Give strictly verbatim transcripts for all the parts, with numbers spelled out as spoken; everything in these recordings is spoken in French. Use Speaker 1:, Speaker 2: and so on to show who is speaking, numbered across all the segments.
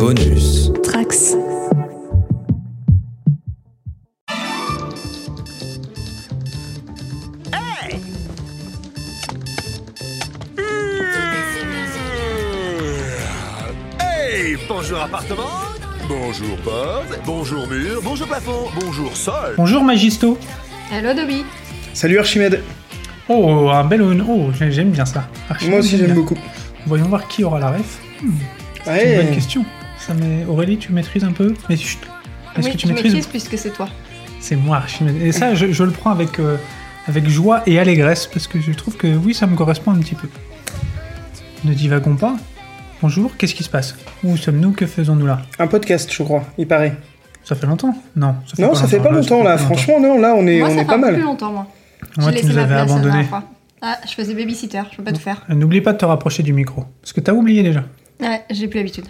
Speaker 1: Bonus
Speaker 2: Trax.
Speaker 3: Hey Hey Bonjour appartement. Bonjour porte. Bonjour mur. Bonjour plafond. Bonjour sol.
Speaker 4: Bonjour Magisto.
Speaker 5: Hello Dobby.
Speaker 6: Salut Archimède.
Speaker 4: Oh, un bel... Oh, j'aime bien ça. Archimède,
Speaker 6: Moi aussi j'aime
Speaker 4: bien.
Speaker 6: beaucoup.
Speaker 4: Voyons voir qui aura la ref. Hmm, c'est
Speaker 6: Ouais.
Speaker 4: une bonne question. Ça met... Aurélie, tu maîtrises un peu? Mais chut. Est-ce
Speaker 5: Oui,
Speaker 4: que tu
Speaker 5: tu
Speaker 4: maîtrises?
Speaker 5: maîtrises puisque c'est toi.
Speaker 4: C'est moi, Archimède. Et ça, je, je le prends avec, euh, avec joie et allégresse, parce que je trouve que oui, ça me correspond un petit peu. Ne divagons pas. Bonjour, qu'est-ce qui se passe? Où sommes-nous? Que faisons-nous là?
Speaker 6: Un podcast, je crois, il paraît.
Speaker 4: Ça fait longtemps? Non, ça fait
Speaker 6: Non,
Speaker 4: pas
Speaker 6: ça fait pas longtemps là,
Speaker 4: fait pas longtemps.
Speaker 6: franchement, non, là on est,
Speaker 5: moi,
Speaker 6: on
Speaker 5: ça
Speaker 6: est
Speaker 5: fait
Speaker 6: pas
Speaker 5: un peu
Speaker 6: mal.
Speaker 5: plus longtemps, moi.
Speaker 4: Moi,
Speaker 5: J'ai
Speaker 4: tu
Speaker 5: laissé
Speaker 4: nous
Speaker 5: ma
Speaker 4: avais
Speaker 5: place la
Speaker 4: abandonné.
Speaker 5: dernière fois. Ah, je faisais babysitter, je peux pas tout faire.
Speaker 4: Euh, N'oublie pas de te rapprocher du micro, parce que t'as oublié déjà.
Speaker 5: Ouais, j'ai plus l'habitude.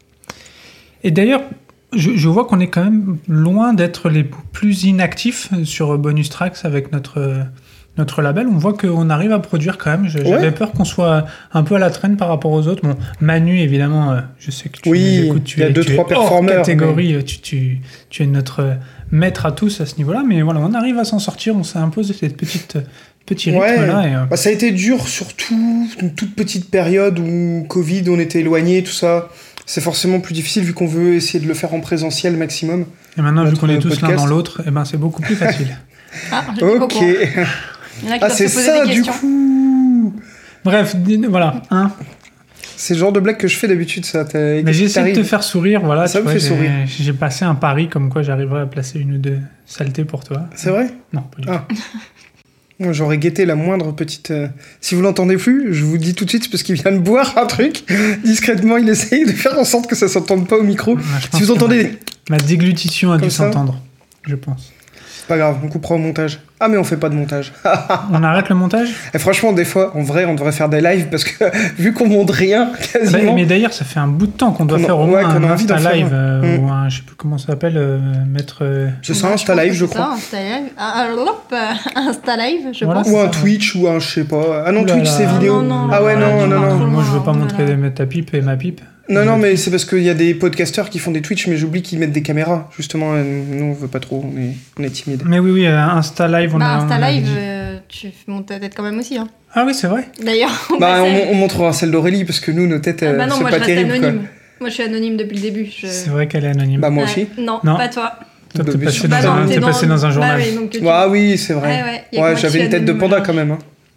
Speaker 4: Et d'ailleurs, je, je vois qu'on est quand même loin d'être les plus inactifs sur Bonus Tracks avec notre, notre label. On voit qu'on arrive à produire quand même. Je- J'avais
Speaker 6: Ouais.
Speaker 4: peur qu'on soit un peu à la traîne par rapport aux autres. Bon, Manu, évidemment, euh, je sais que tu
Speaker 6: Oui,
Speaker 4: nous écoutes. Tu
Speaker 6: il y a
Speaker 4: es,
Speaker 6: deux,
Speaker 4: tu es
Speaker 6: trois
Speaker 4: hors
Speaker 6: performeurs,
Speaker 4: catégorie. Tu, tu, tu es notre maître à tous à ce niveau-là. Mais voilà, on arrive à s'en sortir. On s'est imposé cette petite, petit rythme
Speaker 6: Ouais.
Speaker 4: là. Et, euh,
Speaker 6: Bah, ça a été dur, surtout une toute petite période où Covid, on était éloignés, tout ça. C'est forcément plus difficile vu qu'on veut essayer de le faire en présentiel maximum.
Speaker 4: et maintenant, vu
Speaker 6: notre
Speaker 4: qu'on est tous l'un
Speaker 6: podcast.
Speaker 4: dans l'autre, eh ben, c'est beaucoup plus facile.
Speaker 5: Ah, j'ai plus
Speaker 6: Ok.
Speaker 5: beaucoup. Il y en a qui
Speaker 6: Ah,
Speaker 5: doivent
Speaker 6: c'est
Speaker 5: se poser
Speaker 6: ça
Speaker 5: des
Speaker 6: du
Speaker 5: questions.
Speaker 6: coup.
Speaker 4: Bref, dis- voilà. Hein.
Speaker 6: C'est le genre de blague que je fais d'habitude, ça. T'as-
Speaker 4: Mais
Speaker 6: qu'est-ce qui
Speaker 4: j'essaie de te
Speaker 6: t'arrive
Speaker 4: faire sourire, voilà.
Speaker 6: Ça
Speaker 4: tu
Speaker 6: me
Speaker 4: vois,
Speaker 6: fait
Speaker 4: j'ai-
Speaker 6: sourire.
Speaker 4: J'ai passé un pari comme quoi j'arriverais à placer une ou deux saletés pour toi.
Speaker 6: C'est vrai?
Speaker 4: Non, pas du
Speaker 6: Ah. Moi, j'aurais guetté la moindre petite... euh, Si vous l'entendez plus, je vous dis tout de suite, c'est parce qu'il vient de boire un truc. Discrètement, il essaye de faire en sorte que ça s'entende pas au micro.
Speaker 4: tout. Ouais, je pense
Speaker 6: Si vous
Speaker 4: que
Speaker 6: entendez...
Speaker 4: Ma, ma déglutition a
Speaker 6: Comme
Speaker 4: dû
Speaker 6: ça.
Speaker 4: s'entendre, je pense.
Speaker 6: C'est pas grave, on coupera au montage. Ah, mais on fait pas de montage.
Speaker 4: On arrête le montage?
Speaker 6: Et franchement, des fois, en vrai, on devrait faire des lives parce que vu qu'on monte rien,
Speaker 4: Bah,
Speaker 6: quasiment...
Speaker 4: Mais d'ailleurs, ça fait un bout de temps qu'on doit
Speaker 6: Qu'on a-
Speaker 4: faire au
Speaker 6: ouais,
Speaker 4: moins
Speaker 6: qu'on a
Speaker 4: un
Speaker 6: envie d'en
Speaker 4: Insta
Speaker 6: faire
Speaker 4: Live,
Speaker 6: un.
Speaker 4: euh,
Speaker 6: Mm.
Speaker 4: ou un, je sais plus comment ça s'appelle, euh, mettre... euh,
Speaker 6: C'est
Speaker 5: Bah,
Speaker 6: ça, Insta
Speaker 5: pense
Speaker 6: Live,
Speaker 5: que
Speaker 6: je
Speaker 5: c'est
Speaker 6: crois.
Speaker 5: ça, Insta Live. Ah, ah, hop, euh, Insta Live, je
Speaker 4: Voilà.
Speaker 5: pense.
Speaker 6: Ou un
Speaker 4: c'est ça,
Speaker 6: Twitch, ou un je sais pas. Ah non,
Speaker 4: Ouh là
Speaker 6: Twitch,
Speaker 4: là.
Speaker 6: c'est
Speaker 4: Ah
Speaker 6: vidéo.
Speaker 5: non, non,
Speaker 6: ah ouais,
Speaker 5: non,
Speaker 6: non, non,
Speaker 4: non,
Speaker 6: non.
Speaker 4: moi, je veux pas
Speaker 5: Oh là
Speaker 4: montrer
Speaker 5: là.
Speaker 4: des- ta pipe et ma pipe.
Speaker 6: Non, non, mais c'est parce qu'il y a des podcasteurs qui font des Twitch, mais j'oublie qu'ils mettent des caméras. Justement, euh, nous, on veut pas trop, on est, on est timide.
Speaker 4: Mais oui, oui, euh, Insta Live, on
Speaker 5: Bah,
Speaker 4: a...
Speaker 5: Insta
Speaker 4: on a
Speaker 5: Live,
Speaker 4: dit.
Speaker 5: euh, tu montes ta tête quand même aussi. Hein.
Speaker 4: Ah oui, c'est vrai.
Speaker 5: D'ailleurs, au
Speaker 6: Bah,
Speaker 5: passage.
Speaker 6: on, on montrera celle d'Aurélie, parce que nous, nos têtes,
Speaker 5: Ah
Speaker 6: euh,
Speaker 5: bah non,
Speaker 6: c'est
Speaker 5: moi
Speaker 6: pas
Speaker 5: je reste
Speaker 6: terrible,
Speaker 5: anonyme.
Speaker 6: quoi.
Speaker 5: Moi je suis anonyme depuis le début. Je...
Speaker 4: C'est vrai qu'elle est anonyme.
Speaker 6: Bah, moi
Speaker 5: Ouais.
Speaker 6: aussi.
Speaker 5: Non,
Speaker 4: Non.
Speaker 5: pas toi.
Speaker 4: Toi, t'es
Speaker 6: Bah,
Speaker 4: passé,
Speaker 6: bah
Speaker 4: dans,
Speaker 6: non,
Speaker 4: un,
Speaker 5: t'es
Speaker 4: t'es passé dans un journal.
Speaker 5: Bah oui, donc tu-
Speaker 6: Ah oui, c'est vrai.
Speaker 5: Ouais, ouais, y a que moi
Speaker 6: Ouais,
Speaker 5: qui
Speaker 6: j'avais
Speaker 5: suis
Speaker 6: une tête de
Speaker 5: anonyme
Speaker 6: panda
Speaker 5: aujourd'hui.
Speaker 6: quand même. Hein.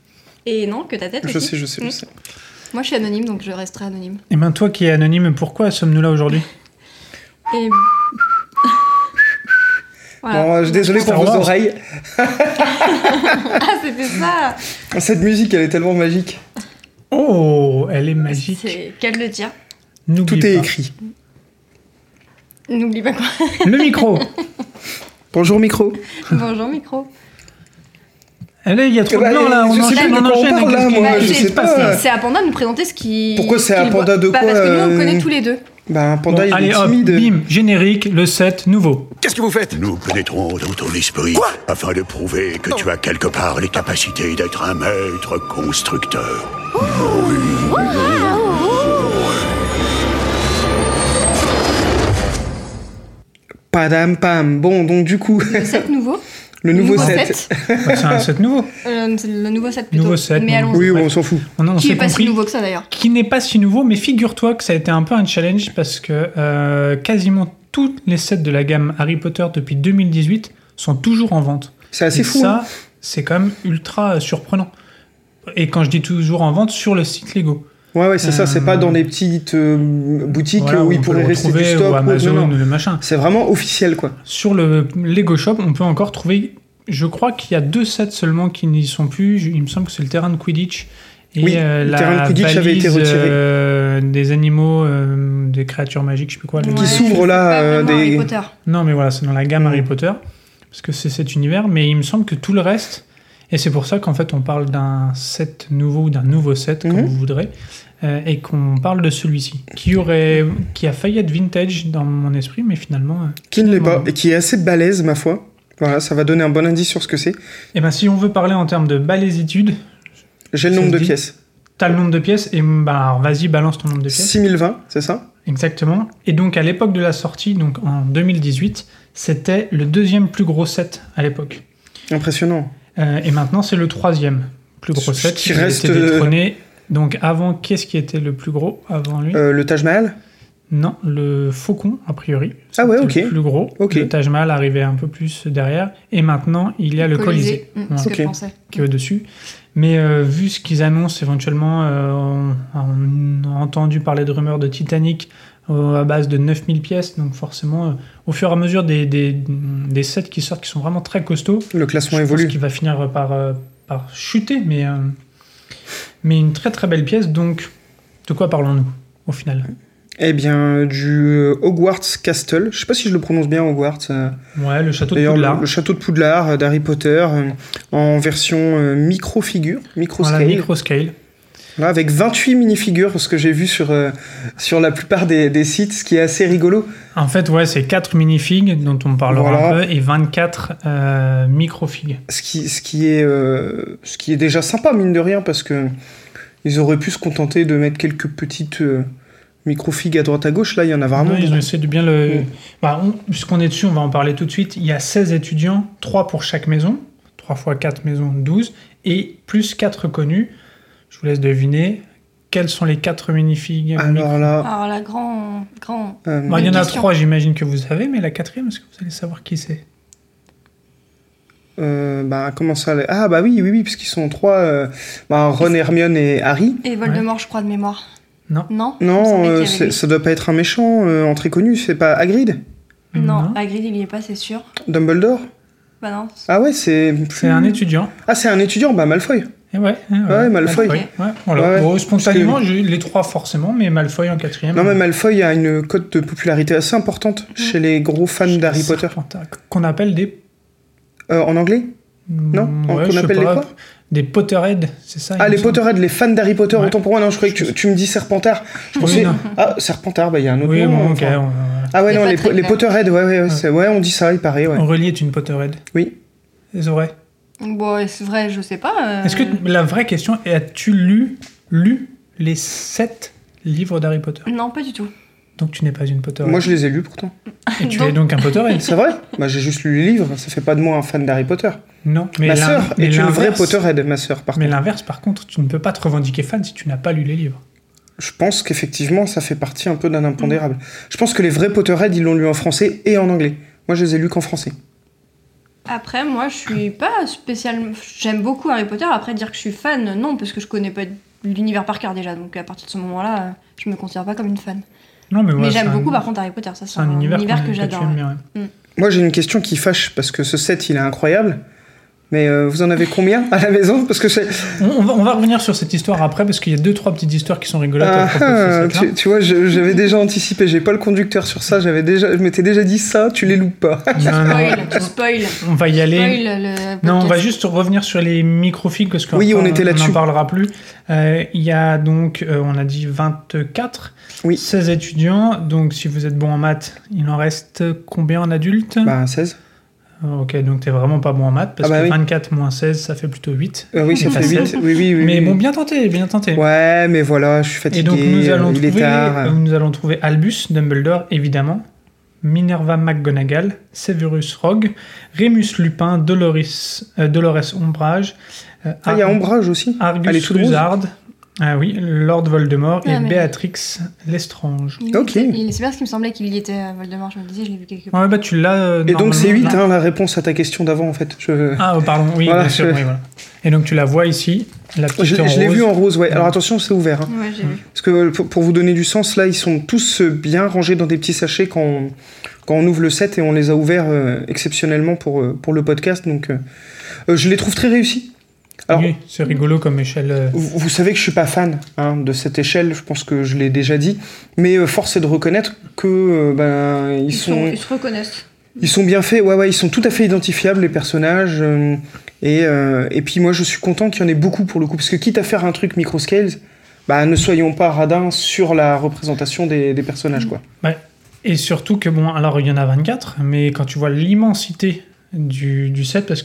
Speaker 5: Et non, que ta tête
Speaker 6: Je
Speaker 5: aussi.
Speaker 6: sais, je sais, je
Speaker 5: Mm.
Speaker 6: sais.
Speaker 5: Moi je suis anonyme, donc je resterai anonyme.
Speaker 4: Et ben toi qui es anonyme, pourquoi sommes-nous là aujourd'hui?
Speaker 5: Et... voilà.
Speaker 6: Bon, euh, je désolé pour
Speaker 4: Star
Speaker 6: vos
Speaker 4: Wars.
Speaker 6: oreilles.
Speaker 5: Ah, c'était ça.
Speaker 6: Cette musique, elle est tellement magique.
Speaker 4: Oh, elle est magique.
Speaker 5: C'est qu'à le dire.
Speaker 4: N'oublie
Speaker 6: Tout est
Speaker 4: pas.
Speaker 6: écrit.
Speaker 5: N'oublie pas quoi.
Speaker 4: Le micro.
Speaker 6: Bonjour, micro.
Speaker 5: Bonjour micro.
Speaker 4: Eh là, il y a trop
Speaker 6: Eh
Speaker 4: de
Speaker 6: ben,
Speaker 4: blanc là, on
Speaker 6: je sais
Speaker 4: enchaîne,
Speaker 6: plus de
Speaker 4: on
Speaker 6: quoi on
Speaker 4: enchaîne.
Speaker 6: parle, là,
Speaker 4: qu'est-ce qui-
Speaker 6: moi,
Speaker 4: qu'est-ce
Speaker 6: je
Speaker 4: qui
Speaker 6: sais
Speaker 4: se passe,
Speaker 6: pas.
Speaker 4: là
Speaker 5: C'est à Panda de nous présenter ce qui.
Speaker 6: Pourquoi c'est
Speaker 5: ce
Speaker 6: à
Speaker 5: qu'il
Speaker 6: Panda
Speaker 5: voit.
Speaker 6: de
Speaker 5: Bah,
Speaker 6: quoi,
Speaker 5: Parce que nous on
Speaker 6: euh,
Speaker 5: connaît tous les deux.
Speaker 6: Bah, un panda,
Speaker 4: Bon,
Speaker 6: il
Speaker 4: allez
Speaker 6: est
Speaker 4: hop,
Speaker 6: timide.
Speaker 4: bim, générique, le set nouveau.
Speaker 3: Qu'est-ce que vous faites?
Speaker 7: Nous pénétrons dans ton esprit
Speaker 3: Quoi
Speaker 7: afin de prouver que tu as quelque part les capacités d'être un maître constructeur.
Speaker 6: Padam pam. Bon, donc du coup,
Speaker 5: Le set nouveau.
Speaker 6: le nouveau
Speaker 5: nouveau
Speaker 6: set.
Speaker 5: set.
Speaker 4: Ouais, c'est un set nouveau.
Speaker 5: Euh, c'est le nouveau set plutôt.
Speaker 4: Nouveau set,
Speaker 5: Mais
Speaker 4: bon.
Speaker 5: allons-y.
Speaker 6: Oui,
Speaker 4: Ouais.
Speaker 6: bon, on s'en fout.
Speaker 4: On, on
Speaker 5: Qui
Speaker 4: s'est
Speaker 5: est pas si
Speaker 4: compris.
Speaker 5: nouveau que ça d'ailleurs.
Speaker 4: Qui n'est pas si nouveau, mais figure-toi que ça a été un peu un challenge parce que euh, quasiment tous les sets de la gamme Harry Potter depuis deux mille dix-huit sont toujours en vente.
Speaker 6: C'est assez
Speaker 4: Et
Speaker 6: fou.
Speaker 4: ça,
Speaker 6: hein.
Speaker 4: c'est quand même ultra euh, surprenant. Et quand je dis toujours en vente, sur le site Lego.
Speaker 6: Ouais, ouais, c'est ça. C'est
Speaker 4: Euh,
Speaker 6: pas dans des petites euh, boutiques
Speaker 4: Voilà,
Speaker 6: où
Speaker 4: on
Speaker 6: il
Speaker 4: peut
Speaker 6: pourrait
Speaker 4: le
Speaker 6: rester du
Speaker 4: retrouver,
Speaker 6: stock.
Speaker 4: ou
Speaker 6: ou-
Speaker 4: Amazon
Speaker 6: non, non.
Speaker 4: ou le machin.
Speaker 6: C'est vraiment officiel, quoi.
Speaker 4: Sur le Lego Shop, on peut encore trouver, je crois qu'il y a deux sets seulement qui n'y sont plus. Je- Il me semble que c'est le terrain de Quidditch et
Speaker 6: Oui,
Speaker 4: euh,
Speaker 6: le
Speaker 4: la
Speaker 6: terrain de Quidditch avait été
Speaker 4: valise,
Speaker 6: retiré.
Speaker 4: euh, des animaux, euh, des créatures magiques, je sais plus quoi. le-
Speaker 6: Qui
Speaker 5: Ouais,
Speaker 6: s'ouvre
Speaker 5: c'est
Speaker 6: là,
Speaker 5: pas
Speaker 6: euh,
Speaker 5: vraiment
Speaker 6: des-
Speaker 5: Harry Potter.
Speaker 4: Non, mais voilà, c'est dans la gamme
Speaker 6: Mm.
Speaker 4: Harry Potter, parce que c'est cet univers, mais il me semble que tout le reste, et c'est pour ça qu'en fait on parle d'un set nouveau ou d'un nouveau set, comme
Speaker 6: Mhm.
Speaker 4: vous voudrez, euh, et qu'on parle de celui-ci, qui aurait, qui a failli être vintage dans mon esprit, mais finalement... euh,
Speaker 6: Qui ne l'est pas.
Speaker 4: finalement,
Speaker 6: Et qui est assez balèze, ma foi. Voilà, ça va donner un bon indice sur ce que c'est.
Speaker 4: Et ben si on veut parler en termes de balaisitude,
Speaker 6: J'ai le
Speaker 4: Ça
Speaker 6: nombre
Speaker 4: se
Speaker 6: de
Speaker 4: dit.
Speaker 6: pièces.
Speaker 4: t'as le nombre de pièces et bah, alors, vas-y, balance ton nombre de pièces.
Speaker 6: six mille vingt, c'est ça?
Speaker 4: Exactement. Et donc, à l'époque de la sortie, donc en deux mille dix-huit, c'était le deuxième plus gros set à l'époque.
Speaker 6: Impressionnant.
Speaker 4: Euh, et maintenant, c'est le troisième plus gros
Speaker 6: Ce
Speaker 4: set.
Speaker 6: qui
Speaker 4: Il a
Speaker 6: reste,
Speaker 4: été
Speaker 6: euh,
Speaker 4: détrôné. Donc, avant, qu'est-ce qui était le plus gros avant lui?
Speaker 6: Euh, le Taj Mahal?
Speaker 4: Non, le Faucon, a priori.
Speaker 6: Ah ouais,
Speaker 4: C'était
Speaker 6: ok.
Speaker 4: le plus gros.
Speaker 6: Ok.
Speaker 4: Le Taj Mahal arrivait un peu plus derrière. Et maintenant, il y a le Colisée,
Speaker 5: Mmh,
Speaker 4: Ouais.
Speaker 5: ce
Speaker 6: Ok.
Speaker 5: que je pensais.
Speaker 4: qui est au-dessus. Mais euh, vu ce qu'ils annoncent éventuellement, euh, on, on a entendu parler de rumeurs de Titanic euh, à base de neuf mille pièces. Donc forcément, euh, au fur et à mesure des, des, des sets qui sortent qui sont vraiment très costauds,
Speaker 6: Le
Speaker 4: je
Speaker 6: classement
Speaker 4: pense
Speaker 6: évolue.
Speaker 4: qu'il va finir par, euh, par chuter. Mais, euh, mais une très très belle pièce. Donc, de quoi parlons-nous au final?
Speaker 6: Eh bien, du euh, Hogwarts Castle. Je sais pas si je le prononce bien, Hogwarts. euh,
Speaker 4: Ouais, le château de
Speaker 6: D'ailleurs,
Speaker 4: Poudlard.
Speaker 6: le, le château de Poudlard euh, d'Harry Potter euh, en version euh, micro-figure, micro-scale.
Speaker 4: Voilà, micro-scale.
Speaker 6: Là, avec vingt-huit mini-figures, ce que j'ai vu sur, euh, sur la plupart des, des sites, ce qui est assez rigolo.
Speaker 4: En fait, ouais, c'est quatre minifigs dont on parlera
Speaker 6: Voilà.
Speaker 4: un peu et vingt-quatre euh, microfigs.
Speaker 6: Ce qui, ce, qui est, euh, ce qui est déjà sympa, mine de rien, parce que ils auraient pu se contenter de mettre quelques petites euh, micro-figues à droite à gauche. Là, il y en a vraiment
Speaker 4: Ouais, ils ont
Speaker 6: beaucoup.
Speaker 4: essayé de bien le.
Speaker 6: Mm.
Speaker 4: Bah, on- puisqu'on est dessus, on va en parler tout de suite. Il y a seize étudiants, trois pour chaque maison, trois fois quatre maisons, douze, et plus quatre connus. Je vous laisse deviner quels sont les quatre minifigs.
Speaker 6: Alors là,
Speaker 5: Alors la grand... grand...
Speaker 6: euh,
Speaker 4: Bah, il y en a
Speaker 5: question.
Speaker 4: trois, j'imagine que vous savez, mais la quatrième, est-ce que vous allez savoir qui c'est?
Speaker 6: euh, bah, comment ça les- Ah, bah oui, oui, oui, parce qu'ils sont trois euh, bah, Ron, Hermione et Harry.
Speaker 5: Et Voldemort, je crois, de mémoire.
Speaker 4: Non.
Speaker 5: Non Il me
Speaker 6: Non,
Speaker 5: semblait qu'il y
Speaker 6: euh,
Speaker 5: avait
Speaker 6: c'est-
Speaker 5: lui.
Speaker 6: ça doit pas être un méchant euh, en très connu, c'est pas Hagrid?
Speaker 5: Non, Hagrid, il y est pas, c'est sûr.
Speaker 6: Dumbledore?
Speaker 5: Bah non.
Speaker 6: Ah ouais, c'est...
Speaker 4: C'est un étudiant.
Speaker 6: Ah, c'est un étudiant, bah Malfoy.
Speaker 4: Et ouais, ouais,
Speaker 6: Ouais, Malfoy.
Speaker 4: Ouais, voilà.
Speaker 6: Ouais,
Speaker 4: Bon,
Speaker 6: parce
Speaker 4: spontanément,
Speaker 6: que-
Speaker 4: j'ai eu les trois forcément, mais Malfoy en quatrième.
Speaker 6: Non, mais Malfoy a une cote de popularité assez importante chez les gros fans d'Harry Potter.
Speaker 4: Serpentard, qu'on appelle des.
Speaker 6: Euh, en anglais? Non
Speaker 4: Mm,
Speaker 6: Qu'on
Speaker 4: je sais
Speaker 6: appelle les
Speaker 4: pas,
Speaker 6: quoi
Speaker 4: Des Potterheads, c'est ça?
Speaker 6: Ah,
Speaker 4: il
Speaker 6: les
Speaker 4: me semble.
Speaker 6: Potterheads, les fans d'Harry Potter,
Speaker 4: Ouais.
Speaker 6: autant pour moi, non, je croyais que tu, tu me dis Serpentard. Je
Speaker 4: Oui,
Speaker 6: pensais...
Speaker 4: non.
Speaker 6: Ah, Serpentard, bah il y a un autre
Speaker 4: Oui,
Speaker 6: nom.
Speaker 4: bon, ok.
Speaker 6: enfin.
Speaker 4: on-
Speaker 6: Ah ouais,
Speaker 5: C'est
Speaker 6: non,
Speaker 5: pas
Speaker 6: les,
Speaker 5: très
Speaker 6: po- les
Speaker 5: clair.
Speaker 6: Potterheads, ouais, ouais, ouais, c'est- ouais, on dit ça, il paraît, ouais.
Speaker 4: Aurélie est une Potterhead.
Speaker 6: Oui.
Speaker 4: C'est vrai.
Speaker 5: Bon, c'est vrai, je sais pas. euh,
Speaker 4: Est-ce que la vraie question est, as-tu lu, lu les sept livres d'Harry Potter?
Speaker 5: Non, pas du tout.
Speaker 4: Donc tu n'es pas une Potterhead.
Speaker 6: Moi, je les ai lus, pourtant.
Speaker 4: Et tu
Speaker 5: Donc-
Speaker 4: es donc un Potterhead?
Speaker 6: C'est vrai? Bah, j'ai juste lu les livres, ça fait pas de moi un fan d'Harry Potter.
Speaker 4: Non. Mais
Speaker 6: ma
Speaker 4: l'in-
Speaker 6: sœur
Speaker 4: mais
Speaker 6: est une vraie
Speaker 4: l'inverse-
Speaker 6: Potterhead, ma sœur, par
Speaker 4: Mais
Speaker 6: contre.
Speaker 4: l'inverse, par contre, tu ne peux pas te revendiquer fan si tu n'as pas lu les livres.
Speaker 6: Je pense qu'effectivement, ça fait partie un peu d'un impondérable. Je pense que les vrais Potterheads, ils l'ont lu en français et en anglais. Moi, je les ai lus qu'en français.
Speaker 5: Après, moi, je suis pas spécialement. J'aime beaucoup Harry Potter. Après, dire que je suis fan, non, parce que je connais pas l'univers par cœur déjà. Donc, à partir de ce moment-là, euh, je me considère pas comme une fan.
Speaker 4: Non, mais, ouais,
Speaker 5: Mais
Speaker 4: c'est
Speaker 5: j'aime
Speaker 4: un-
Speaker 5: beaucoup, par contre, Harry Potter. Ça,
Speaker 4: C'est un univers, qu'on-
Speaker 5: que
Speaker 4: tu
Speaker 5: j'adore.
Speaker 4: aimes
Speaker 5: ouais.
Speaker 4: bien, ouais.
Speaker 6: Moi, j'ai une question qui fâche, parce que ce set, il est incroyable. Mais euh, vous en avez combien à la maison? Parce que c'est...
Speaker 4: On, on va, on va revenir sur cette histoire après parce qu'il y a deux trois petites histoires qui sont rigolotes à
Speaker 6: Ah,
Speaker 4: propos de ce
Speaker 6: ah,
Speaker 4: set-là.
Speaker 6: tu, tu vois, je- j'avais déjà anticipé. J'ai pas le conducteur sur ça. J'avais déjà, je m'étais déjà dit ça. Tu les loupes pas.
Speaker 4: Non, non,
Speaker 5: Spoil, tu spoil.
Speaker 4: on va y aller.
Speaker 5: Spoil le
Speaker 4: Non, on va
Speaker 5: podcast.
Speaker 4: juste revenir sur les microfigs parce qu'on
Speaker 6: Oui, on était là-dessus.
Speaker 4: n'en parlera plus. Euh, Il y a donc, euh, on a dit vingt-quatre,
Speaker 6: Oui.
Speaker 4: seize étudiants. Donc, si vous êtes bon en maths, il en reste combien en adultes?
Speaker 6: Bah, seize.
Speaker 4: Ok, donc t'es vraiment pas bon en maths parce
Speaker 6: Ah bah
Speaker 4: que
Speaker 6: oui.
Speaker 4: vingt-quatre moins seize, ça fait plutôt huit.
Speaker 6: Euh, oui, ça
Speaker 4: Et
Speaker 6: fait
Speaker 4: pas
Speaker 6: huit.
Speaker 4: seize.
Speaker 6: Oui, oui, oui.
Speaker 4: Mais
Speaker 6: oui.
Speaker 4: bon, bien tenté, bien tenté.
Speaker 6: Ouais, mais voilà, je suis
Speaker 4: Et
Speaker 6: fatigué.
Speaker 4: donc nous allons,
Speaker 6: euh, il est
Speaker 4: trouver,
Speaker 6: tard.
Speaker 4: euh, nous allons trouver Albus Dumbledore, évidemment, Minerva McGonagall, Severus Rogue, Remus Lupin, Dolores, euh, Dolores Ombrage, euh,
Speaker 6: Ah, il y a
Speaker 4: Ar-
Speaker 6: Ombrage aussi. Elle est
Speaker 4: Argus
Speaker 6: toute rose.
Speaker 4: Luzard, ah oui, Lord Voldemort
Speaker 5: Ah,
Speaker 4: et
Speaker 5: mais-
Speaker 4: Béatrix Lestrange.
Speaker 5: Il
Speaker 6: Ok.
Speaker 5: était- il- C'est bien ce qui me semblait qu'il y était à Voldemort. Je me disais, je l'ai vu quelque part.
Speaker 4: Ouais, bah tu l'as. euh,
Speaker 6: Et donc, c'est
Speaker 4: normalement,
Speaker 6: huit,
Speaker 4: là.
Speaker 6: hein, la réponse à ta question d'avant, en fait. Je,
Speaker 4: Ah, oh, pardon, oui,
Speaker 6: Voilà,
Speaker 4: bien sûr,
Speaker 6: je-
Speaker 4: oui, voilà. Et donc tu la vois ici, la petite
Speaker 6: je,
Speaker 4: en
Speaker 6: je l'ai
Speaker 4: rose.
Speaker 6: vu en rose, ouais. Alors attention, c'est ouvert. hein.
Speaker 5: Ouais, j'ai vu.
Speaker 6: Parce que euh, pour, pour vous donner du sens, là, ils sont tous euh, bien rangés dans des petits sachets quand on, quand on ouvre le set et on les a ouverts euh, exceptionnellement pour, euh, pour le podcast. Donc, euh, euh, je les trouve très réussis. Alors,
Speaker 4: Oui, c'est rigolo comme échelle. euh,
Speaker 6: vous, vous savez que je suis pas fan hein, de cette échelle, je pense que je l'ai déjà dit, mais euh, force est de reconnaître que euh, ben, ils,
Speaker 5: Ils,
Speaker 6: sont,
Speaker 5: sont... ils se reconnaissent.
Speaker 6: ils sont bien faits, ouais, ouais, ils sont tout à fait identifiables, les personnages. euh, et, euh, et puis moi, je suis content qu'il y en ait beaucoup pour le coup, parce que quitte à faire un truc micro-scales, bah, ne soyons pas radins sur la représentation des, des personnages, quoi.
Speaker 4: Et surtout que, bon, alors il y en a vingt-quatre, mais quand tu vois l'immensité du, du set, parce que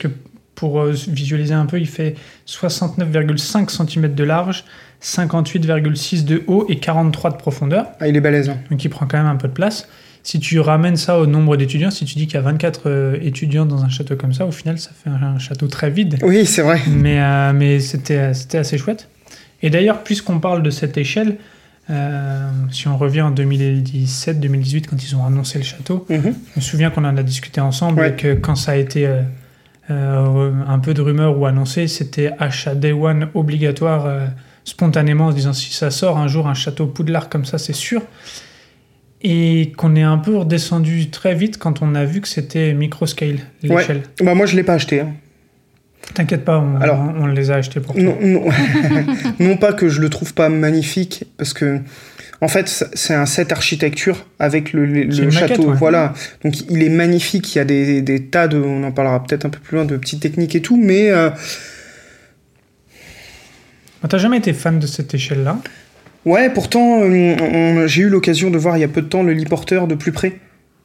Speaker 4: pour euh, visualiser un peu, il fait soixante-neuf virgule cinq centimètres de large, cinquante-huit virgule six de haut et quarante-trois de profondeur.
Speaker 6: Ah, il est balèze. Hein.
Speaker 4: Donc il prend quand même un peu de place. Si tu ramènes ça au nombre d'étudiants, si tu dis qu'il y a vingt-quatre euh, étudiants dans un château comme ça, au final, ça fait un, un château très vide.
Speaker 6: Oui, c'est vrai.
Speaker 4: Mais, euh, mais c'était, c'était assez chouette. Et d'ailleurs, puisqu'on parle de cette échelle, euh, si on revient en deux mille dix-sept deux mille dix-huit, quand ils ont annoncé le château,
Speaker 6: Mm-hmm.
Speaker 4: je me souviens qu'on en a discuté ensemble
Speaker 6: Ouais.
Speaker 4: et que quand ça a été euh, euh, un peu de rumeur ou annoncé, c'était achat Day One obligatoire euh, spontanément en se disant si ça sort un jour un château Poudlard comme ça, c'est sûr. Et qu'on est un peu redescendu très vite quand on a vu que c'était microscale, l'échelle.
Speaker 6: Ouais. Bah, moi, je l'ai pas acheté. Hein.
Speaker 4: T'inquiète pas, on,
Speaker 6: Alors,
Speaker 4: on, on les a achetés pour toi.
Speaker 6: Non, non. Non pas que je le trouve pas magnifique, parce que en fait c'est un set architecture avec le, le,
Speaker 4: C'est
Speaker 6: le
Speaker 4: une
Speaker 6: château.
Speaker 4: maquette, ouais.
Speaker 6: Voilà, donc il est magnifique. Il y a des, des tas de, on en parlera peut-être un peu plus loin, de petites techniques et tout, mais euh,
Speaker 4: T'as jamais été fan de cette échelle-là?
Speaker 6: ouais. Pourtant, euh, on- j'ai eu l'occasion de voir il y a peu de temps le lit porteur de plus près.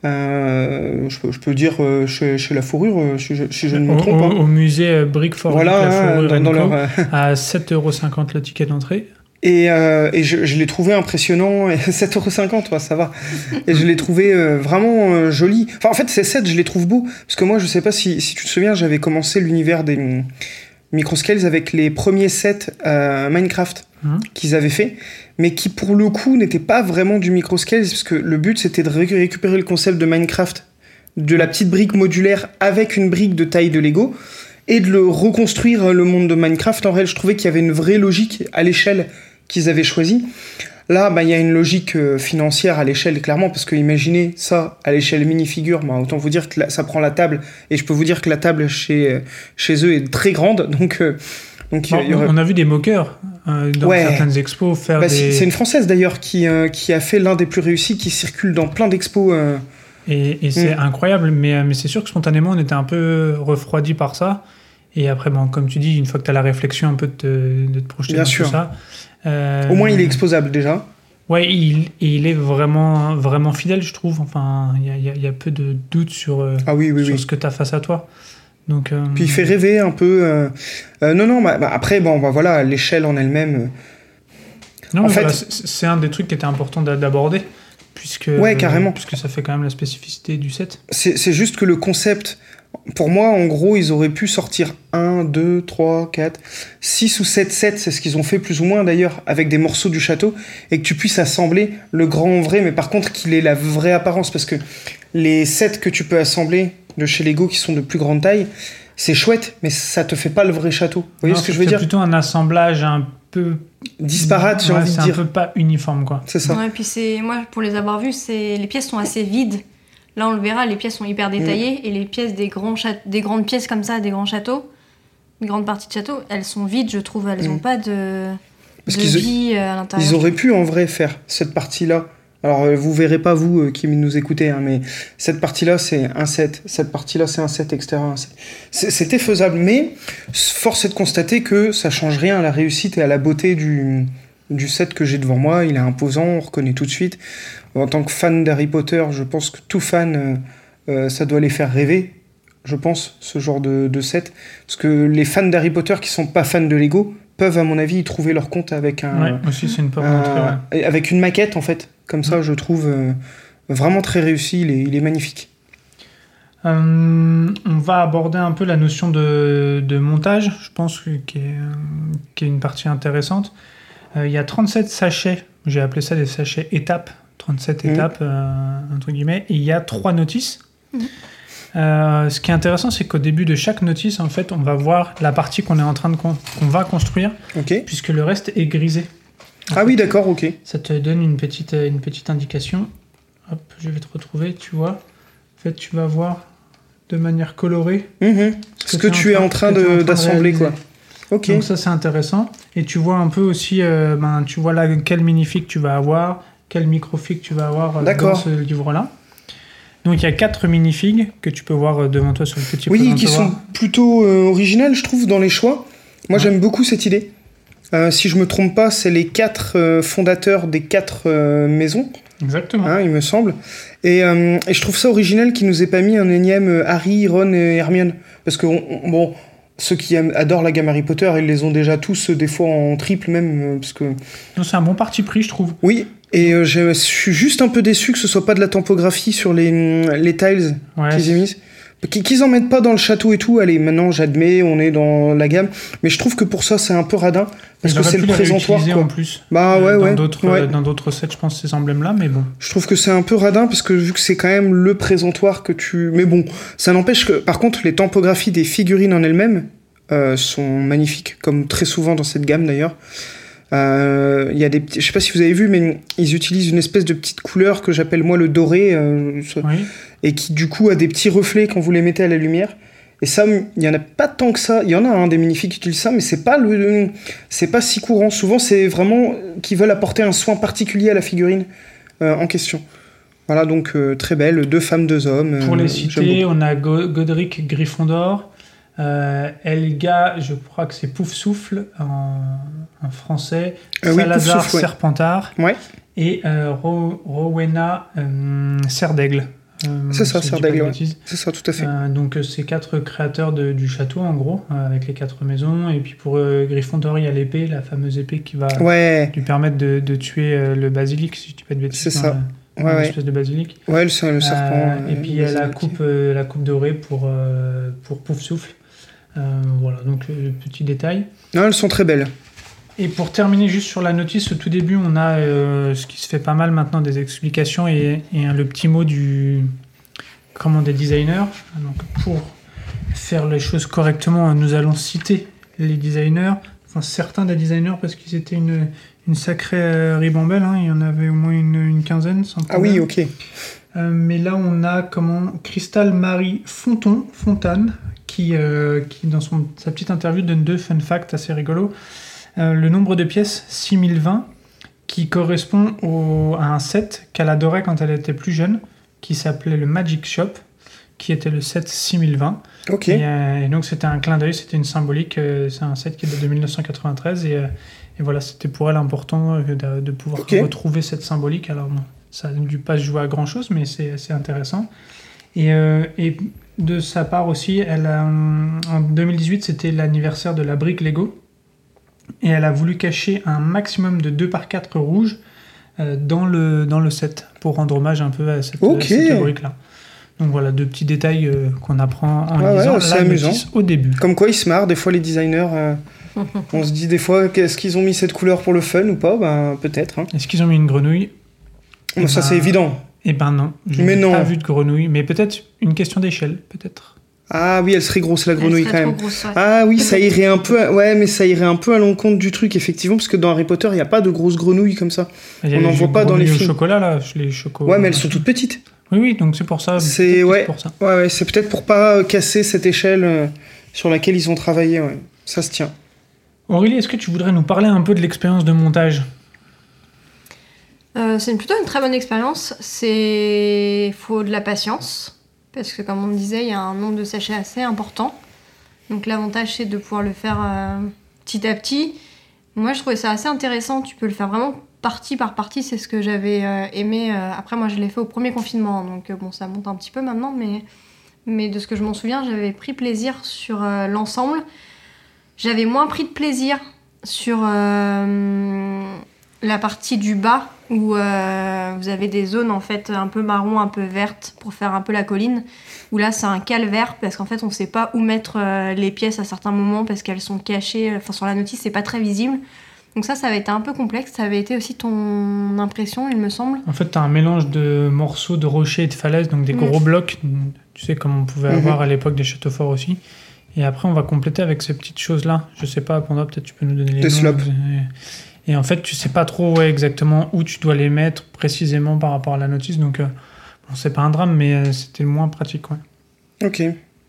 Speaker 6: Euh, je, peux, je peux dire euh, chez, chez La Fourrure, euh, si je, si je ne me
Speaker 4: Au,
Speaker 6: trompe
Speaker 4: au,
Speaker 6: pas.
Speaker 4: au musée euh, Brickford,
Speaker 6: Voilà,
Speaker 4: la
Speaker 6: hein,
Speaker 4: Fourrure
Speaker 6: dans,
Speaker 4: and
Speaker 6: dans
Speaker 4: Co,
Speaker 6: leur. euh,
Speaker 4: à sept euros cinquante le ticket d'entrée.
Speaker 6: Et, euh, et je, je l'ai trouvé impressionnant, et sept euros cinquante, ouais, ça va. Et je l'ai trouvé euh, vraiment euh, joli. Enfin, en fait, ces sets, je les trouve beaux. Parce que moi, je sais pas si, si tu te souviens, j'avais commencé l'univers des hum, Microscales avec les premiers sets euh, Minecraft
Speaker 4: Mhm.
Speaker 6: qu'ils avaient fait, mais qui, pour le coup, n'étaient pas vraiment du Microscales, parce que le but, c'était de ré- récupérer le concept de Minecraft, de la petite brique modulaire avec une brique de taille de Lego, et de le reconstruire le monde de Minecraft. En réel, je trouvais qu'il y avait une vraie logique à l'échelle qu'ils avaient choisie. Là, bah, il y a une logique euh, financière à l'échelle, clairement, parce que imaginez ça à l'échelle minifigure, bah, autant vous dire que la- ça prend la table, et je peux vous dire que la table chez, euh, chez eux est très grande, donc... euh, donc il y
Speaker 4: Bon,
Speaker 6: y aurait-
Speaker 4: on a vu des moqueurs euh, dans
Speaker 6: Ouais.
Speaker 4: certaines expos faire
Speaker 6: Bah,
Speaker 4: des...
Speaker 6: c'est c'est une Française d'ailleurs qui, euh, qui a fait l'un des plus réussis, qui circule dans plein d'expos. euh.
Speaker 4: Et, et c'est
Speaker 6: Mm.
Speaker 4: incroyable, mais, euh, mais c'est sûr que spontanément, on était un peu refroidi par ça. Et après, bon, comme tu dis, une fois que tu as la réflexion un peu de te, de te projeter
Speaker 6: Bien
Speaker 4: dans
Speaker 6: sûr.
Speaker 4: tout ça... euh,
Speaker 6: Au moins, il est exposable déjà.
Speaker 4: Ouais, il, et il est vraiment, vraiment fidèle, je trouve. Enfin, il y a, il y a- il y a peu de doute sur, euh,
Speaker 6: Ah oui, oui,
Speaker 4: sur
Speaker 6: oui.
Speaker 4: ce que tu as face à toi. Donc, euh,
Speaker 6: Puis il fait rêver un peu. euh. Euh, non, non, bah, bah, après, bon, bah, voilà, l'échelle en elle-même. euh,
Speaker 4: non,
Speaker 6: en
Speaker 4: mais
Speaker 6: fait-
Speaker 4: voilà, c'est c'est un des trucs qui était important d'a- d'aborder. Puisque,
Speaker 6: Ouais, carrément.
Speaker 4: puisque ça fait quand même la spécificité du set.
Speaker 6: C'est c'est juste que le concept, pour moi, en gros, ils auraient pu sortir un, deux, trois, quatre, six ou sept sets, c'est ce qu'ils ont fait plus ou moins d'ailleurs, avec des morceaux du château, et que tu puisses assembler le grand en vrai, mais par contre qu'il ait la vraie apparence, parce que les sets que tu peux assembler de chez Lego qui sont de plus grande taille, c'est chouette, mais ça te fait pas le vrai château. Vous voyez
Speaker 4: Non,
Speaker 6: ce que je
Speaker 4: c'est
Speaker 6: veux dire?
Speaker 4: plutôt un assemblage un peu...
Speaker 6: Disparate, j'ai
Speaker 4: Ouais,
Speaker 6: envie de
Speaker 4: c'est
Speaker 6: dire.
Speaker 4: un peu pas uniforme, quoi.
Speaker 6: C'est ça.
Speaker 5: Ouais, puis c'est moi pour les avoir vus, c'est les pièces sont assez vides. Là, on le verra, les pièces sont hyper détaillées et les pièces des grands châte- des grandes pièces comme ça, des grands châteaux, une grande partie de château, elles sont vides, je trouve, elles
Speaker 6: Mm.
Speaker 5: ont pas de,
Speaker 6: Parce
Speaker 5: de
Speaker 6: qu'ils-
Speaker 5: vie euh, à l'intérieur.
Speaker 6: Ils auraient pu en vrai faire cette partie-là. Alors euh, vous verrez pas vous euh, qui nous écoutez, hein, mais cette partie-là c'est un set, cette partie-là c'est un set, et cetera. C'est- C'était faisable, mais force est de constater que ça change rien à la réussite et à la beauté du, du set que j'ai devant moi. Il est imposant, on reconnaît tout de suite. En tant que fan d'Harry Potter, je pense que tout fan, euh, euh, ça doit les faire rêver, je pense, ce genre de, de set. Parce que les fans d'Harry Potter qui sont pas fans de Lego peuvent, à mon avis, y trouver leur compte avec un...
Speaker 4: Ouais, aussi, c'est une porte
Speaker 6: Euh,
Speaker 4: d'entrée, ouais.
Speaker 6: et avec une maquette en fait, comme ça je trouve euh, vraiment très réussi, il est, il est magnifique.
Speaker 4: Euh, on va aborder un peu la notion de, de montage, je pense, que- qui est, euh, qui est une partie intéressante. Euh, Il y a trente-sept sachets, j'ai appelé ça des sachets étapes, trente-sept
Speaker 6: Mhm.
Speaker 4: étapes, euh, entre guillemets, et il y a trois notices.
Speaker 5: Mhm.
Speaker 4: Euh, ce qui est intéressant, c'est qu'au début de chaque notice, en fait, on va voir la partie qu'on est en train de con- qu'on va construire,
Speaker 6: Ok.
Speaker 4: puisque le reste est grisé.
Speaker 6: Ah oui d'accord, ok.
Speaker 4: Ça te donne une petite, euh, une petite indication. Hop, je vais te retrouver, tu vois. En fait, tu vas voir de manière colorée
Speaker 6: Mhm. Ce que, tu es en train
Speaker 4: ce que tu es en
Speaker 6: de-
Speaker 4: train de
Speaker 6: d'assembler
Speaker 4: réaliser.
Speaker 6: quoi. Ok.
Speaker 4: Donc ça, c'est intéressant. Et tu vois un peu aussi, euh, ben, tu vois là quel minifig tu vas avoir, quel microfig tu vas avoir euh, dans
Speaker 6: D'accord.
Speaker 4: ce livre-là. Donc il y a quatre minifigs que tu peux voir euh, devant toi sur le petit
Speaker 6: Oui, qui
Speaker 4: présentoir.
Speaker 6: sont plutôt euh, originales je trouve dans les choix. Moi
Speaker 4: Ouais.
Speaker 6: j'aime beaucoup cette idée. Euh, si je me trompe pas, c'est les quatre euh, fondateurs des quatre euh, maisons.
Speaker 4: Exactement.
Speaker 6: Hein, il me semble. Et, euh, et je trouve ça original qu'il nous ait pas mis un énième euh, Harry, Ron et Hermione. Parce que, on- on- bon, ceux qui aiment- adorent la gamme Harry Potter, ils les ont déjà tous, euh, des fois en triple même, euh, parce que...
Speaker 4: Non, c'est un bon parti pris, je trouve.
Speaker 6: Oui, et euh, je suis juste un peu déçu que ce soit pas de la tempographie sur les, les tiles
Speaker 4: Ouais,
Speaker 6: qu'ils aient
Speaker 4: c'est-
Speaker 6: mises. Qu- Qu'ils en mettent pas dans le château et tout, allez, maintenant j'admets, on est dans la gamme, mais je trouve que pour ça c'est un peu radin, parce
Speaker 4: Ils
Speaker 6: que
Speaker 4: auraient
Speaker 6: c'est
Speaker 4: pu
Speaker 6: le
Speaker 4: les
Speaker 6: présentoir,
Speaker 4: réutiliser
Speaker 6: quoi.
Speaker 4: en plus.
Speaker 6: Bah ouais,
Speaker 4: Euh,
Speaker 6: ouais,
Speaker 4: Dans d'autres
Speaker 6: ouais.
Speaker 4: euh, dans d'autres sets, je pense, ces emblèmes-là, mais bon.
Speaker 6: Je trouve que c'est un peu radin, parce que vu que c'est quand même le présentoir que tu... Mais bon, ça n'empêche que, par contre, les tampographies des figurines en elles-mêmes euh, sont magnifiques, comme très souvent dans cette gamme d'ailleurs. Euh, Il y a des petits... Je sais pas si vous avez vu, mais ils utilisent une espèce de petite couleur que j'appelle moi le doré, euh, ce-
Speaker 4: Oui.
Speaker 6: et qui du coup a des petits reflets quand vous les mettez à la lumière. Et ça, il y en a pas tant que ça. Il y en a un des minifigs qui utilisent ça, mais c'est pas le, c'est pas si courant. Souvent, c'est vraiment qu'ils veulent apporter un soin particulier à la figurine euh, en question. Voilà, donc euh, très belle, deux femmes, deux hommes.
Speaker 4: Pour
Speaker 6: euh,
Speaker 4: les
Speaker 6: j'aime
Speaker 4: citer,
Speaker 6: beaucoup.
Speaker 4: on a Go- Godric Gryffondor, euh, Elga, je crois que c'est Poufsouffle en, en français,
Speaker 6: Euh, oui,
Speaker 4: Salazar
Speaker 6: Poufsouffle, ouais.
Speaker 4: Serpentard,
Speaker 6: Ouais.
Speaker 4: et euh, Ro- Rowena euh, Serdaigle. Euh,
Speaker 6: C'est ça,
Speaker 4: si je dis
Speaker 6: Serdaigle,
Speaker 4: pas de
Speaker 6: ouais.
Speaker 4: bêtises.
Speaker 6: C'est ça, tout à fait.
Speaker 4: Euh, donc euh, c'est quatre créateurs de- du château en gros, euh, avec les quatre maisons, et puis pour euh, Gryffondor il y a l'épée, la fameuse épée qui va
Speaker 6: Ouais,
Speaker 4: lui permettre de, de tuer euh, le basilic, si je dis pas de bêtises.
Speaker 6: C'est
Speaker 4: dans
Speaker 6: ça.
Speaker 4: la-
Speaker 6: ouais,
Speaker 4: dans
Speaker 6: ouais.
Speaker 4: l'espèce de basilic.
Speaker 6: Ouais, le, le serpent.
Speaker 4: Euh, et
Speaker 6: euh,
Speaker 4: puis il y a la
Speaker 6: basilic.
Speaker 4: coupe, euh, la coupe dorée pour, euh, pour Poufsouffle. Euh, voilà, donc euh, petit détail.
Speaker 6: Non, elles sont très belles.
Speaker 4: Et pour terminer juste sur la notice, au tout début, on a euh, ce qui se fait pas mal maintenant, des explications et, et hein, le petit mot du, comment, des designers. Donc pour faire les choses correctement, nous allons citer les designers, enfin certains des designers, parce qu'ils étaient une, une sacrée euh, ribambelle, hein, il y en avait au moins une, une quinzaine sans
Speaker 6: Ah
Speaker 4: problème.
Speaker 6: oui, ok.
Speaker 4: Euh, mais là, on a comment Cristal Marie Fonton, Fontane, qui, euh, qui dans son, sa petite interview donne deux fun facts assez rigolos. Euh, le nombre de pièces, six mille vingt, qui correspond au, à un set qu'elle adorait quand elle était plus jeune, qui s'appelait le Magic Shop, qui était le set six mille vingt.
Speaker 6: Ok.
Speaker 4: Et, euh, et donc c'était un clin d'œil, c'était une symbolique, euh, c'est un set qui date de dix-neuf cent quatre-vingt-treize, et, euh, et voilà, c'était pour elle important euh, de, de pouvoir
Speaker 6: Ok.
Speaker 4: retrouver cette symbolique. Alors bon, ça n'a dû pas se jouer à grand chose, mais c'est c'est intéressant. Et, euh, et de sa part aussi, elle a, hum, en deux mille dix-huit, c'était l'anniversaire de la brique Lego, et elle a voulu cacher un maximum de deux par quatre rouges euh, dans, le, dans le set, pour rendre hommage un peu à cette,
Speaker 6: Ok.
Speaker 4: cette brique-là. Donc voilà, deux petits détails euh, qu'on apprend en
Speaker 6: Ouais, ouais,
Speaker 4: lisant
Speaker 6: c'est
Speaker 4: la
Speaker 6: amusant.
Speaker 4: notice au début.
Speaker 6: Comme quoi, ils se marrent, des fois, les designers. euh, on se dit des fois, est-ce qu'ils ont mis cette couleur pour le fun ou pas? Ben, peut-être. Hein.
Speaker 4: Est-ce qu'ils ont mis une grenouille?
Speaker 6: Bon,
Speaker 4: Eh
Speaker 6: ça,
Speaker 4: ben,
Speaker 6: c'est évident.
Speaker 4: Eh ben non, je
Speaker 6: Mais
Speaker 4: n'ai
Speaker 6: non.
Speaker 4: pas vu de grenouille, mais peut-être une question d'échelle, peut-être.
Speaker 6: Ah oui, elle serait grosse, la grenouille,
Speaker 5: Elle serait
Speaker 6: quand
Speaker 5: trop
Speaker 6: même.
Speaker 5: grosse, ouais.
Speaker 6: Ah oui, ça irait un peu, à- ouais, mais ça irait un peu à l'encontre du truc, effectivement, parce que dans Harry Potter, il n'y a pas de grosses grenouilles comme ça.
Speaker 4: Il y a
Speaker 6: On
Speaker 4: les
Speaker 6: n'en voit pas dans les
Speaker 4: grenouilles au
Speaker 6: films.
Speaker 4: chocolat, là, les chocos.
Speaker 6: Ouais, mais elles sont toutes petites.
Speaker 4: Oui, oui, donc c'est pour ça.
Speaker 6: C'est-
Speaker 4: peut-être que
Speaker 6: ouais.
Speaker 4: pour ça.
Speaker 6: Ouais, ouais, c'est peut-être pour pas euh, casser cette échelle euh, sur laquelle ils ont travaillé, ouais. Ça se tient.
Speaker 4: Aurélie, est-ce que tu voudrais nous parler un peu de l'expérience de montage?
Speaker 5: Euh, c'est une- plutôt une très bonne expérience. C'est faut de la patience parce que comme on le disait, il y a un nombre de sachets assez important. Donc l'avantage c'est de pouvoir le faire euh, petit à petit. Moi je trouvais ça assez intéressant. Tu peux le faire vraiment partie par partie. C'est ce que j'avais euh, aimé. Euh, Après moi je l'ai fait au premier confinement, donc euh, bon ça monte un petit peu maintenant, mais mais de ce que je m'en souviens, j'avais pris plaisir sur euh, l'ensemble. J'avais moins pris de plaisir sur euh, la partie du bas où euh, vous avez des zones en fait un peu marron, un peu vertes pour faire un peu la colline. Où là c'est un calvaire parce qu'en fait on sait pas où mettre euh, les pièces à certains moments parce qu'elles sont cachées. Enfin sur la notice c'est pas très visible. Donc ça ça avait été un peu complexe. Ça avait été aussi ton impression il me semble.
Speaker 4: En fait, tu as un mélange de morceaux de rochers et de falaises, donc des
Speaker 5: Mm.
Speaker 4: gros blocs, tu sais, comme on pouvait
Speaker 6: Mhm.
Speaker 4: avoir à l'époque des châteaux forts aussi. Et après, on va compléter avec ces petites choses-là. Je sais pas, Panda, peut-être tu peux nous donner les
Speaker 6: Des
Speaker 4: noms.
Speaker 6: slopes.
Speaker 4: Et, et en fait, tu sais pas trop ouais, exactement où tu dois les mettre précisément par rapport à la notice. Donc, euh, bon, c'est pas un drame, mais euh, c'était le moins pratique. Ouais.
Speaker 6: Ok.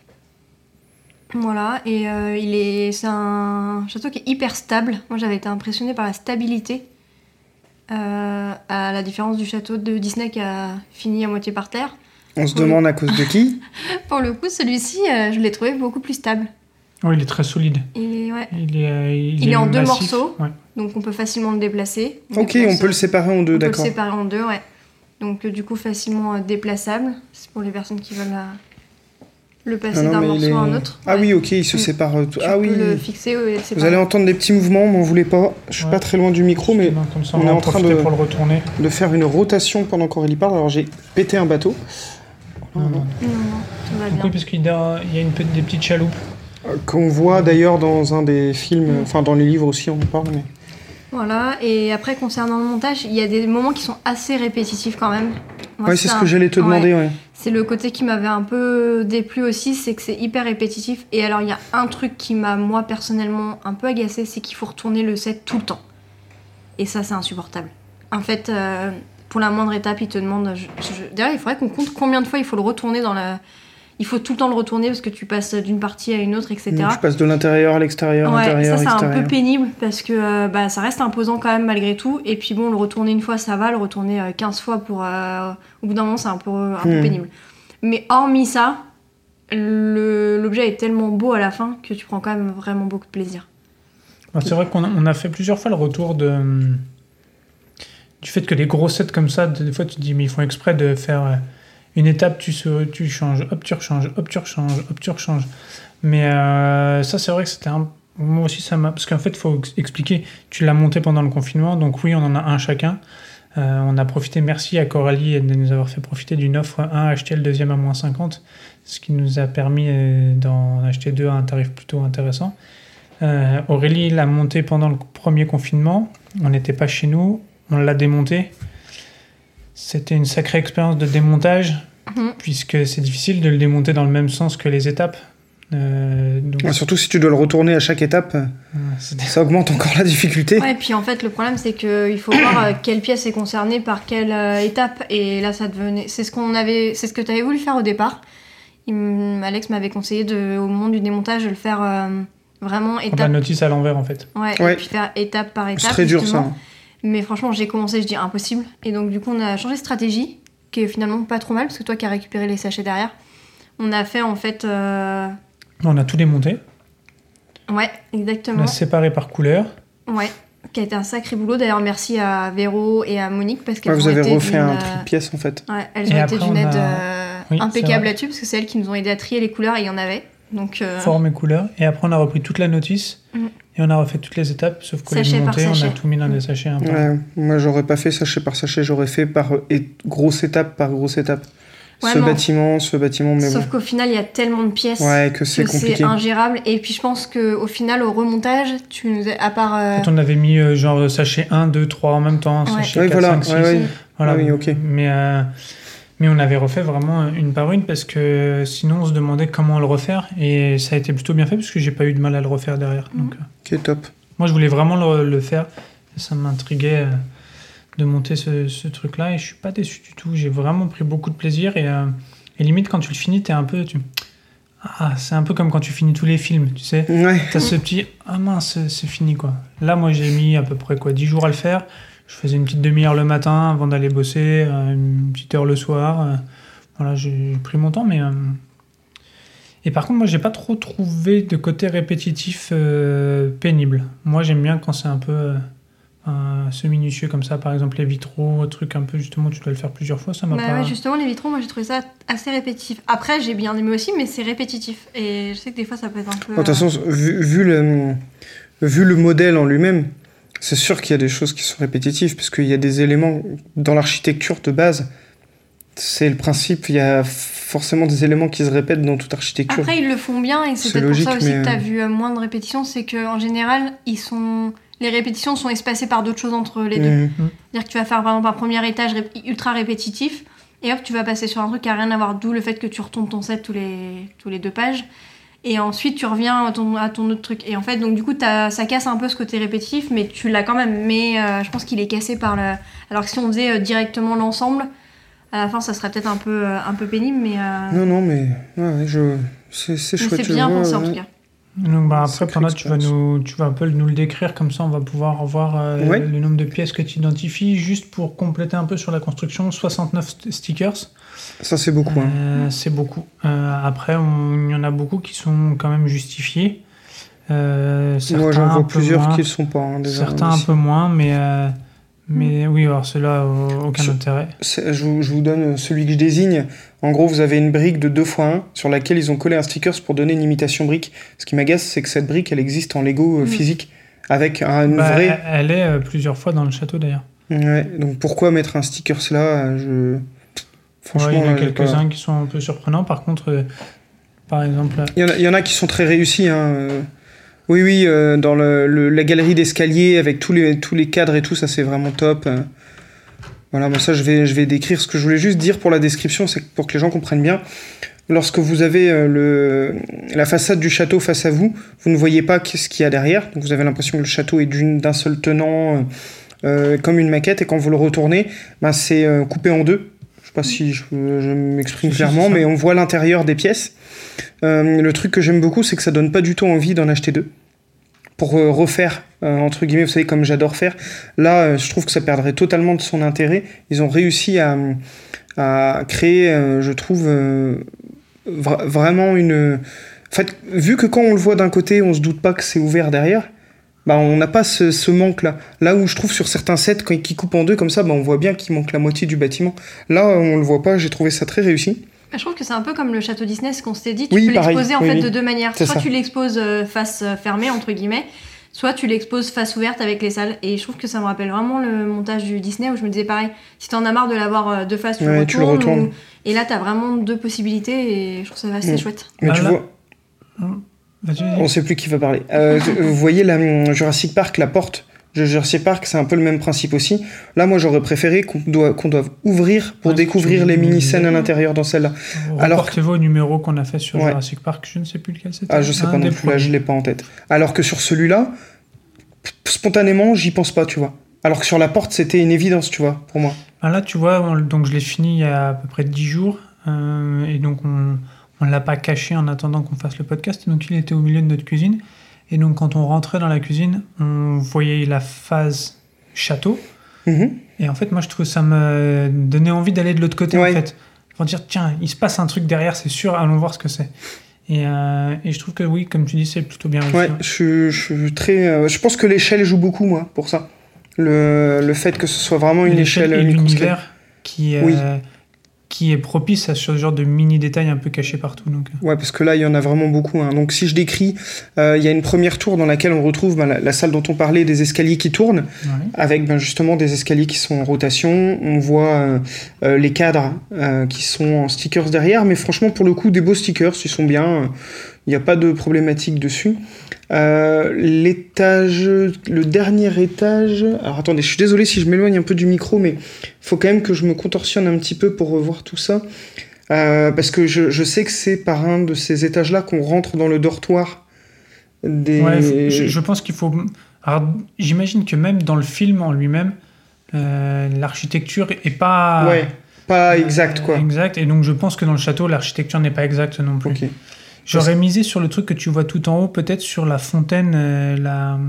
Speaker 5: Voilà, et euh, il est, c'est un château qui est hyper stable. Moi, j'avais été impressionnée par la stabilité, euh, à la différence du château de Disney qui a fini à moitié par terre.
Speaker 6: On se
Speaker 5: Oui.
Speaker 6: demande à cause de qui?
Speaker 5: Pour le coup, celui-ci, euh, je l'ai trouvé beaucoup plus stable.
Speaker 4: Ouais, il est très solide.
Speaker 5: Il est, ouais.
Speaker 4: Il est, euh, il
Speaker 5: Il est en deux
Speaker 4: massif.
Speaker 5: morceaux.
Speaker 4: Ouais.
Speaker 5: Donc on peut facilement le déplacer.
Speaker 6: Ok,
Speaker 5: déplace-
Speaker 6: on peut le séparer en deux,
Speaker 5: on peut le
Speaker 6: d'accord.
Speaker 5: séparer en deux, ouais. Donc euh, du coup, facilement euh, déplaçable. C'est pour les personnes qui veulent la, le passer
Speaker 6: Ah non,
Speaker 5: d'un
Speaker 6: mais il
Speaker 5: morceau
Speaker 6: est-
Speaker 5: à un autre.
Speaker 6: Ah
Speaker 5: Ouais.
Speaker 6: oui, ok, il se
Speaker 5: Mm.
Speaker 6: sépare. euh, tout-
Speaker 5: Tu
Speaker 6: Ah
Speaker 5: peux
Speaker 6: oui.
Speaker 5: le fixer ou le
Speaker 6: Vous
Speaker 5: séparer.
Speaker 6: allez entendre des petits mouvements, m'en voulez pas. Je suis
Speaker 4: Ouais.
Speaker 6: pas très loin du micro, mais
Speaker 4: Justement, comme ça, on,
Speaker 6: on
Speaker 4: va
Speaker 6: est
Speaker 4: en
Speaker 6: en train
Speaker 4: profiter
Speaker 6: de-
Speaker 4: pour le retourner.
Speaker 6: de faire une rotation pendant qu'Aurélie parle. Alors j'ai pété un bateau.
Speaker 4: Non, non.
Speaker 5: Non, non, tout va
Speaker 4: Donc
Speaker 5: bien.
Speaker 4: oui, parce qu'il y a, il y a une, petite- des petites chaloupes.
Speaker 6: Euh, Qu'on voit d'ailleurs dans un des films, enfin dans les livres aussi, on en parle. Mais...
Speaker 5: Voilà, et après, concernant le montage, il y a des moments qui sont assez répétitifs quand même. Moi,
Speaker 6: Ouais, c'est ce
Speaker 5: un-
Speaker 6: que j'allais te
Speaker 5: ouais.
Speaker 6: demander. Ouais.
Speaker 5: C'est le côté qui m'avait un peu déplu aussi, c'est que c'est hyper répétitif. Et alors, il y a un truc qui m'a, moi, personnellement, un peu agacé, c'est qu'il faut retourner le set tout le temps. Et ça, c'est insupportable. En fait, euh, pour la moindre étape, il te demande... je- je- D'ailleurs, il faudrait qu'on compte combien de fois il faut le retourner dans la... Il faut tout le temps le retourner parce que tu passes d'une partie à une autre, et cetera.
Speaker 6: Donc, je passe de l'intérieur à l'extérieur,
Speaker 5: Ouais,
Speaker 6: intérieur,
Speaker 5: ça c'est un
Speaker 6: extérieur.
Speaker 5: peu pénible parce que euh, bah, ça reste imposant quand même malgré tout. Et puis bon, le retourner une fois ça va, le retourner euh, quinze fois pour. euh, au bout d'un moment, c'est un peu, un peu
Speaker 6: Hmm.
Speaker 5: pénible. Mais hormis ça, le- l'objet est tellement beau à la fin que tu prends quand même vraiment beaucoup de plaisir.
Speaker 4: Alors, c'est vrai qu'on a, on a fait plusieurs fois le retour de, hum, du fait que les gros sets comme ça, des fois tu te dis, mais ils font exprès de faire euh, une étape, tu, se, tu changes, hop, tu rechanges, hop, tu rechanges, hop, tu rechanges. Mais euh, ça, c'est vrai que c'était un. Moi aussi, ça m'a. Parce qu'en fait, il faut ex- expliquer, tu l'as monté pendant le confinement, donc oui, on en a un chacun. Euh, on a profité, merci à Coralie de nous avoir fait profiter d'une offre un acheter le deuxième à moins cinquante, ce qui nous a permis euh, d'en acheter deux à un tarif plutôt intéressant. Euh, Aurélie l'a monté pendant le premier confinement, on n'était pas chez nous, on l'a démonté. C'était une sacrée expérience de démontage,
Speaker 5: Mhm.
Speaker 4: puisque c'est difficile de le démonter dans le même sens que les étapes. Euh, donc,
Speaker 6: Ouais, surtout si tu dois le retourner à chaque étape,
Speaker 4: euh, c'était-
Speaker 6: ça augmente encore la difficulté.
Speaker 5: Ouais, et puis en fait, le problème c'est qu'il faut voir euh, quelle pièce est concernée par quelle euh, étape. Et là, ça devenait. C'est ce qu'on avait. C'est ce que tu avais voulu faire au départ. Il m- Alex m'avait conseillé de, au moment du démontage de le faire euh, vraiment
Speaker 4: la
Speaker 5: étape.
Speaker 4: notice à l'envers en fait.
Speaker 5: Ouais,
Speaker 6: Ouais.
Speaker 5: et puis faire étape par étape.
Speaker 6: C'est très dur ça.
Speaker 5: justement. Mais franchement, j'ai commencé, je dis impossible. Et donc, du coup, on a changé de stratégie, qui est finalement pas trop mal, parce que toi qui as récupéré les sachets derrière, on a fait en fait. euh,
Speaker 4: On a tout démonté,
Speaker 5: Ouais,
Speaker 4: on
Speaker 5: exactement.
Speaker 4: a séparé par couleur.
Speaker 5: Ouais, qui a été un sacré boulot. D'ailleurs, merci à Véro et à Monique, parce qu'elles
Speaker 6: Ouais, vous
Speaker 5: ont
Speaker 6: avez
Speaker 5: été
Speaker 6: refait
Speaker 5: d'une,
Speaker 6: un
Speaker 5: euh,
Speaker 6: tri de pièces en fait.
Speaker 5: Ouais, elles
Speaker 4: Et
Speaker 5: ont
Speaker 4: après,
Speaker 5: été
Speaker 4: on
Speaker 5: d'une
Speaker 4: a-
Speaker 5: aide euh,
Speaker 4: Oui, c'est
Speaker 5: impeccable
Speaker 4: vrai.
Speaker 5: là-dessus, parce que c'est elles qui nous ont aidé à trier les couleurs, et il y en avait. Donc, euh,
Speaker 4: Forme et couleur. Et après, on a repris toute la notice
Speaker 5: Mm.
Speaker 4: et on a refait toutes les étapes, sauf que
Speaker 5: Sachet
Speaker 4: les
Speaker 5: par
Speaker 4: montées, on a
Speaker 5: sachet.
Speaker 4: tout mis dans des sachets un peu.
Speaker 6: Ouais, moi j'aurais pas fait sachet par sachet, j'aurais fait par euh, et- grosse étape par grosse étape.
Speaker 5: Ouais,
Speaker 6: ce
Speaker 5: non.
Speaker 6: bâtiment, ce bâtiment, mais
Speaker 5: sauf
Speaker 6: bon.
Speaker 5: qu'au final, il y a tellement de pièces
Speaker 6: Ouais, que c'est
Speaker 5: que c'est
Speaker 6: compliqué.
Speaker 5: ingérable. Et puis, je pense qu'au final, au remontage, tu nous as, à part. euh,
Speaker 4: Quand on avait mis euh, genre sachet un, deux, trois en même temps,
Speaker 5: Ouais.
Speaker 4: sachet
Speaker 6: Ouais,
Speaker 4: quatre,
Speaker 6: voilà,
Speaker 4: cinq, six.
Speaker 6: ouais, ouais.
Speaker 4: Voilà.
Speaker 6: Ah oui, ok.
Speaker 4: Mais, euh, mais on avait refait vraiment une par une parce que sinon on se demandait comment le refaire et ça a été plutôt bien fait parce que j'ai pas eu de mal à le refaire derrière.
Speaker 5: Mhm.
Speaker 4: Donc, euh,
Speaker 6: Ok, top.
Speaker 4: moi je voulais vraiment le, le faire. Ça m'intriguait euh, de monter ce, ce truc-là et je suis pas déçu du tout. J'ai vraiment pris beaucoup de plaisir et, euh, et limite quand tu le finis, t'es un peu. Tu... Ah, c'est un peu comme quand tu finis tous les films, tu sais.
Speaker 6: Ouais.
Speaker 4: T'as ce petit ah mince, c'est- c'est fini quoi. Là, moi j'ai mis à peu près quoi dix jours à le faire. Je faisais une petite demi-heure le matin avant d'aller bosser, euh, une petite heure le soir. euh, voilà, j'ai pris mon temps, mais. euh, Et par contre, moi j'ai pas trop trouvé de côté répétitif euh, pénible. Moi j'aime bien quand c'est un peu euh, un- ce minutieux comme ça, par exemple les vitraux, truc un peu justement, tu dois le faire plusieurs fois, ça m'a
Speaker 5: Bah
Speaker 4: pas.
Speaker 5: ouais, justement, les vitraux, moi j'ai trouvé ça assez répétitif. Après, j'ai bien aimé aussi, mais c'est répétitif. Et je sais que des fois, ça peut être un peu.
Speaker 6: Bon, de toute façon, vu, vu le, vu le modèle en lui-même, c'est sûr qu'il y a des choses qui sont répétitives, parce qu'il y a des éléments dans l'architecture de base. C'est le principe, il y a forcément des éléments qui se répètent dans toute architecture.
Speaker 5: Après, ils le font bien, et c'est
Speaker 6: C'est
Speaker 5: peut-être pour ça
Speaker 6: logique,
Speaker 5: aussi
Speaker 6: mais,
Speaker 5: que tu as
Speaker 6: euh,
Speaker 5: vu euh, moins de répétitions. C'est qu'en général, ils sont... les répétitions sont espacées par d'autres choses entre les deux.
Speaker 6: Mhm.
Speaker 5: C'est-à-dire que tu vas faire par exemple un premier étage ré- ultra répétitif, et hop, tu vas passer sur un truc qui n'a rien à voir, d'où le fait que tu retournes ton set tous les, tous les deux pages. Et ensuite, tu reviens à ton, à ton autre truc. Et en fait, donc du coup, t'as- ça casse un peu ce côté répétitif, mais tu l'as quand même. Mais euh, je pense qu'il est cassé par le. Alors que si on faisait euh, directement l'ensemble, à la fin, ça serait peut-être un peu, euh, un peu pénible, mais, euh,
Speaker 6: Non, non, mais ouais, ouais, je... c'est c'est
Speaker 5: mais
Speaker 6: chouette.
Speaker 5: c'est
Speaker 6: je
Speaker 5: bien
Speaker 6: vois,
Speaker 5: pensé en
Speaker 6: ouais.
Speaker 5: tout cas.
Speaker 4: Donc bah, après,
Speaker 6: Sacrée
Speaker 4: pendant tu vas
Speaker 6: expérience.
Speaker 4: nous, tu vas un peu nous le décrire comme ça, on va pouvoir voir euh,
Speaker 6: Ouais.
Speaker 4: le nombre de pièces que tu identifies. Juste pour compléter un peu sur la construction, soixante-neuf st- stickers,
Speaker 6: Ça, c'est beaucoup. Hein.
Speaker 4: Euh, c'est beaucoup. Euh, après, on- il y en a beaucoup qui sont quand même justifiés. Euh, certains
Speaker 6: Moi, j'en
Speaker 4: un
Speaker 6: vois
Speaker 4: peu
Speaker 6: plusieurs
Speaker 4: moins,
Speaker 6: qui ne le sont pas. Hein, déjà,
Speaker 4: certains un
Speaker 6: aussi.
Speaker 4: peu moins, mais, euh, Mais oui, alors ceux-là, euh, aucun
Speaker 6: Ce-
Speaker 4: intérêt.
Speaker 6: C'est- Je vous, je vous donne celui que je désigne. En gros, vous avez une brique de deux fois un sur laquelle ils ont collé un sticker pour donner une imitation brique. Ce qui m'agace, c'est que cette brique, elle existe en Lego euh,
Speaker 5: Mm.
Speaker 6: physique, avec un une
Speaker 4: Bah,
Speaker 6: vraie...
Speaker 4: elle, elle est euh, plusieurs fois dans le château d'ailleurs.
Speaker 6: Ouais, donc pourquoi mettre un sticker là je...
Speaker 4: Ouais,
Speaker 6: Franchement,
Speaker 4: il y en a
Speaker 6: là, j'ai
Speaker 4: quelques-uns
Speaker 6: pas-
Speaker 4: qui sont un peu surprenants. Par contre, euh, par exemple,
Speaker 6: Il y, en a, il y en a qui sont très réussis. Hein. euh. Oui, oui, euh, dans le, le- la galerie d'escalier, avec tous les, tous les cadres et tout, ça c'est vraiment top. euh. Voilà, moi ça je vais, je vais décrire. Ce que je voulais juste dire pour la description, c'est que pour que les gens comprennent bien, lorsque vous avez euh, le, la façade du château face à vous, vous ne voyez pas ce qu'il y a derrière. Donc vous avez l'impression que le château est d'une, d'un seul tenant, euh, euh, comme une maquette, et quand vous le retournez, ben, c'est euh, coupé en deux. Je sais pas si je, je m'exprime
Speaker 4: Si, si,
Speaker 6: clairement,
Speaker 4: c'est ça.
Speaker 6: mais on voit l'intérieur des pièces. Euh, le truc que j'aime beaucoup, c'est que ça donne pas du tout envie d'en acheter deux. Pour euh, refaire, euh, entre guillemets, vous savez, comme j'adore faire, là, euh, je trouve que ça perdrait totalement de son intérêt. Ils ont réussi à, à créer, euh, je trouve, euh, vra- vraiment une... En fait, vu que quand on le voit d'un côté, on se doute pas que c'est ouvert derrière, bah, on n'a pas ce, ce manque-là. Là où je trouve sur certains sets, quand ils coupent en deux comme ça, bah, on voit bien qu'il manque la moitié du bâtiment. Là, on le voit pas, j'ai trouvé ça très réussi.
Speaker 5: Bah, je trouve que c'est un peu comme le château Disney, ce qu'on s'était dit. Tu
Speaker 6: Oui,
Speaker 5: peux
Speaker 6: pareil,
Speaker 5: l'exposer en
Speaker 6: oui,
Speaker 5: fait
Speaker 6: oui.
Speaker 5: de deux manières.
Speaker 6: C'est
Speaker 5: Soit
Speaker 6: ça.
Speaker 5: tu l'exposes euh, face euh, fermée, entre guillemets, soit tu l'exposes face ouverte avec les salles. Et je trouve que ça me rappelle vraiment le montage du Disney où je me disais pareil, si t'en as marre de l'avoir euh, de face, tu,
Speaker 6: Ouais,
Speaker 5: le
Speaker 6: tu le
Speaker 5: retournes.
Speaker 6: retournes.
Speaker 5: ou- Et là, t'as vraiment deux possibilités et je trouve ça assez
Speaker 6: Mm.
Speaker 5: chouette.
Speaker 6: Mais
Speaker 4: Ah,
Speaker 6: tu
Speaker 4: là-
Speaker 6: vois,
Speaker 4: vas-y, vas-y.
Speaker 6: on sait plus qui va parler. Euh, vous voyez la hum, Jurassic Park, la porte de Jurassic Park, c'est un peu le même principe aussi. Là, moi, j'aurais préféré qu'on doit, qu'on doive ouvrir pour
Speaker 4: Ouais,
Speaker 6: découvrir
Speaker 4: tu-
Speaker 6: les mini-scènes à l'intérieur dans celle-là. alors
Speaker 4: Reportez-vous au numéro qu'on a fait sur
Speaker 6: Ouais.
Speaker 4: Jurassic Park, je ne sais plus lequel c'était.
Speaker 6: Ah, je sais
Speaker 4: Un
Speaker 6: pas non
Speaker 4: des
Speaker 6: plus, là,
Speaker 4: premiers.
Speaker 6: je l'ai pas en tête. Alors que sur celui-là, spontanément, j'y pense pas, tu vois. Alors que sur la porte, c'était une évidence, tu vois, pour moi.
Speaker 4: Ah, là, tu vois, on- donc je l'ai fini il y a à peu près dix jours, euh, et donc on ne l'a pas caché en attendant qu'on fasse le podcast, donc il était au milieu de notre cuisine, et donc quand on rentrait dans la cuisine, on voyait la phase château,
Speaker 6: Mhm.
Speaker 4: et en fait, moi, je trouve que ça me donnait envie d'aller de l'autre côté,
Speaker 6: Ouais.
Speaker 4: en fait, pour dire, tiens, il se passe un truc derrière, c'est sûr, allons voir ce que c'est. Et, euh, et je trouve que oui, comme tu dis, c'est plutôt bien réussi.
Speaker 6: Ouais, je, suis- je suis très. euh, je pense que l'échelle joue beaucoup, moi, pour ça. Le, le fait que ce soit vraiment une
Speaker 4: L'échelle
Speaker 6: échelle
Speaker 4: et
Speaker 6: microscopique.
Speaker 4: l'univers qui, euh,
Speaker 6: Oui.
Speaker 4: qui est propice à ce genre de mini détails un peu cachés partout. Donc, euh.
Speaker 6: Ouais, parce que là, il y en a vraiment beaucoup. Hein. Donc, si je décris, euh, il y a une première tour dans laquelle on retrouve ben, la, la salle dont on parlait, des escaliers qui tournent,
Speaker 4: Ouais.
Speaker 6: avec ben, justement des escaliers qui sont en rotation. On voit euh, euh, les cadres euh, qui sont en stickers derrière, mais franchement, pour le coup, des beaux stickers, ils sont bien. Il n'y a pas de problématique dessus. Euh, l'étage, le dernier étage. Alors attendez, je suis désolé si je m'éloigne un peu du micro, mais il faut quand même que je me contorsionne un petit peu pour revoir tout ça. Euh, parce que je, je sais que c'est par un de ces étages-là qu'on rentre dans le dortoir des.
Speaker 4: Ouais, faut- je, je pense qu'il faut. Alors, j'imagine que même dans le film en lui-même, euh, l'architecture est pas.
Speaker 6: Ouais, pas
Speaker 4: euh,
Speaker 6: exact quoi.
Speaker 4: Exact. Et donc, je pense que dans le château, l'architecture n'est pas exacte non plus.
Speaker 6: Ok.
Speaker 4: J'aurais misé sur le truc que tu vois tout en haut, peut-être sur la fontaine, euh, la.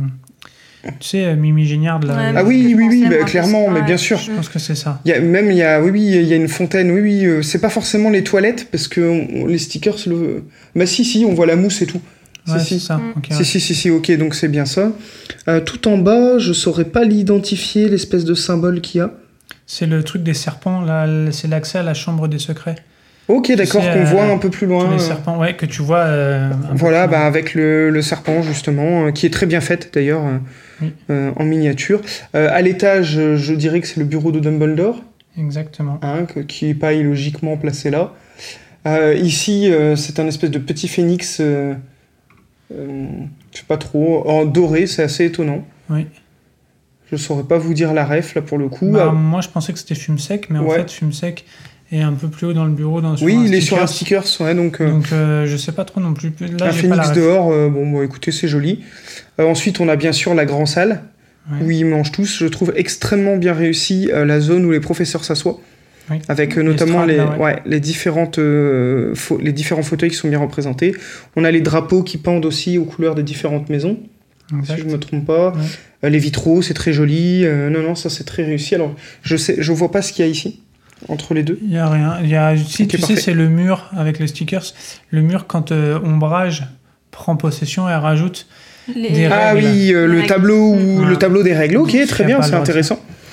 Speaker 4: Tu sais, euh, Mimi Géniard de la.
Speaker 5: Ouais,
Speaker 6: Ah
Speaker 5: mais
Speaker 6: oui,
Speaker 5: je
Speaker 6: oui, oui,
Speaker 5: pensais,
Speaker 6: bah,
Speaker 5: moi,
Speaker 6: clairement,
Speaker 5: que-
Speaker 6: mais
Speaker 5: ouais.
Speaker 6: bien sûr.
Speaker 4: Je pense que c'est ça.
Speaker 6: Il y a, même il y a, oui, oui, il y a une fontaine. Oui, oui. euh, c'est pas forcément les toilettes parce que on- les stickers, le. Bah si, si, on voit la mousse et tout.
Speaker 4: Ouais,
Speaker 6: si,
Speaker 4: c'est
Speaker 6: si.
Speaker 4: ça.
Speaker 5: Mm.
Speaker 4: Ok,
Speaker 6: Si,
Speaker 4: ouais.
Speaker 6: si, si, si, ok, donc c'est bien ça. Euh, tout en bas, je saurais pas l'identifier, l'espèce de symbole qu'il y a.
Speaker 4: C'est le truc des serpents, là, l- c'est l'accès à la chambre des secrets.
Speaker 6: Ok, d'accord,
Speaker 4: sais,
Speaker 6: qu'on
Speaker 4: euh,
Speaker 6: voit un peu plus
Speaker 4: Tous
Speaker 6: loin.
Speaker 4: les
Speaker 6: euh,
Speaker 4: serpents, ouais, que tu vois. euh, un peu
Speaker 6: Voilà,
Speaker 4: plus loin.
Speaker 6: bah, avec le, le serpent, justement, euh, qui est très bien fait, d'ailleurs, euh,
Speaker 4: Oui.
Speaker 6: euh, en miniature. Euh, à l'étage, euh, je dirais que c'est le bureau de Dumbledore,
Speaker 4: Exactement.
Speaker 6: hein, que- qui est pas illogiquement placé là. Euh, ici, euh, c'est un espèce de petit phénix, euh, euh, je sais pas trop, en doré, c'est assez étonnant.
Speaker 4: Oui.
Speaker 6: Je saurais pas vous dire la ref, là, pour le coup.
Speaker 4: Bah,
Speaker 6: Ah,
Speaker 4: moi, je pensais que c'était Fume Sec, mais en
Speaker 6: Ouais.
Speaker 4: fait, Fume Sec est un peu plus haut dans le bureau. Dans, sur
Speaker 6: oui,
Speaker 4: un
Speaker 6: il est sur un
Speaker 4: sticker.
Speaker 6: sticker, ouais, donc... euh,
Speaker 4: Donc, euh, je sais pas trop non plus. Là,
Speaker 6: un
Speaker 4: j'ai pas la
Speaker 6: phénix
Speaker 4: ref.
Speaker 6: dehors, euh, bon, bon, écoutez, c'est joli. Euh, ensuite, on a bien sûr la grande salle,
Speaker 4: Ouais.
Speaker 6: où ils mangent tous. Je trouve extrêmement bien réussi euh, la zone où les professeurs s'assoient,
Speaker 4: Oui.
Speaker 6: avec euh, notamment les,
Speaker 4: L'estrade, là,
Speaker 6: ouais, les, différentes, euh, fa- les différents fauteuils qui sont bien représentés. On a les drapeaux qui pendent aussi aux couleurs des différentes maisons,
Speaker 4: Exact.
Speaker 6: si je me trompe pas.
Speaker 4: Ouais.
Speaker 6: Euh, les vitraux, c'est très joli. Euh, non, non, ça c'est très réussi. Alors, je sais, je vois pas ce qu'il y a ici, entre les deux.
Speaker 4: Il y a rien. Il y a, si
Speaker 6: Ok,
Speaker 4: tu
Speaker 6: parfait.
Speaker 4: sais, c'est le mur avec les stickers. Le mur, quand euh, Ombrage prend possession, elle rajoute.
Speaker 5: Les-
Speaker 4: Des
Speaker 6: Ah
Speaker 4: règles.
Speaker 6: oui, euh,
Speaker 5: Les
Speaker 6: le
Speaker 5: règles.
Speaker 6: tableau, ou
Speaker 4: Voilà.
Speaker 6: le tableau des règles. Ok,
Speaker 4: Il y a
Speaker 6: très
Speaker 4: pas
Speaker 6: bien,
Speaker 4: le
Speaker 6: c'est
Speaker 4: droit de
Speaker 6: intéressant.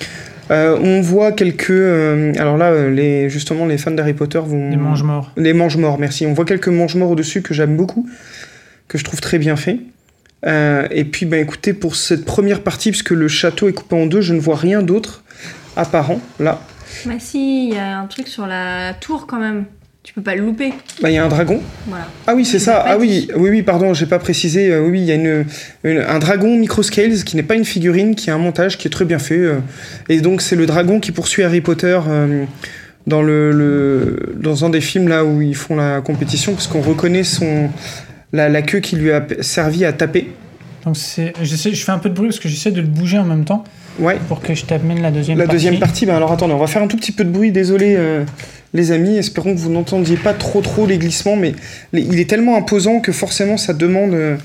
Speaker 6: Euh, on voit quelques... euh, alors là, euh, les, justement, les fans d'Harry Potter vont...
Speaker 4: Les mange-morts.
Speaker 6: Les mange-morts, merci. On voit quelques mange-morts au-dessus que j'aime beaucoup, que je trouve très bien fait. Euh, et puis, bah, écoutez, pour cette première partie, puisque le château est coupé en deux, je ne vois rien d'autre apparent, là.
Speaker 5: Bah si, il y a un truc sur la tour quand même. Tu peux pas le louper.
Speaker 6: Bah, il y a un dragon.
Speaker 5: Voilà.
Speaker 6: Ah oui, c'est
Speaker 5: Je
Speaker 6: ça.
Speaker 5: l'ai pas
Speaker 6: Ah oui,
Speaker 5: dit.
Speaker 6: oui, oui, pardon, j'ai pas précisé. Euh, oui, il y a une, une- un dragon microscales qui n'est pas une figurine, qui est un montage qui est très bien fait. euh. Et donc, c'est le dragon qui poursuit Harry Potter euh, dans, le, le- dans un des films là où ils font la compétition, parce qu'on reconnaît son, la, la queue qui lui a p- servi à taper.
Speaker 4: Donc c'est, j'essaie, je fais un peu de bruit parce que j'essaie de le bouger en même temps
Speaker 6: Ouais.
Speaker 4: pour que je t'amène la deuxième
Speaker 6: La
Speaker 4: partie.
Speaker 6: deuxième partie, ben alors attendez, on va faire un tout petit peu de bruit, désolé euh, les amis, espérons que vous n'entendiez pas trop trop les glissements, mais les- il est tellement imposant que forcément ça demande... euh,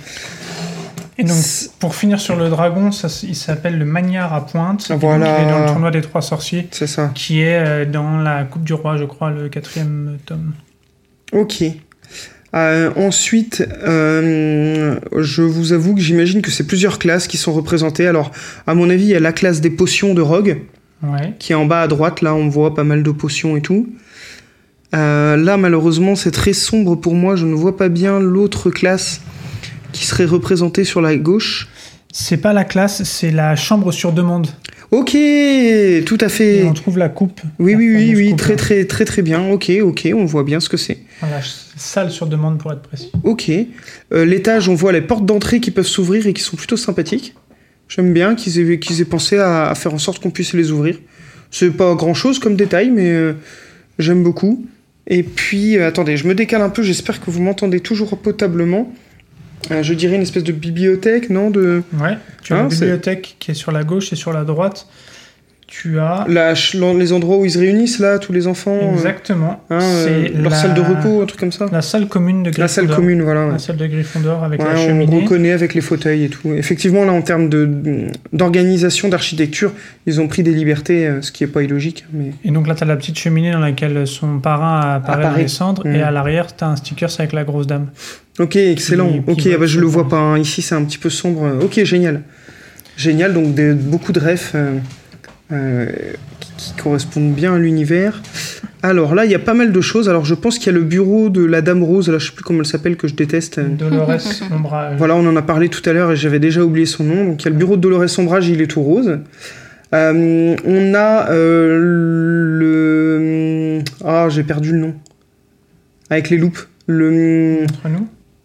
Speaker 4: Et donc,
Speaker 6: c'est-
Speaker 4: pour finir sur le dragon, ça, s- il s'appelle le Magnard à pointe. Et donc,
Speaker 6: Voilà.
Speaker 4: il est dans le tournoi des trois sorciers,
Speaker 6: c'est ça.
Speaker 4: qui est euh, dans la Coupe du Roi, je crois, le quatrième tome.
Speaker 6: Ok. Euh, ensuite, euh, je vous avoue que j'imagine que c'est plusieurs classes qui sont représentées. Alors, à mon avis, il y a la classe des potions de Rogue,
Speaker 4: Ouais.
Speaker 6: qui est en bas à droite. Là, on voit pas mal de potions et tout. Euh, là, malheureusement, c'est très sombre pour moi. Je ne vois pas bien l'autre classe qui serait représentée sur la gauche.
Speaker 4: C'est pas la classe, c'est la chambre sur demande.
Speaker 6: Ok, tout à
Speaker 4: Et
Speaker 6: fait.
Speaker 4: on trouve la coupe.
Speaker 6: Oui,
Speaker 4: la
Speaker 6: oui, oui,
Speaker 4: fameuse
Speaker 6: oui,
Speaker 4: coupe,
Speaker 6: très,
Speaker 4: hein.
Speaker 6: très, très, très bien. Ok, ok, on voit bien ce que c'est.
Speaker 4: Voilà, salle sur demande pour être précis.
Speaker 6: Ok. Euh, l'étage, on voit les portes d'entrée qui peuvent s'ouvrir et qui sont plutôt sympathiques. J'aime bien qu'ils aient, qu'ils aient pensé à, à faire en sorte qu'on puisse les ouvrir. C'est pas grand-chose comme détail, mais euh, j'aime beaucoup. Et puis, euh, attendez, je me décale un peu, j'espère que vous m'entendez toujours potablement. Euh, je dirais une espèce de bibliothèque, non de...
Speaker 4: Ouais, tu as
Speaker 6: Hein,
Speaker 4: la
Speaker 6: c'est-
Speaker 4: bibliothèque qui est sur la gauche et sur la droite. Tu as...
Speaker 6: La, ch- les endroits où ils se réunissent, là, tous les enfants. euh,
Speaker 4: Exactement.
Speaker 6: hein, euh,
Speaker 4: c'est
Speaker 6: leur
Speaker 4: la...
Speaker 6: salle de repos, un truc comme ça.
Speaker 4: La salle commune de Gryffondor.
Speaker 6: La salle commune, voilà. ouais.
Speaker 4: La salle de Gryffondor avec
Speaker 6: Ouais,
Speaker 4: la
Speaker 6: on
Speaker 4: cheminée.
Speaker 6: reconnaît avec les fauteuils et tout. Effectivement, là, en termes de, d'organisation, d'architecture, ils ont pris des libertés, euh, ce qui est pas illogique. Mais...
Speaker 4: Et donc là, tu as la petite cheminée dans laquelle son parrain apparaît dans
Speaker 6: Apparaît.
Speaker 4: les cendres.
Speaker 6: Mmh.
Speaker 4: Et à l'arrière, tu as un sticker avec la grosse dame.
Speaker 6: Ok, excellent.
Speaker 4: Qui- qui
Speaker 6: ok,
Speaker 4: va
Speaker 6: ah bah, je le vois
Speaker 4: absolument.
Speaker 6: pas. hein. Ici, c'est un petit peu sombre. Ok, génial. Génial, donc des- beaucoup de refs euh, euh, qui, qui correspondent bien à l'univers. Alors là, il y a pas mal de choses. Alors je pense qu'il y a le bureau de la Dame Rose, là, je sais plus comment elle s'appelle, que je déteste.
Speaker 4: Dolores Ombrage.
Speaker 6: Voilà, on en a parlé tout à l'heure et j'avais déjà oublié son nom. Donc il y a le bureau de Dolores Ombrage, il est tout rose. Euh, on a euh, le... Ah, j'ai perdu le nom. Avec les loupes. Le...
Speaker 4: Entre nous.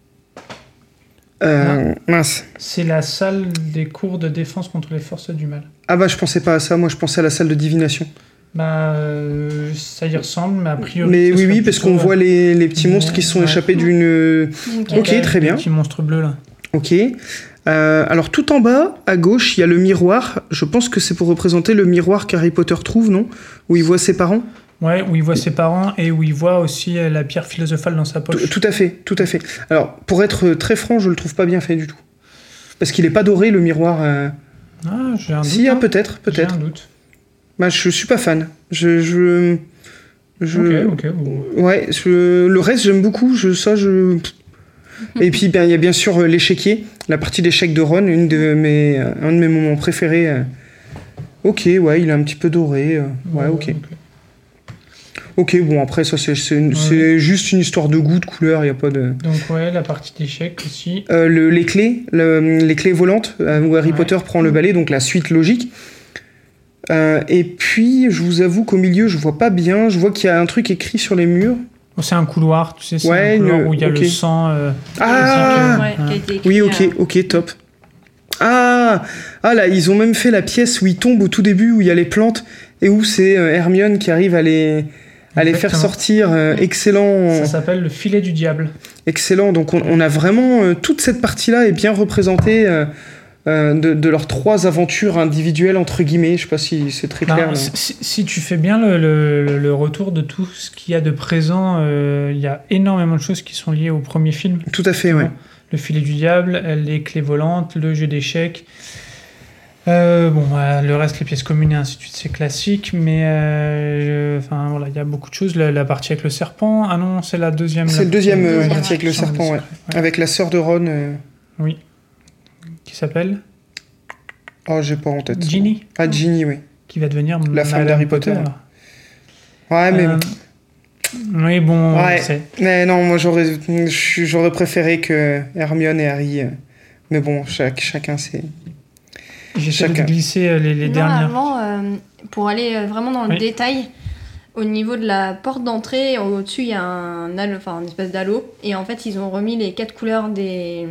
Speaker 6: Euh, mince.
Speaker 4: C'est la salle des cours de défense contre les forces du mal.
Speaker 6: Ah bah je pensais pas à ça, moi je pensais à la salle de divination.
Speaker 4: Bah, euh, ça y ressemble, mais a priori.
Speaker 6: Mais
Speaker 4: ça
Speaker 6: oui,
Speaker 4: serait
Speaker 6: oui, parce
Speaker 4: plutôt,
Speaker 6: qu'on
Speaker 4: euh,
Speaker 6: voit les, les petits
Speaker 4: ouais,
Speaker 6: monstres qui sont
Speaker 4: ouais.
Speaker 6: échappés d'une... Ok,
Speaker 4: les-
Speaker 6: très bien.
Speaker 4: Les petits monstres bleus là.
Speaker 6: Ok. Euh, alors tout en bas, à gauche, il y a le miroir. Je pense que c'est pour représenter le miroir qu'Harry Potter trouve, non? Où il voit ses parents.
Speaker 4: Ouais, où il voit ses parents et où il voit aussi euh, la pierre philosophale dans sa poche.
Speaker 6: Tout tout à fait, tout à fait. Alors, pour être très franc, je le trouve pas bien fait du tout. Parce qu'il est pas doré, le miroir. euh.
Speaker 4: Ah, j'ai un doute.
Speaker 6: Si, ah,
Speaker 4: hein.
Speaker 6: peut-être,
Speaker 4: J'ai
Speaker 6: peut-être.
Speaker 4: un doute.
Speaker 6: Bah, je suis pas fan. Je... je... je-
Speaker 4: Ok, ok. bon.
Speaker 6: Ouais, je- le reste j'aime beaucoup, je, ça je... Et puis ben, il y a bien sûr euh, l'échiquier, la partie d'échec de Ron, une de mes, euh, un de mes moments préférés. euh. Ok, ouais, il est un petit peu doré. euh, Ouais, ok. Ok, bon après ça c'est, c'est, une-
Speaker 4: Ouais.
Speaker 6: c'est juste une histoire de goût, de couleur, il y a pas de...
Speaker 4: Donc ouais, la partie d'échecs aussi.
Speaker 6: Euh, le- les clés, le- les clés volantes, euh, où Harry
Speaker 4: Ouais.
Speaker 6: Potter prend le balai, donc la suite logique. Euh, et puis, je vous avoue qu'au milieu, je vois pas bien. Je vois qu'il y a un truc écrit sur les murs.
Speaker 4: Oh, c'est un couloir, tu sais, c'est
Speaker 6: Ouais,
Speaker 4: un couloir
Speaker 6: le-
Speaker 4: où il y a
Speaker 6: ok.
Speaker 4: le sang. euh,
Speaker 6: Ah
Speaker 5: Ouais, qui a été écrit,
Speaker 6: Oui, ok,
Speaker 5: euh,
Speaker 6: ok, top. Ah, ah là, ils ont même fait la pièce où ils tombent au tout début, où il y a les plantes, et où c'est euh, Hermione qui arrive à les, à les faire
Speaker 4: Exactement.
Speaker 6: sortir. Euh, excellent,
Speaker 4: Ça s'appelle le filet du diable.
Speaker 6: excellent. Donc on, on a vraiment... euh, toute cette partie-là est bien représentée euh, euh, de, de leurs trois aventures individuelles, entre guillemets. Je sais pas si c'est très clair.
Speaker 4: Non,
Speaker 6: mais-
Speaker 4: si, si- si tu fais bien le, le- le retour de tout ce qu'il y a de présent, euh, il y a énormément de choses qui sont liées au premier film.
Speaker 6: Tout à fait, ouais.
Speaker 4: Le filet du diable, les clés volantes, le jeu d'échecs. Euh, bon, bah, le reste, les pièces communes et ainsi de suite, c'est classique, mais euh, je- enfin voilà, il y a beaucoup de choses. La, la partie avec le serpent, ah non, c'est la deuxième.
Speaker 6: C'est
Speaker 4: la
Speaker 6: le deuxième
Speaker 5: euh,
Speaker 4: deuxième
Speaker 5: partie
Speaker 6: avec le
Speaker 4: chambre des
Speaker 6: serpent, ouais.
Speaker 4: secrets, ouais.
Speaker 6: Avec la sœur de Ron. euh,
Speaker 4: Oui. Qui s'appelle
Speaker 6: Oh, j'ai pas en tête.
Speaker 4: Ginny.
Speaker 6: Ah, Ginny, oui.
Speaker 4: qui va devenir
Speaker 6: La femme
Speaker 4: Madame
Speaker 6: d'Harry Potter. Ouais, mais...
Speaker 4: Euh, Oui, bon,
Speaker 6: ouais.
Speaker 4: c'est...
Speaker 6: Mais non, moi j'aurais, j'aurais préféré que Hermione et Harry... euh, Mais bon, chaque, chacun c'est...
Speaker 4: J'essaie de
Speaker 6: Chacun.
Speaker 4: glisser euh, les, les dernières.
Speaker 5: Normalement, euh, pour aller euh, vraiment dans le
Speaker 4: Oui.
Speaker 5: détail, au niveau de la porte d'entrée, au-dessus il y a un halo, enfin une espèce d'halo, et en fait ils ont remis les quatre couleurs des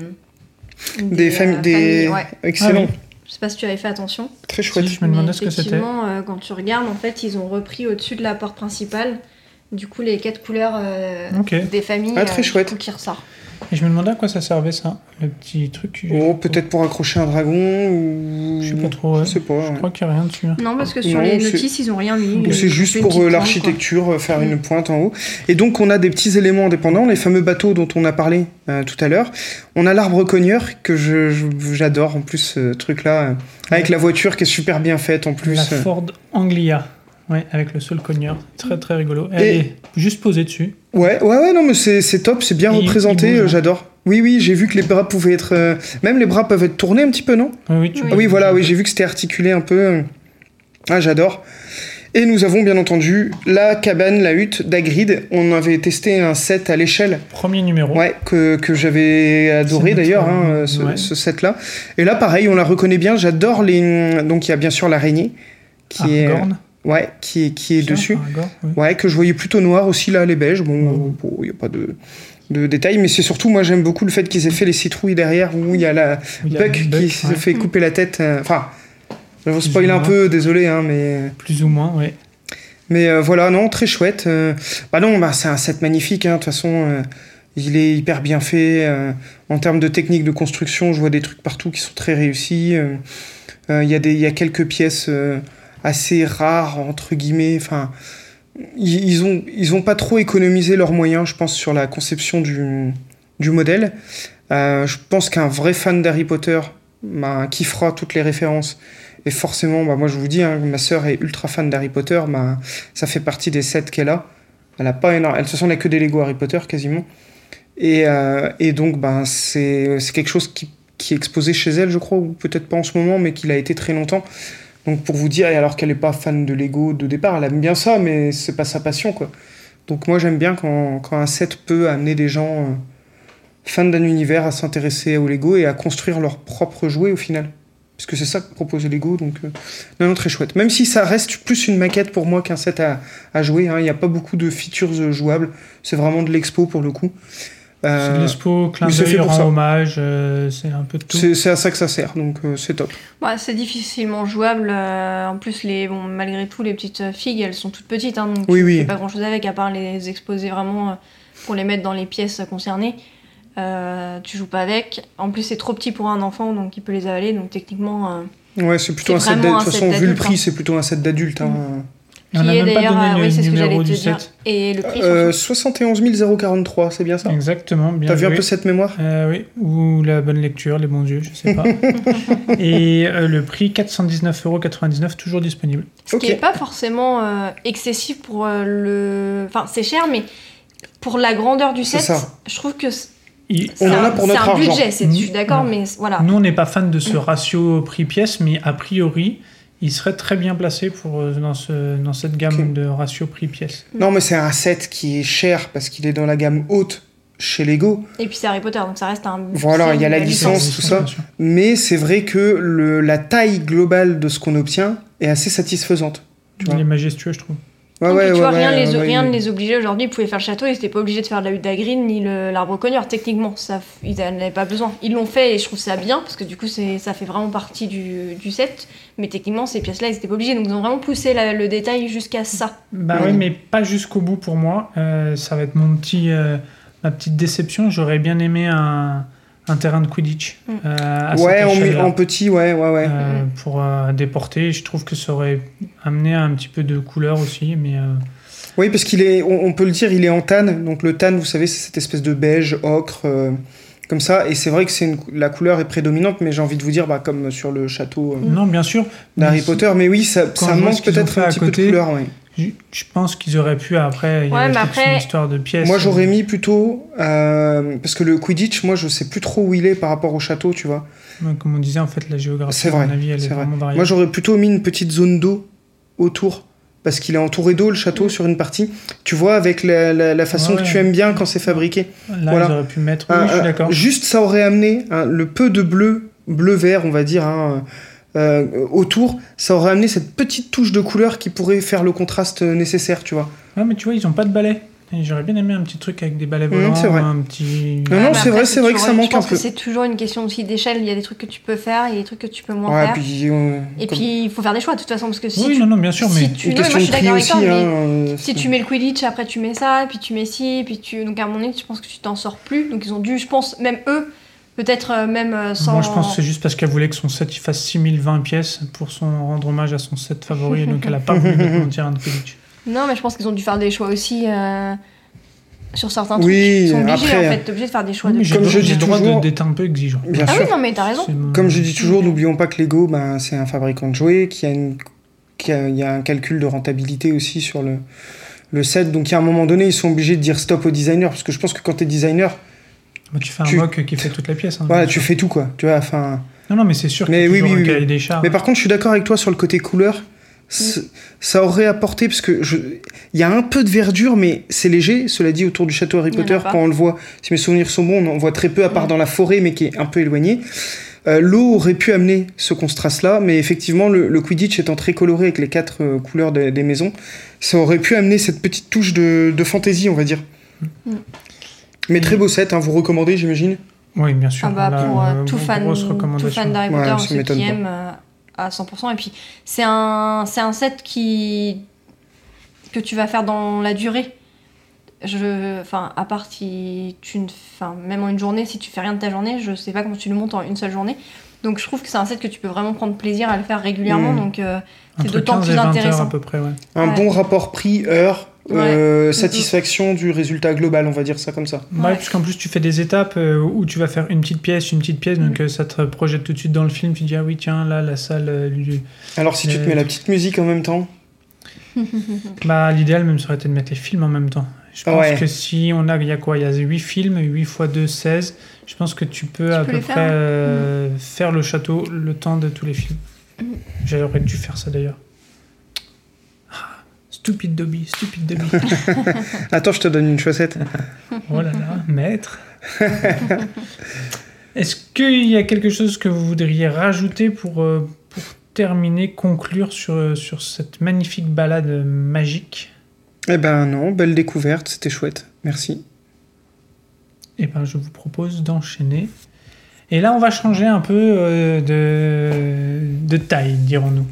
Speaker 6: Des, familles...
Speaker 5: euh,
Speaker 6: des...
Speaker 5: familles, ouais.
Speaker 6: Excellent.
Speaker 4: Ah oui.
Speaker 5: Je sais pas si tu avais fait attention.
Speaker 6: Très chouette.
Speaker 4: Si, je me demandais ce que c'était.
Speaker 5: Effectivement, euh, quand tu regardes, en fait, ils ont repris au-dessus de la porte principale, du coup, les quatre couleurs euh,
Speaker 4: Ok.
Speaker 5: des familles
Speaker 6: Ah, très
Speaker 5: euh, du
Speaker 6: chouette.
Speaker 5: coup, qui ressort.
Speaker 4: Et je me demandais à quoi ça servait ça, le petit truc.
Speaker 6: Oh, peut-être pour accrocher un dragon ou...
Speaker 4: Je sais pas trop. Ouais.
Speaker 6: Je sais pas.
Speaker 4: Je
Speaker 6: ouais.
Speaker 4: crois qu'il n'y a rien dessus.
Speaker 5: Non, parce que sur
Speaker 6: Non,
Speaker 5: les
Speaker 6: c'est-
Speaker 5: notices, ils ont rien mis.
Speaker 6: Ou
Speaker 5: Ils
Speaker 6: c'est
Speaker 5: ont
Speaker 6: juste
Speaker 5: fait une
Speaker 6: pour
Speaker 5: petite
Speaker 6: euh,
Speaker 5: pointe,
Speaker 6: l'architecture, euh, faire
Speaker 5: Mm.
Speaker 6: une pointe en haut. Et donc on a des petits éléments indépendants, les fameux bateaux dont on a parlé euh, tout à l'heure. On a l'arbre cogneur que je, je- j'adore en plus ce truc-là, euh, avec
Speaker 4: Ouais.
Speaker 6: la voiture qui est super bien faite en plus.
Speaker 4: La
Speaker 6: euh.
Speaker 4: Ford Anglia. Ouais, avec le seul cogneur. Très très rigolo. Elle
Speaker 6: Et-
Speaker 4: est juste posée dessus.
Speaker 6: Ouais, ouais, ouais, non, mais c'est, c'est top, c'est bien
Speaker 4: Et il-
Speaker 6: représenté,
Speaker 4: il bouge,
Speaker 6: euh,
Speaker 4: hein.
Speaker 6: j'adore. Oui, oui, j'ai vu que les bras pouvaient être... euh, Même les bras peuvent être tournés un petit peu, non?
Speaker 4: Oui, oui, tu
Speaker 5: Oui.
Speaker 6: Ah oui, voilà, oui, j'ai vu que c'était articulé un peu. Ah, j'adore. Et nous avons bien entendu la cabane, la hutte d'Hagrid. On avait testé un set à l'échelle,
Speaker 4: Premier numéro.
Speaker 6: ouais, que, que j'avais adoré
Speaker 4: C'est notre-
Speaker 6: d'ailleurs, hein, ce,
Speaker 4: ouais.
Speaker 6: ce set-là. Et là, pareil, on la reconnaît bien. J'adore les. Donc, il y a bien sûr l'araignée qui est,
Speaker 4: Aragorn.
Speaker 6: ouais, qui est, qui est
Speaker 4: Tiens,
Speaker 6: dessus.
Speaker 4: Aragorn, oui.
Speaker 6: Ouais, que je voyais plutôt noir aussi là, les beiges. Bon,
Speaker 4: Ouais.
Speaker 6: il n'y a pas de, de détails, mais c'est surtout, moi j'aime beaucoup le fait qu'ils aient fait les citrouilles derrière où il y a la
Speaker 4: Il y a
Speaker 6: Buck qui
Speaker 4: Buck,
Speaker 6: se
Speaker 4: ouais.
Speaker 6: fait couper la tête. euh, Enfin, je vous
Speaker 4: Plus
Speaker 6: spoil
Speaker 4: ou
Speaker 6: un
Speaker 4: moins.
Speaker 6: peu, désolé, hein, mais.
Speaker 4: Plus ou moins, oui.
Speaker 6: Mais euh, voilà, non, très chouette. euh. Bah non, bah, c'est un set magnifique, hein, de toute façon. euh, Il est hyper bien fait. euh, En termes de technique de construction, je vois des trucs partout qui sont très réussis. euh, euh, Il y a des- il y a quelques pièces euh, assez rares, entre guillemets. Enfin, ils, ils ont, ils ont pas trop économisé leurs moyens, je pense, sur la conception du, du modèle. Euh, je pense qu'un vrai fan d'Harry Potter bah, kiffera toutes les références. Et forcément, bah, moi je vous dis, hein, ma sœur est ultra fan d'Harry Potter, bah, ça fait partie des sets qu'elle a. Elle a pas énorme, elle, de toute façon, elle n'a que des Lego Harry Potter quasiment. Et, euh, et donc, bah, c'est, c'est quelque chose qui, qui est exposé chez elle, je crois, ou peut-être pas en ce moment, mais qui l'a été très longtemps. Donc pour vous dire, et alors qu'elle n'est pas fan de Lego de départ, elle aime bien ça, mais c'est pas sa passion, quoi. Donc moi j'aime bien quand, quand un set peut amener des gens euh, fans d'un univers à s'intéresser au Lego et à construire leurs propres jouets au final. Parce que c'est ça que propose Lego, donc euh, non, non, très chouette. Même si ça reste plus une maquette pour moi qu'un set à, à jouer, hein. Il n'y a pas beaucoup de features euh, jouables, c'est vraiment de l'expo pour le coup. Euh,
Speaker 4: C'est de l'expo, clin
Speaker 6: oui, c'est
Speaker 4: d'œil,
Speaker 6: fait pour
Speaker 4: rend
Speaker 6: ça.
Speaker 4: hommage, euh, c'est un peu de tout.
Speaker 6: c'est, c'est à ça que ça sert, donc euh, c'est top.
Speaker 5: Ouais, c'est difficilement jouable. euh, en plus, les, bon, malgré tout, les petites figues, elles sont toutes petites, hein, donc
Speaker 6: Oui,
Speaker 5: tu
Speaker 6: oui.
Speaker 5: fais pas grand chose avec à part les exposer vraiment euh, pour les mettre dans les pièces concernées. Euh, tu joues pas avec. En plus, c'est trop petit pour un enfant, donc il peut les avaler. Donc techniquement, euh,
Speaker 6: Ouais, c'est plutôt
Speaker 5: C'est
Speaker 6: un set
Speaker 5: vraiment
Speaker 6: d'adulte. De
Speaker 5: un
Speaker 6: toute
Speaker 5: set
Speaker 6: façon, vu le
Speaker 5: d'adulte,
Speaker 6: prix,
Speaker 5: hein.
Speaker 6: c'est plutôt un set d'adulte. Hein.
Speaker 4: Et on
Speaker 5: qui
Speaker 4: n'a
Speaker 5: est
Speaker 4: même pas
Speaker 5: d'ailleurs,
Speaker 4: donné
Speaker 5: euh,
Speaker 4: le
Speaker 5: oui, c'est ce que
Speaker 4: numéro
Speaker 5: j'allais te
Speaker 4: du
Speaker 5: dire.
Speaker 4: set.
Speaker 5: Et le prix,
Speaker 6: Euh,
Speaker 5: surtout.
Speaker 6: soixante et onze mille quarante-trois, c'est bien ça?
Speaker 4: Exactement, bien
Speaker 6: T'as vu un
Speaker 4: joué.
Speaker 6: peu cette mémoire?
Speaker 4: Euh, oui, ou la bonne lecture, les bons yeux, je sais pas. Et euh, le prix quatre cent dix-neuf euros quatre-vingt-dix-neuf, toujours disponible.
Speaker 5: Ce qui
Speaker 6: Ok.
Speaker 5: est pas forcément euh, excessif pour euh, le. Enfin, c'est cher, mais pour la grandeur du
Speaker 6: C'est
Speaker 5: set,
Speaker 6: ça.
Speaker 5: je trouve que c'est
Speaker 4: Il-
Speaker 6: On
Speaker 5: c'est
Speaker 6: en a
Speaker 5: un,
Speaker 6: pour
Speaker 5: c'est
Speaker 6: notre
Speaker 5: un
Speaker 6: argent.
Speaker 5: budget. C'est, je suis
Speaker 4: Mmh.
Speaker 5: d'accord,
Speaker 4: Mmh.
Speaker 5: mais voilà.
Speaker 4: Nous, on n'est pas fan de ce ratio prix-pièce, mais a priori, il serait très bien placé pour, euh, dans, ce, dans cette gamme
Speaker 6: Ok.
Speaker 4: de ratio prix-pièce.
Speaker 6: Non, mais c'est un set qui est cher parce qu'il est dans la gamme haute chez Lego.
Speaker 5: Et puis c'est Harry Potter, donc ça reste un.
Speaker 6: Voilà,
Speaker 5: c'est
Speaker 6: il y a la
Speaker 5: une
Speaker 6: licence, tout ça.
Speaker 4: bien sûr.
Speaker 6: Mais c'est vrai que le, la taille globale de ce qu'on obtient est assez satisfaisante. Tu vois.
Speaker 4: Il est majestueux, je trouve.
Speaker 6: Ouais,
Speaker 5: Donc,
Speaker 6: ouais,
Speaker 5: tu
Speaker 6: ouais,
Speaker 5: vois,
Speaker 6: ouais,
Speaker 5: rien,
Speaker 6: ouais,
Speaker 5: les,
Speaker 6: ouais,
Speaker 5: rien
Speaker 6: il-
Speaker 5: ne les obligeait aujourd'hui. Ils pouvaient faire le château, ils n'étaient pas obligés de faire de la hutte d'Hagrid ni le, l'arbre cogneur. Techniquement, ça, ils n'en avaient pas besoin. Ils l'ont fait et je trouve ça bien parce que du coup, c'est, ça fait vraiment partie du, du set. Mais techniquement, ces pièces-là, ils n'étaient pas obligés. Donc, ils ont vraiment poussé la- le détail jusqu'à ça.
Speaker 4: Bah
Speaker 6: Ouais.
Speaker 4: oui, mais pas jusqu'au bout pour moi. Euh, ça va être mon petit, euh, ma petite déception. J'aurais bien aimé un, un terrain de Quidditch.
Speaker 5: Mm.
Speaker 4: euh, à
Speaker 6: Ouais,
Speaker 4: cette
Speaker 6: en,
Speaker 4: échelle-là.
Speaker 6: en petit, ouais, ouais, ouais.
Speaker 4: Euh, pour euh, déporter. Je trouve que ça aurait amené un petit peu de couleur aussi, mais euh,
Speaker 6: Oui, parce qu'il est, on, on peut le dire, il est en tan. Donc le tan, vous savez, c'est cette espèce de beige, ocre, euh, comme ça. Et c'est vrai que c'est une- la couleur est prédominante, mais j'ai envie de vous dire, bah, comme sur le château euh,
Speaker 4: non, bien sûr.
Speaker 6: d'Harry
Speaker 4: Mais
Speaker 6: Potter. Mais oui, ça,
Speaker 4: Quand
Speaker 6: ça
Speaker 4: je vois ce
Speaker 6: manque
Speaker 4: qu'ils ont
Speaker 6: peut-être
Speaker 4: fait
Speaker 6: un
Speaker 4: à
Speaker 6: petit peu de
Speaker 4: côté,
Speaker 6: couleur. Ouais.
Speaker 4: Je, je pense qu'ils auraient pu après. Il y
Speaker 5: Ouais,
Speaker 4: avait
Speaker 5: mais
Speaker 4: toute
Speaker 5: après-
Speaker 4: une histoire de pièces.
Speaker 6: Moi, j'aurais mis plutôt. euh, parce que le Quidditch, moi, je sais plus trop où il est par rapport au château, tu vois.
Speaker 4: Ouais, Comme on disait, en fait, la géographie,
Speaker 6: C'est
Speaker 4: à mon
Speaker 6: vrai,
Speaker 4: avis, elle est,
Speaker 6: c'est vrai.
Speaker 4: vraiment variable.
Speaker 6: Moi, j'aurais plutôt mis une petite zone d'eau autour. Parce qu'il est entouré d'eau, le château, sur une partie. Tu vois, avec la, la, la façon ouais, que tu aimes bien quand c'est fabriqué.
Speaker 4: Là,
Speaker 6: voilà.
Speaker 4: ils auraient pu mettre... Oui,
Speaker 6: un,
Speaker 4: je suis d'accord.
Speaker 6: Juste, ça aurait amené hein, le peu de bleu, bleu-vert, on va dire, hein, euh, autour. Ça aurait amené cette petite touche de couleur qui pourrait faire le contraste nécessaire, tu vois.
Speaker 4: Ouais, mais tu vois, ils ont pas de balai. J'aurais bien aimé un petit truc avec des balais volants,
Speaker 6: mmh, c'est vrai.
Speaker 4: un petit...
Speaker 6: Non,
Speaker 5: ouais,
Speaker 6: non, c'est vrai, c'est vrai que ça manque un peu.
Speaker 5: Je pense que c'est toujours une question aussi d'échelle. Il y a des trucs que tu peux faire, il y a des trucs que tu peux moins
Speaker 6: ouais,
Speaker 5: faire.
Speaker 6: Puis, euh,
Speaker 5: et
Speaker 6: comme...
Speaker 5: puis, il faut faire des choix, de toute façon, parce que si
Speaker 4: oui,
Speaker 5: tu...
Speaker 4: non, non, bien sûr, mais...
Speaker 5: Si tu...
Speaker 6: Une
Speaker 5: non, mais moi, je suis d'accord avec
Speaker 6: aussi,
Speaker 5: toi, mais
Speaker 6: hein,
Speaker 5: si tu mets le Quidditch, après tu mets ça, puis tu mets ci, puis tu... Donc, à un moment donné, je pense que tu t'en sors plus. Donc, ils ont dû, je pense, même eux, peut-être euh, même euh, sans...
Speaker 4: Moi, je pense que c'est juste parce qu'elle voulait que son set il fasse six mille vingt pièces pour son rendre hommage à son set favori, et donc elle a pas voulu mettre un terrain de Quidditch.
Speaker 5: Non, mais je pense qu'ils ont dû faire des choix aussi... Euh... sur certains
Speaker 6: oui,
Speaker 5: trucs. Ils sont obligés,
Speaker 6: après,
Speaker 5: en fait, t'es obligé de faire des choix.
Speaker 4: Oui,
Speaker 5: de
Speaker 4: j'ai,
Speaker 6: je
Speaker 4: j'ai le droit
Speaker 6: toujours...
Speaker 4: de, d'être un peu exigeant.
Speaker 6: Bien
Speaker 5: ah
Speaker 6: sûr.
Speaker 5: oui, non, mais t'as raison.
Speaker 4: Mon...
Speaker 6: Comme je dis toujours, n'oublions pas que Lego, ben, c'est un fabricant de jouets, qu'il y a, une... qu'il y a, il y a un calcul de rentabilité aussi sur le, le set. Donc, à un moment donné, ils sont obligés de dire stop au designer, parce que je pense que quand t'es designer...
Speaker 4: Bah, tu fais un
Speaker 6: tu...
Speaker 4: mock qui fait toute la pièce. Hein,
Speaker 6: voilà, tu fais tout, quoi. Tu vois, enfin...
Speaker 4: Non, non, mais c'est sûr qu'il y
Speaker 6: mais
Speaker 4: a
Speaker 6: oui,
Speaker 4: toujours
Speaker 6: oui,
Speaker 4: un
Speaker 6: oui,
Speaker 4: cahier des charges.
Speaker 6: Mais par contre, je suis d'accord avec toi sur le côté couleur. Oui. Ça aurait apporté, parce que je... il y a un peu de verdure, mais c'est léger. Cela dit, autour du château Harry Potter, quand on le voit, si mes souvenirs sont bons, on en voit très peu, à part mmh. dans la forêt, mais qui est un peu éloignée. Euh, l'eau aurait pu amener ce contraste-là, mais effectivement, le, le Quidditch étant très coloré avec les quatre euh, couleurs de, des maisons, ça aurait pu amener cette petite touche de, de fantaisie, on va dire. Mmh. Mais très beau set, hein, vous recommandez, j'imagine ?
Speaker 4: Oui, bien sûr.
Speaker 5: Ah bah,
Speaker 4: Là,
Speaker 5: pour euh,
Speaker 4: euh,
Speaker 5: tout, fan, tout fan d'Harry Potter,
Speaker 6: ouais,
Speaker 5: ceux qui aiment euh, à cent pour cent. Et puis, c'est un, c'est un set qui... que tu vas faire dans la durée. Je... Enfin, à part si tu... Enfin, même en une journée, si tu fais rien de ta journée, je sais pas comment tu le montes en une seule journée. Donc, je trouve que c'est un set que tu peux vraiment prendre plaisir à le faire régulièrement. Mmh. Donc, euh, c'est d'autant plus intéressant.
Speaker 4: À peu près, ouais.
Speaker 6: Un
Speaker 5: ouais.
Speaker 6: bon rapport prix-heure.
Speaker 5: Ouais.
Speaker 6: Euh, satisfaction mmh. du résultat global, on va dire ça comme ça.
Speaker 4: Ouais, ouais. Puisqu'en plus tu fais des étapes euh, où tu vas faire une petite pièce, une petite pièce, mmh. donc euh, ça te projette tout de suite dans le film, tu dis ah oui tiens là la salle... Euh, lui,
Speaker 6: Alors si euh... tu te mets la petite musique en même temps
Speaker 4: bah l'idéal même serait de mettre les films en même temps. Je pense
Speaker 6: ouais.
Speaker 4: que si on a, il y a quoi, il y a huit films, huit fois deux, seize, je pense que tu peux
Speaker 5: tu
Speaker 4: à
Speaker 5: peux
Speaker 4: peu
Speaker 5: faire,
Speaker 4: près euh,
Speaker 5: mmh.
Speaker 4: faire le château le temps de tous les films. Mmh. J'aurais dû faire ça d'ailleurs. Stupide Dobby, stupide Dobby.
Speaker 6: Attends, je te donne une chaussette.
Speaker 4: Oh là là, maître. Est-ce qu'il y a quelque chose que vous voudriez rajouter pour, euh, pour terminer, conclure sur, sur cette magnifique balade magique ?
Speaker 6: Eh ben non, belle découverte, c'était chouette, merci.
Speaker 4: Eh ben je vous propose d'enchaîner. Et là, on va changer un peu euh, de, de taille, dirons-nous.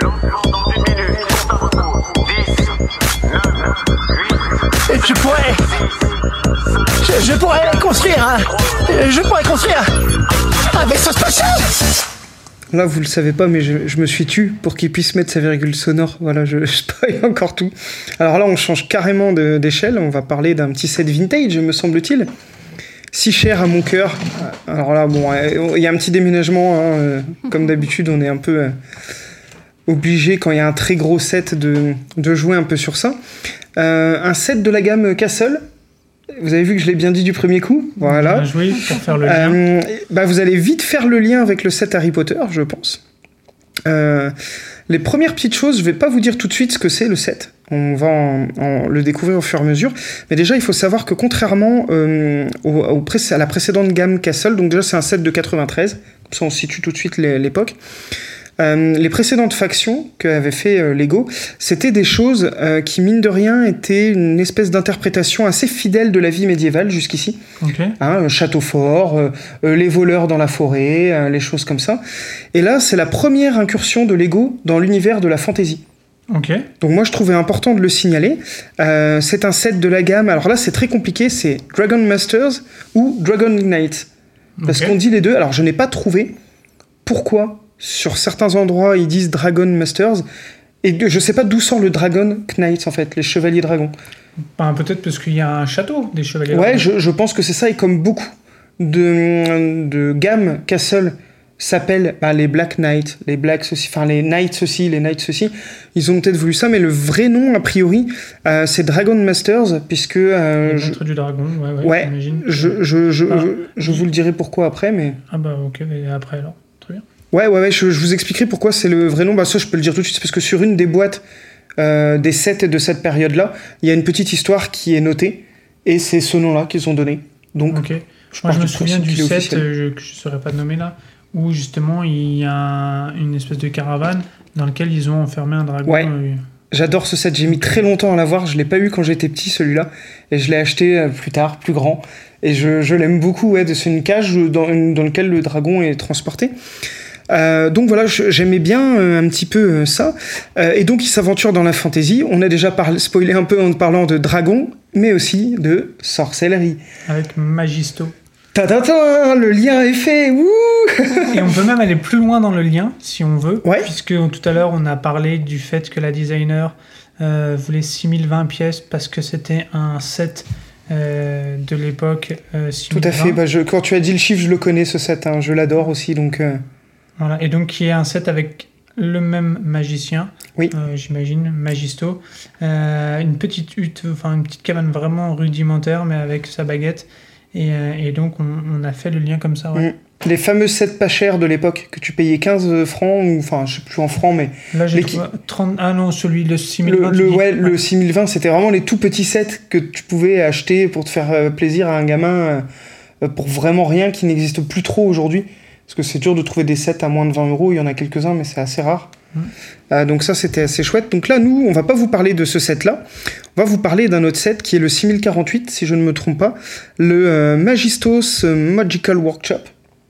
Speaker 1: Je pourrais... Je, je pourrais construire un... Je pourrais construire un vaisseau spatial.
Speaker 6: Là, vous le savez pas, mais je, je me suis tu pour qu'il puisse mettre sa virgule sonore. Voilà, je, je spoil encore tout. Alors là, on change carrément de, d'échelle. On va parler d'un petit set vintage, me semble-t-il. Si cher à mon cœur. Alors là, bon, il y a un petit déménagement. Hein, comme d'habitude, on est un peu... Euh, obligé, quand il y a un très gros set, de, de jouer un peu sur ça. Euh, un set de la gamme Castle. Vous avez vu que je l'ai bien dit du premier coup. Voilà.
Speaker 4: Joué pour faire le lien.
Speaker 6: Euh, bah vous allez vite faire le lien avec le set Harry Potter, je pense. Euh, les premières petites choses, je vais pas vous dire tout de suite ce que c'est le set. On va en, en le découvrir au fur et à mesure. Mais déjà, il faut savoir que contrairement euh, au, au pré- à la précédente gamme Castle, donc déjà c'est un set de quatre-vingt-treize, comme ça on situe tout de suite les, l'époque. Euh, les précédentes factions qu'avait fait euh, Lego, c'était des choses euh, qui, mine de rien, étaient une espèce d'interprétation assez fidèle de la vie médiévale jusqu'ici.
Speaker 4: Okay.
Speaker 6: Hein, château fort, euh, euh, les voleurs dans la forêt, euh, les choses comme ça. Et là, c'est la première incursion de Lego dans l'univers de la fantasy.
Speaker 4: Okay.
Speaker 6: Donc moi, je trouvais important de le signaler. Euh, c'est un set de la gamme. Alors là, c'est très compliqué. C'est Dragon Masters ou Dragon Knight. Parce okay. qu'on dit les deux. Alors, je n'ai pas trouvé pourquoi... Sur certains endroits, ils disent Dragon Masters. Et je sais pas d'où sort le Dragon Knights, en fait, les chevaliers dragons.
Speaker 4: Ben, peut-être parce qu'il y a un château des chevaliers
Speaker 6: ouais,
Speaker 4: dragons.
Speaker 6: Ouais, je, je pense que c'est ça. Et comme beaucoup de, de gammes Castle s'appellent bah, les Black Knights, les Blacks aussi, enfin les Knights aussi, les Knights aussi, ils ont peut-être voulu ça. Mais le vrai nom, a priori, euh, c'est Dragon Masters, puisque... Euh,
Speaker 4: le
Speaker 6: je...
Speaker 4: maître du dragon, ouais, ouais,
Speaker 6: ouais je, je, je,
Speaker 4: ah,
Speaker 6: je, je vous le dirai pourquoi après, mais...
Speaker 4: Ah bah ok, mais après alors. Très bien.
Speaker 6: Ouais, ouais, ouais, je, je vous expliquerai pourquoi c'est le vrai nom. Bah, ça, je peux le dire tout de suite, c'est parce que sur une des boîtes euh, des sets de cette période-là, il y a une petite histoire qui est notée, et c'est ce nom-là qu'ils ont donné. Donc,
Speaker 4: Ok.
Speaker 6: je
Speaker 4: Moi,
Speaker 6: pars
Speaker 4: je me
Speaker 6: du
Speaker 4: souviens
Speaker 6: principe
Speaker 4: du
Speaker 6: qu'il est
Speaker 4: set
Speaker 6: officiel.
Speaker 4: euh, que je ne saurais pas nommer là, où justement il y a un- une espèce de caravane dans laquelle ils ont enfermé un dragon.
Speaker 6: Ouais.
Speaker 4: euh,
Speaker 6: J'adore ce set, j'ai mis très longtemps à l'avoir, je l'ai pas eu quand j'étais petit celui-là, et je l'ai acheté euh, plus tard, plus grand, et je, je l'aime beaucoup, ouais, c'est une cage dans, dans laquelle le dragon est transporté. Euh, donc voilà, je- j'aimais bien euh, un petit peu euh, ça, Euh, et donc il s'aventure dans la fantasy, on a déjà parlé, spoilé un peu en parlant de dragon, mais aussi de sorcellerie.
Speaker 4: avec Magisto.
Speaker 6: Ta-ta-ta, le lien est fait, wouh.
Speaker 4: Et on peut même aller plus loin dans le lien, si on veut,
Speaker 6: Ouais.
Speaker 4: puisque tout à l'heure on a parlé du fait que la designer euh, voulait six mille vingt pièces parce que c'était un set euh, de l'époque euh, six
Speaker 6: Tout
Speaker 4: mille vingt.
Speaker 6: à fait, bah, je, quand tu as dit le chiffre, je le connais ce set, hein, je l'adore aussi, donc... euh,
Speaker 4: Voilà. Et donc qui est un set avec le même magicien,
Speaker 6: Oui.
Speaker 4: euh, j'imagine, Magisto, euh, une petite hutte, enfin une petite cabane vraiment rudimentaire, mais avec sa baguette. Et, euh, et donc on, on a fait le lien comme ça. Ouais.
Speaker 6: Mm. Les fameux sets pas chers de l'époque, que tu payais quinze francs, ou enfin, je sais plus en francs, mais
Speaker 4: Là j'ai
Speaker 6: Les
Speaker 4: trouvé trente. Ah non, celui le six mille
Speaker 6: le,
Speaker 4: vingt. tu
Speaker 6: le,
Speaker 4: dis.
Speaker 6: ouais, le six mille vingt, c'était vraiment les tout petits sets que tu pouvais acheter pour te faire euh, plaisir à un gamin euh, pour vraiment rien, qui n'existe plus trop aujourd'hui. Parce que c'est dur de trouver des sets à moins de vingt euros, il y en a quelques-uns, mais c'est assez rare.
Speaker 4: Mm.
Speaker 6: Euh, donc ça, c'était assez chouette. Donc là, nous, on va pas vous parler de ce set-là. On va vous parler d'un autre set qui est le six mille quarante-huit, si je ne me trompe pas. Le euh, Magistos Magical Workshop,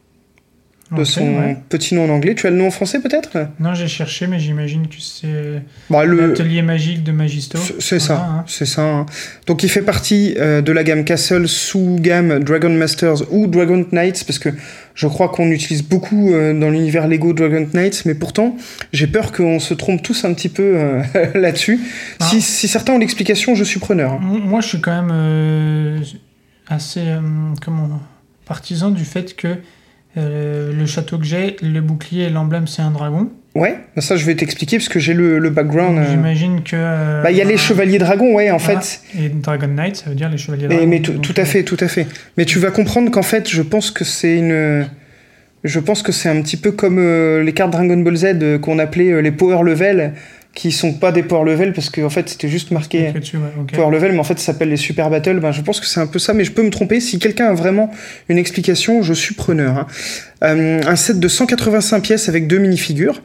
Speaker 6: de
Speaker 4: Ok,
Speaker 6: son
Speaker 4: ouais.
Speaker 6: petit nom en anglais. Tu as le nom en français, peut-être?
Speaker 4: Non, j'ai cherché, mais j'imagine que c'est
Speaker 6: Bah, le...
Speaker 4: l'atelier magique de Magisto.
Speaker 6: C'est- C'est ça,
Speaker 4: Voilà, hein.
Speaker 6: c'est ça. hein. Donc il fait partie euh, de la gamme Castle sous gamme Dragon Masters ou Dragon Knights, parce que je crois qu'on utilise beaucoup euh, dans l'univers Lego Dragon Knights, mais pourtant j'ai peur qu'on se trompe tous un petit peu euh, là-dessus.
Speaker 4: Ah.
Speaker 6: Si, si certains ont l'explication, je suis preneur. hein.
Speaker 4: M- Moi, je suis quand même euh, assez euh, comment, partisan du fait que euh, le château que j'ai, le bouclier et l'emblème, c'est un dragon.
Speaker 6: Ouais, bah ça je vais t'expliquer parce que j'ai le, le background.
Speaker 4: Donc,
Speaker 6: euh.
Speaker 4: J'imagine que... euh,
Speaker 6: Bah il y a les chevaliers dragons, ouais, en
Speaker 4: voilà.
Speaker 6: fait.
Speaker 4: Et Dragon Knight, ça veut dire les chevaliers
Speaker 6: Mais,
Speaker 4: dragons.
Speaker 6: mais tout,
Speaker 4: Donc,
Speaker 6: tout à
Speaker 4: euh,
Speaker 6: fait, tout à fait. Mais tu vas comprendre qu'en fait, je pense que c'est une... Je pense que c'est un petit peu comme euh, les cartes Dragon Ball Z euh, qu'on appelait euh, les Power Level, qui sont pas des Power Level parce qu'en fait c'était juste marqué
Speaker 4: écrit dessus, ouais, ok.
Speaker 6: Power Level, mais en fait ça s'appelle les Super Battle. Ben, je pense que c'est un peu ça, mais je peux me tromper. Si quelqu'un a vraiment une explication, je suis preneur. hein. Euh, un set de cent quatre-vingt-cinq pièces avec deux minifigures.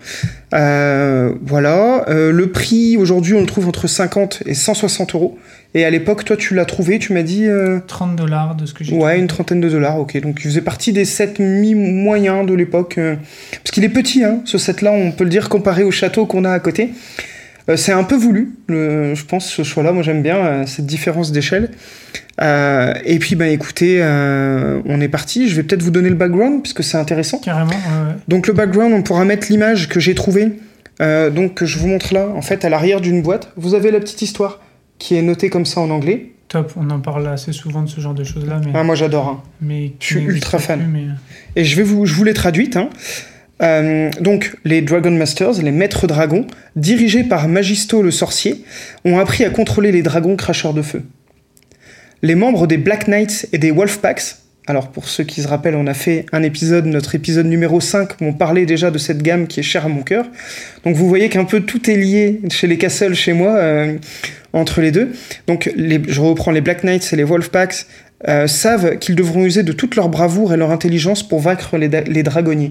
Speaker 6: Euh, voilà. Euh, le prix aujourd'hui on le trouve entre cinquante et cent soixante euros. Et à l'époque, toi tu l'as trouvé, tu m'as dit... euh,
Speaker 4: trente dollars de ce que j'ai
Speaker 6: Ouais,
Speaker 4: trouvé.
Speaker 6: une trentaine de dollars, ok. Donc il faisait partie des sets mi-moyens de l'époque. euh, parce qu'il est petit, hein, ce set-là, on peut le dire, comparé au château qu'on a à côté. Euh, c'est un peu voulu, le, je pense, ce choix-là. Moi, j'aime bien euh, cette différence d'échelle. Euh, et puis, bah, écoutez, euh, on est parti. Je vais peut-être vous donner le background, puisque c'est intéressant.
Speaker 4: Carrément, ouais, ouais.
Speaker 6: Donc le background, on pourra mettre l'image que j'ai trouvée. Euh, donc que je vous montre là, en fait, à l'arrière d'une boîte. Vous avez la petite histoire qui est notée comme ça en anglais.
Speaker 4: Top, on en parle assez souvent de ce genre de choses-là, mais,
Speaker 6: Ah, moi, j'adore. hein.
Speaker 4: mais
Speaker 6: je suis
Speaker 4: qui
Speaker 6: ultra
Speaker 4: n'existe
Speaker 6: fan.
Speaker 4: plus, mais-
Speaker 6: Et je, vais vous, je vous l'ai traduite. Hein. Euh, donc, les Dragon Masters, les maîtres dragons, dirigés par Magisto le sorcier, ont appris à contrôler les dragons cracheurs de feu. Les membres des Black Knights et des Wolfpacks, alors pour ceux qui se rappellent, on a fait un épisode, notre épisode numéro cinq, où on parlait déjà de cette gamme qui est chère à mon cœur. Donc vous voyez qu'un peu tout est lié chez les Castle, chez moi, euh, entre les deux. Donc les, je reprends les Black Knights et les Wolfpacks, euh, savent qu'ils devront user de toute leur bravoure et leur intelligence pour vaincre les, da- les dragonniers.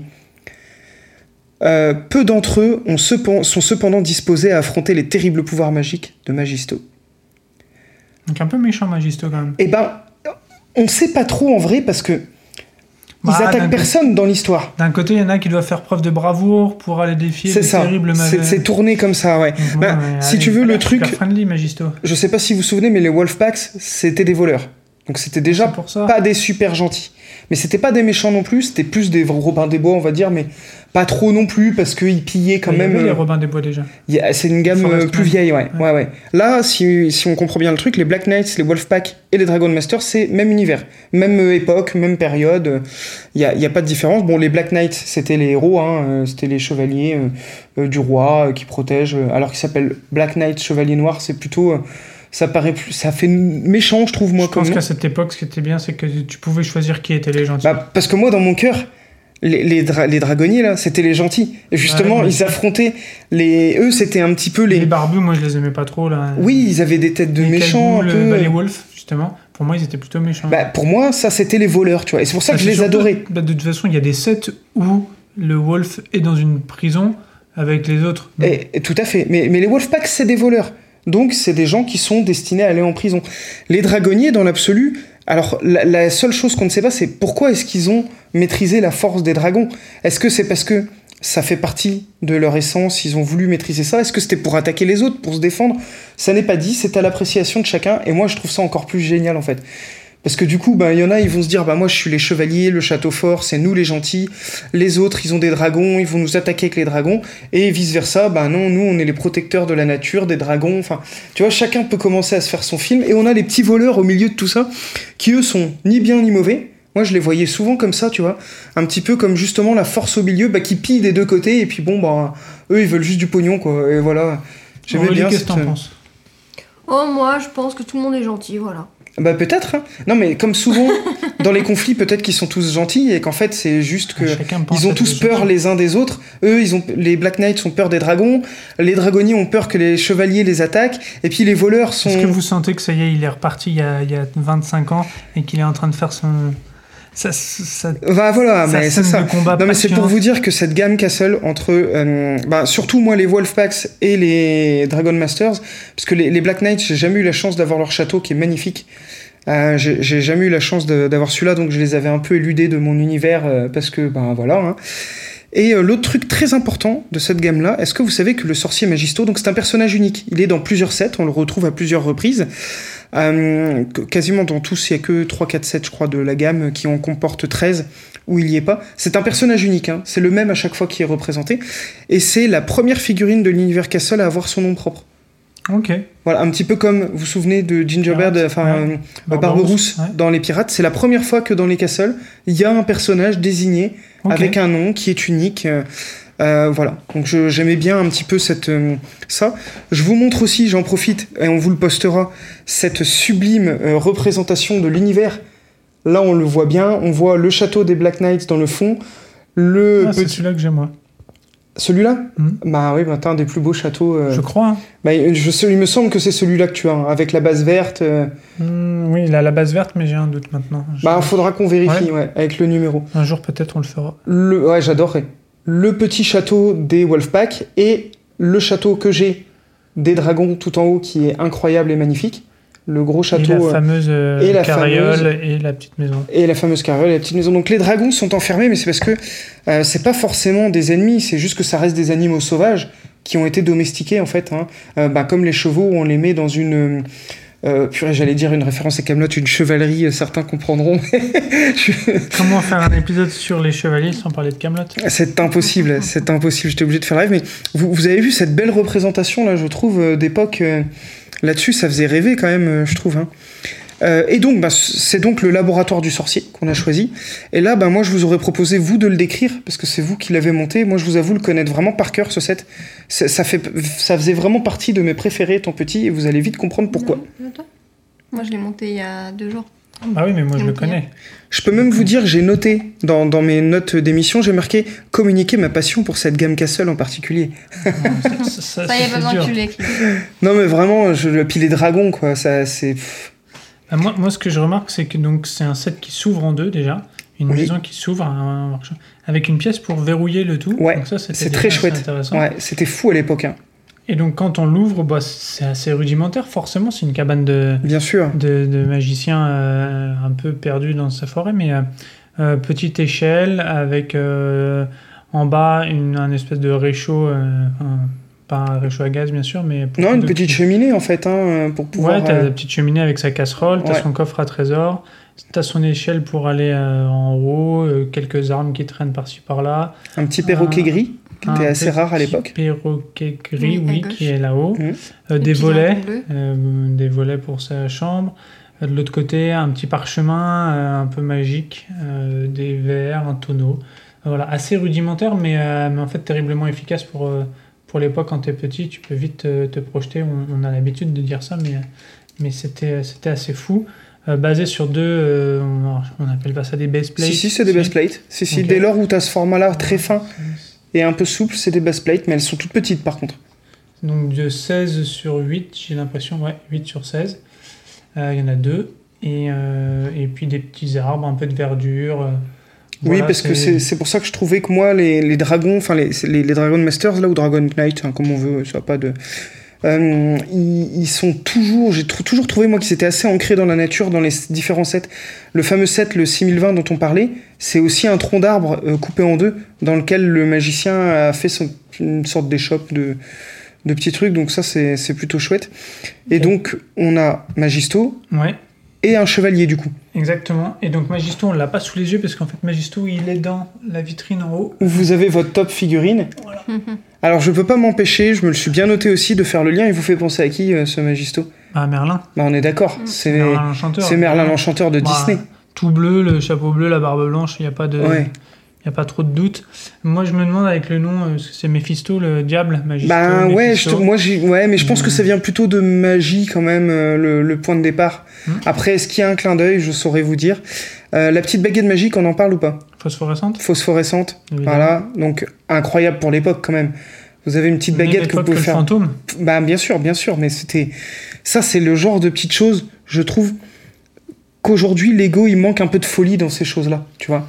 Speaker 6: Euh, peu d'entre eux ont cepend- sont cependant disposés à affronter les terribles pouvoirs magiques de Magisto.
Speaker 4: Donc un peu méchant Magisto quand même.
Speaker 6: Eh ben, on sait pas trop en vrai parce que
Speaker 4: Bah,
Speaker 6: ils
Speaker 4: d'un
Speaker 6: attaquent
Speaker 4: côté-
Speaker 6: personne dans l'histoire.
Speaker 4: D'un côté, il y en a qui doivent faire preuve de bravoure pour aller défier
Speaker 6: C'est
Speaker 4: les
Speaker 6: ça.
Speaker 4: terribles
Speaker 6: C'est,
Speaker 4: mauvais.
Speaker 6: c'est tourné comme ça, ouais.
Speaker 4: Donc,
Speaker 6: Bah,
Speaker 4: bon, mais
Speaker 6: si
Speaker 4: allez,
Speaker 6: tu veux
Speaker 4: il a
Speaker 6: le
Speaker 4: l'air
Speaker 6: truc,
Speaker 4: super friendly, Magisto.
Speaker 6: je sais pas si vous vous souvenez, mais les Wolfpacks, c'était des voleurs. Donc c'était déjà
Speaker 4: C'est pour ça.
Speaker 6: pas des super gentils. Mais c'était pas des méchants non plus, c'était plus des Robin des Bois, on va dire, mais pas trop non plus, parce qu'ils pillaient quand
Speaker 4: Il y
Speaker 6: même...
Speaker 4: avait les
Speaker 6: euh,
Speaker 4: Robins des Bois déjà.
Speaker 6: Il y a- c'est une gamme
Speaker 4: Forest
Speaker 6: euh, plus
Speaker 4: Man.
Speaker 6: vieille, ouais.
Speaker 4: Ouais.
Speaker 6: ouais, ouais. Là, si, si on comprend bien le truc, les Black Knights, les Wolfpack et les Dragon Masters, c'est même univers, même euh, époque, même période. Il n'y a, y a pas de différence. Bon, les Black Knights, c'était les héros, hein, euh, c'était les chevaliers euh, euh, du roi euh, qui protègent. euh, alors qu'ils s'appellent Black Knight, chevalier noir, c'est plutôt... euh, ça paraît plus, ça fait méchant, je trouve, moi.
Speaker 4: Je pense
Speaker 6: comme
Speaker 4: qu'à
Speaker 6: nom.
Speaker 4: cette époque, ce qui était bien, c'est que tu pouvais choisir qui étaient les gentils.
Speaker 6: Bah, parce que moi, dans mon cœur, Les, les, dra- les dragonniers, là, c'était les gentils. Et justement,
Speaker 4: Ouais, mais-
Speaker 6: ils affrontaient les... Eux, c'était un petit peu les...
Speaker 4: Les barbus, moi, je les aimais pas trop, là.
Speaker 6: Oui, ils avaient des têtes de
Speaker 4: Les
Speaker 6: méchants, un
Speaker 4: Cagoule,
Speaker 6: peu...
Speaker 4: bah, les Wolves, justement. Pour moi, ils étaient plutôt méchants.
Speaker 6: Bah, pour moi, ça, c'était les voleurs, tu vois. Et c'est pour ça
Speaker 4: Bah,
Speaker 6: que je
Speaker 4: c'est
Speaker 6: les
Speaker 4: surtout-
Speaker 6: adorais.
Speaker 4: bah, de toute façon, il y a des sets où le Wolf est dans une prison avec les autres.
Speaker 6: Et, et tout à fait. Mais, mais les Wolfpacks, c'est des voleurs. Donc, c'est des gens qui sont destinés à aller en prison. Les dragonniers, dans l'absolu... Alors, la, la seule chose qu'on ne sait pas, c'est pourquoi est-ce qu'ils ont maîtrisé la force des dragons. Est-ce que c'est parce que ça fait partie de leur essence, ils ont voulu maîtriser ça? Est-ce que c'était pour attaquer les autres, pour se défendre? Ça n'est pas dit, c'est à l'appréciation de chacun, et moi je trouve ça encore plus génial en fait. Parce que du coup, ben, il y en a, ils vont se dire, bah moi je suis les chevaliers, le château fort, c'est nous les gentils, les autres ils ont des dragons, ils vont nous attaquer avec les dragons, et vice versa, bah non, nous on est les protecteurs de la nature, des dragons, enfin, tu vois, chacun peut commencer à se faire son film, et on a les petits voleurs au milieu de tout ça, qui eux sont ni bien ni mauvais. Moi je les voyais souvent comme ça, tu vois, un petit peu comme justement la force au milieu, bah qui pille des deux côtés, et puis bon, bah eux ils veulent juste du pognon, quoi, et voilà. J'aimais
Speaker 4: Aurélie,
Speaker 6: bien
Speaker 4: qu'est-ce que
Speaker 6: cette...
Speaker 4: t'en penses?
Speaker 5: Oh, moi, je pense que tout le monde est gentil, voilà.
Speaker 6: Bah peut-être, hein. Non mais comme souvent dans les conflits, peut-être qu'ils sont tous gentils et qu'en fait c'est juste que
Speaker 4: Chacun pense
Speaker 6: ils ont
Speaker 4: être
Speaker 6: tous peur
Speaker 4: gentil.
Speaker 6: les uns des autres. Eux, ils ont les Black Knights ont peur des dragons, les dragonniers ont peur que les chevaliers les attaquent, et puis les voleurs sont.
Speaker 4: Est-ce que vous sentez que ça y est, il est reparti il y a, il y a vingt-cinq ans et qu'il est en train de faire son... Ça, ça,
Speaker 6: Bah voilà,
Speaker 4: sa
Speaker 6: mais c'est
Speaker 4: scène
Speaker 6: ça.
Speaker 4: de combat
Speaker 6: Non mais c'est pour
Speaker 4: passionnante.
Speaker 6: vous dire que cette gamme Castle entre, euh, bah, surtout moi les Wolfpacks et les Dragon Masters, parce que les, les Black Knights, j'ai jamais eu la chance d'avoir leur château qui est magnifique. Euh, j'ai j'ai jamais eu la chance de- d'avoir celui-là, donc je les avais un peu éludés de mon univers euh, parce que ben voilà. Hein. Et euh, l'autre truc très important de cette gamme-là, est-ce que vous savez que le sorcier Magisto, donc c'est un personnage unique, il est dans plusieurs sets, on le retrouve à plusieurs reprises. Euh, que- quasiment dans tous, il n'y a que trois quatre sets, je crois, de la gamme qui en comportent treize où il n'y est pas. C'est un personnage unique, hein. C'est le même à chaque fois qui est représenté. Et c'est la première figurine de l'univers Castle à avoir son nom propre.
Speaker 4: Ok.
Speaker 6: Voilà, un petit peu comme, vous vous souvenez de Gingerbread,
Speaker 4: Pirates,
Speaker 6: enfin,
Speaker 4: ouais.
Speaker 6: euh,
Speaker 4: Barberousse,
Speaker 6: Barberousse
Speaker 4: ouais.
Speaker 6: dans les Pirates. C'est la première fois que dans les Castles, il y a un personnage désigné
Speaker 4: Ok.
Speaker 6: avec un nom qui est unique. euh, euh, voilà, donc je- j'aimais bien un petit peu cette, euh, ça. Je vous montre aussi, j'en profite, et on vous le postera, cette sublime euh, représentation de l'univers. Là, on le voit bien, on voit le château des Black Knights dans le fond, le
Speaker 4: Ah, c'est
Speaker 6: petit...
Speaker 4: celui-là que j'aime, moi.
Speaker 6: Celui-là
Speaker 4: Mhm.
Speaker 6: Bah oui, bah, t'as un des plus beaux châteaux. euh,
Speaker 4: Je crois. Hein.
Speaker 6: bah, je, il me semble que c'est celui-là que tu as, hein, avec la base verte. euh,
Speaker 4: Hmm, oui, il a la base verte, mais j'ai un doute maintenant. Je-
Speaker 6: Bah, faudra qu'on vérifie, ouais, avec le numéro.
Speaker 4: Un jour, peut-être, on le fera.
Speaker 6: Le, ouais, j'adorerais. Le petit château des Wolfpack et le château que j'ai des dragons tout en haut qui est incroyable et magnifique. Le gros
Speaker 4: Et
Speaker 6: château
Speaker 4: la
Speaker 6: euh,
Speaker 4: fameuse euh,
Speaker 6: et la
Speaker 4: carriole
Speaker 6: fameuse-
Speaker 4: et la petite maison.
Speaker 6: et la fameuse carriole et la petite maison. Donc les dragons sont enfermés, mais c'est parce que euh, c'est pas forcément des ennemis, c'est juste que ça reste des animaux sauvages qui ont été domestiqués en fait. Hein. Euh, bah, comme les chevaux, on les met dans une... Euh, purée, j'allais dire une référence à Kaamelott, une chevalerie, euh, certains comprendront. Je-
Speaker 4: Comment faire un épisode sur les chevaliers sans parler de Kaamelott?
Speaker 6: C'est impossible, c'est impossible, j'étais obligé de faire live, mais vous, vous avez vu cette belle représentation, là, je trouve, euh, d'époque, euh, là-dessus, ça faisait rêver quand même, euh, je trouve. Hein. Euh, et donc, bah, c'est donc le laboratoire du sorcier qu'on a choisi. Et là, bah, moi, je vous aurais proposé, vous, de le décrire, parce que c'est vous qui l'avez monté. Moi, je vous avoue le connaître vraiment par cœur, ce set. C'est- Ça, fait, ça faisait vraiment partie de mes préférés, étant petit, et vous allez vite comprendre pourquoi.
Speaker 5: Non, attends. Moi, je l'ai monté il y a deux jours.
Speaker 4: Ah oui, mais moi je le
Speaker 5: Ok.
Speaker 4: connais.
Speaker 6: Je peux même vous dire, j'ai noté, dans, dans mes notes d'émission, j'ai marqué « Communiquer ma passion pour cette gamme Castle en particulier ».
Speaker 4: Ça, ça,
Speaker 5: Ça y est,
Speaker 4: c'est
Speaker 5: pas besoin
Speaker 4: dur.
Speaker 5: que tu l'écris.
Speaker 6: Non mais vraiment, je, puis les dragons quoi, ça c'est... pff.
Speaker 4: Ah, moi, moi, ce que je remarque, c'est que donc c'est un set qui s'ouvre en deux déjà. Une
Speaker 6: Oui.
Speaker 4: maison qui s'ouvre, un workshop, avec une pièce pour verrouiller le tout.
Speaker 6: Ouais,
Speaker 4: Donc ça, c'était
Speaker 6: c'est
Speaker 4: déjà
Speaker 6: très
Speaker 4: assez
Speaker 6: chouette.
Speaker 4: intéressant.
Speaker 6: Ouais, c'était fou à l'époque, hein.
Speaker 4: Et donc quand on l'ouvre, bah, c'est assez rudimentaire. Forcément, c'est une cabane de,
Speaker 6: Bien sûr.
Speaker 4: de, de magicien euh, un peu perdu dans sa forêt, mais euh, euh, petite échelle avec euh, en bas une un espèce de réchaud, euh, enfin, pas un réchaud à gaz bien sûr, mais pour
Speaker 6: Non, une
Speaker 4: de-
Speaker 6: petite cheminée en fait, hein, pour pouvoir...
Speaker 4: Ouais, t'as
Speaker 6: euh,
Speaker 4: la petite cheminée avec sa casserole, t'as
Speaker 6: Ouais.
Speaker 4: son coffre à trésor, t'as son échelle pour aller euh, en haut, euh, quelques armes qui traînent par-ci par-là.
Speaker 6: un petit perroquet
Speaker 4: un-
Speaker 6: gris, qui était
Speaker 4: Un
Speaker 6: assez rare à
Speaker 4: petit
Speaker 6: l'époque.
Speaker 4: Perroquet gris,
Speaker 5: Oui, à
Speaker 4: oui,
Speaker 5: gauche.
Speaker 4: qui est là-haut.
Speaker 6: Mhm.
Speaker 4: Euh,
Speaker 5: Les
Speaker 4: des
Speaker 5: petits
Speaker 4: volets,
Speaker 5: dragons bleus.
Speaker 4: euh, des volets pour sa chambre. Euh, de l'autre côté, un petit parchemin euh, un peu magique, euh, des verres, un tonneau. Euh, voilà, assez rudimentaire, mais, euh, mais en fait terriblement efficace pour, euh, pour l'époque quand t'es petit. Tu peux vite te, te projeter. On, on a l'habitude de dire ça, mais, mais c'était, c'était assez fou. euh, basé sur deux, euh, on, on appelle pas ça des base plates.
Speaker 6: Si, si, c'est des base plates. Si, si,
Speaker 4: Ok.
Speaker 6: dès lors où tu as ce format-là très fin et un peu souple, c'est des base plates, mais elles sont toutes petites par contre.
Speaker 4: Donc de seize sur huit, j'ai l'impression, ouais, huit sur seize. Euh, Il y en a deux. Et, euh, et puis des petits arbres, un peu de verdure. euh,
Speaker 6: Oui,
Speaker 4: voilà,
Speaker 6: parce que c'est c'est pour ça que je trouvais que moi, les, les dragons, enfin les, les, les Dragon Masters, là, ou Dragon Knight, hein, comme on veut, ça n'a pas de... Euh, ils, ils sont toujours... J'ai tr- toujours trouvé, moi, qu'ils étaient assez ancrés dans la nature, dans les différents sets. Le fameux set, le six mille vingt dont on parlait, c'est aussi un tronc d'arbre euh, coupé en deux, dans lequel le magicien a fait son, une sorte d'échoppe de, de petits trucs, donc ça, c'est c'est plutôt chouette. Et
Speaker 4: Ok.
Speaker 6: donc, on a Magisto
Speaker 4: Ouais,
Speaker 6: et un chevalier, du coup.
Speaker 4: exactement. Et donc Magisto, on l'a pas sous les yeux parce qu'en fait Magisto, il est dans la vitrine en haut.
Speaker 6: Où vous avez votre top figurine. Alors je peux pas m'empêcher, je me le suis bien noté aussi, de faire le lien. Il vous fait penser à qui, euh, ce Magisto?
Speaker 4: Ah, Merlin.
Speaker 6: Bah on est d'accord, c'est
Speaker 4: Merlin l'Enchanteur.
Speaker 6: c'est Merlin l'Enchanteur de
Speaker 4: Bah,
Speaker 6: Disney.
Speaker 4: Tout bleu, le chapeau bleu, la barbe blanche, il n'y a pas de...
Speaker 6: Ouais.
Speaker 4: Il n'y a pas trop de doute. Moi, je me demande avec le nom, euh, c'est Mephisto, le diable, Magisto.
Speaker 6: Bah ouais, je
Speaker 4: Mephisto.
Speaker 6: te- moi j'ai, ouais, mais je pense
Speaker 4: Mm.
Speaker 6: que ça vient plutôt de magie quand même, euh, le, le point de départ.
Speaker 4: Mm.
Speaker 6: Après, est-ce qu'il y a un clin d'œil? Je saurais vous dire. Euh, la petite baguette magique, on en parle ou pas?
Speaker 4: Phosphorescente.
Speaker 6: Phosphorescente,
Speaker 4: Évidemment.
Speaker 6: voilà, donc incroyable pour l'époque quand même. Vous avez une petite
Speaker 4: Même
Speaker 6: baguette que vous
Speaker 4: l'époque
Speaker 6: pouvez
Speaker 4: le
Speaker 6: faire.
Speaker 4: fantôme.
Speaker 6: Bah bien sûr, bien sûr, mais c'était... Ça, c'est le genre de petites choses, je trouve, qu'aujourd'hui, Lego, il manque un peu de folie dans ces choses-là, tu vois.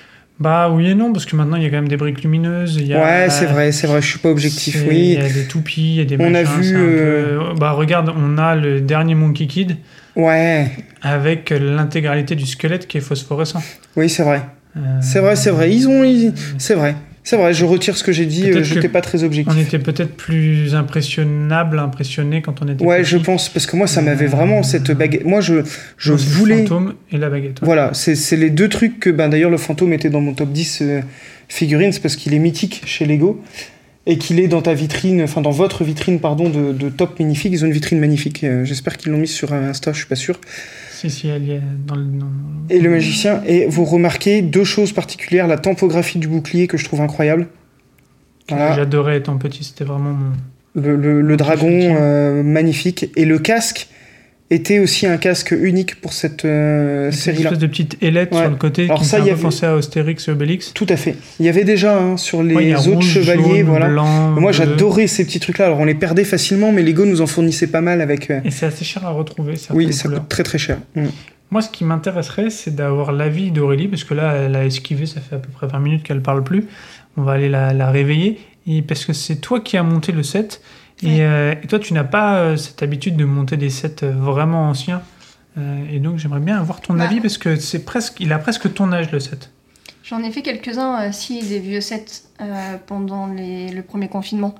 Speaker 4: Bah oui et non, parce que maintenant, il y a quand même des briques lumineuses. Il y a,
Speaker 6: Ouais, c'est vrai, c'est vrai, je suis pas objectif,
Speaker 4: c'est-
Speaker 6: oui.
Speaker 4: Il y a des toupies, il y a des
Speaker 6: On a
Speaker 4: machins,
Speaker 6: vu,
Speaker 4: c'est un
Speaker 6: euh,
Speaker 4: peu- Bah regarde, on a le dernier Monkey Kid
Speaker 6: Ouais,
Speaker 4: avec l'intégralité du squelette qui est phosphorescent.
Speaker 6: oui, c'est vrai.
Speaker 4: Euh,
Speaker 6: C'est vrai, c'est vrai, ils ont... ils- C'est vrai, c'est vrai, je retire ce que j'ai dit,
Speaker 4: Peut-être
Speaker 6: euh, j'étais
Speaker 4: que
Speaker 6: pas très objectif.
Speaker 4: On était peut-être plus impressionnable, impressionné quand on était
Speaker 6: Ouais,
Speaker 4: petit.
Speaker 6: je pense, parce que moi, ça m'avait
Speaker 4: Euh,
Speaker 6: vraiment cette baguette... Moi, je, je
Speaker 4: Moi, c'est le
Speaker 6: voulais...
Speaker 4: fantôme et la baguette. ouais.
Speaker 6: Voilà, c'est c'est les deux trucs que, ben, d'ailleurs, le fantôme était dans mon top dix euh, figurines, c'est parce qu'il est mythique chez Lego, et qu'il est dans ta vitrine, enfin dans votre vitrine, pardon, de, de top magnifique. Ils ont une vitrine magnifique, euh, j'espère qu'ils l'ont mis sur Insta, je suis pas sûr.
Speaker 4: Si, si, elle y est dans le. dans-
Speaker 6: Et le magicien, et vous remarquez deux choses particulières, la tempographie du bouclier que je trouve incroyable. Voilà,
Speaker 4: J'adorais étant petit, c'était vraiment mon.
Speaker 6: le, le, le dragon
Speaker 4: Effectivement.
Speaker 6: euh, magnifique, et le casque était aussi un casque unique pour cette euh,
Speaker 4: Cette
Speaker 6: série-là.
Speaker 4: espèce de petite ailette
Speaker 6: Ouais.
Speaker 4: sur le côté
Speaker 6: Alors
Speaker 4: qui
Speaker 6: ça,
Speaker 4: me
Speaker 6: il
Speaker 4: fait
Speaker 6: y
Speaker 4: un peu
Speaker 6: avait-
Speaker 4: penser à Astérix et Obélix.
Speaker 6: Tout à fait. Il y avait déjà hein, sur les
Speaker 4: Ouais, il y a
Speaker 6: autres
Speaker 4: rouge,
Speaker 6: chevaliers,
Speaker 4: jaune,
Speaker 6: voilà.
Speaker 4: blanc,
Speaker 6: Moi,
Speaker 4: bleu.
Speaker 6: j'adorais ces petits trucs-là. Alors, on les perdait facilement, mais Lego nous en fournissait pas mal avec. euh,
Speaker 4: Et c'est assez cher à retrouver, certaines
Speaker 6: Oui, ça
Speaker 4: couleurs.
Speaker 6: coûte très très cher. Mm.
Speaker 4: Moi, ce qui m'intéresserait, c'est d'avoir l'avis d'Aurélie, parce que là, elle a esquivé, ça fait à peu près vingt minutes qu'elle parle plus. On va aller la, la réveiller, et parce que c'est toi qui as monté le set, et,
Speaker 5: Ouais.
Speaker 4: euh, et toi, tu n'as pas euh, cette habitude de monter des sets euh, vraiment anciens. Euh, et donc, j'aimerais bien avoir ton
Speaker 5: Bah.
Speaker 4: avis, parce que c'est presque, il a presque ton âge, le set.
Speaker 5: J'en ai fait quelques-uns, euh, si, des vieux sets euh, pendant les- le premier confinement.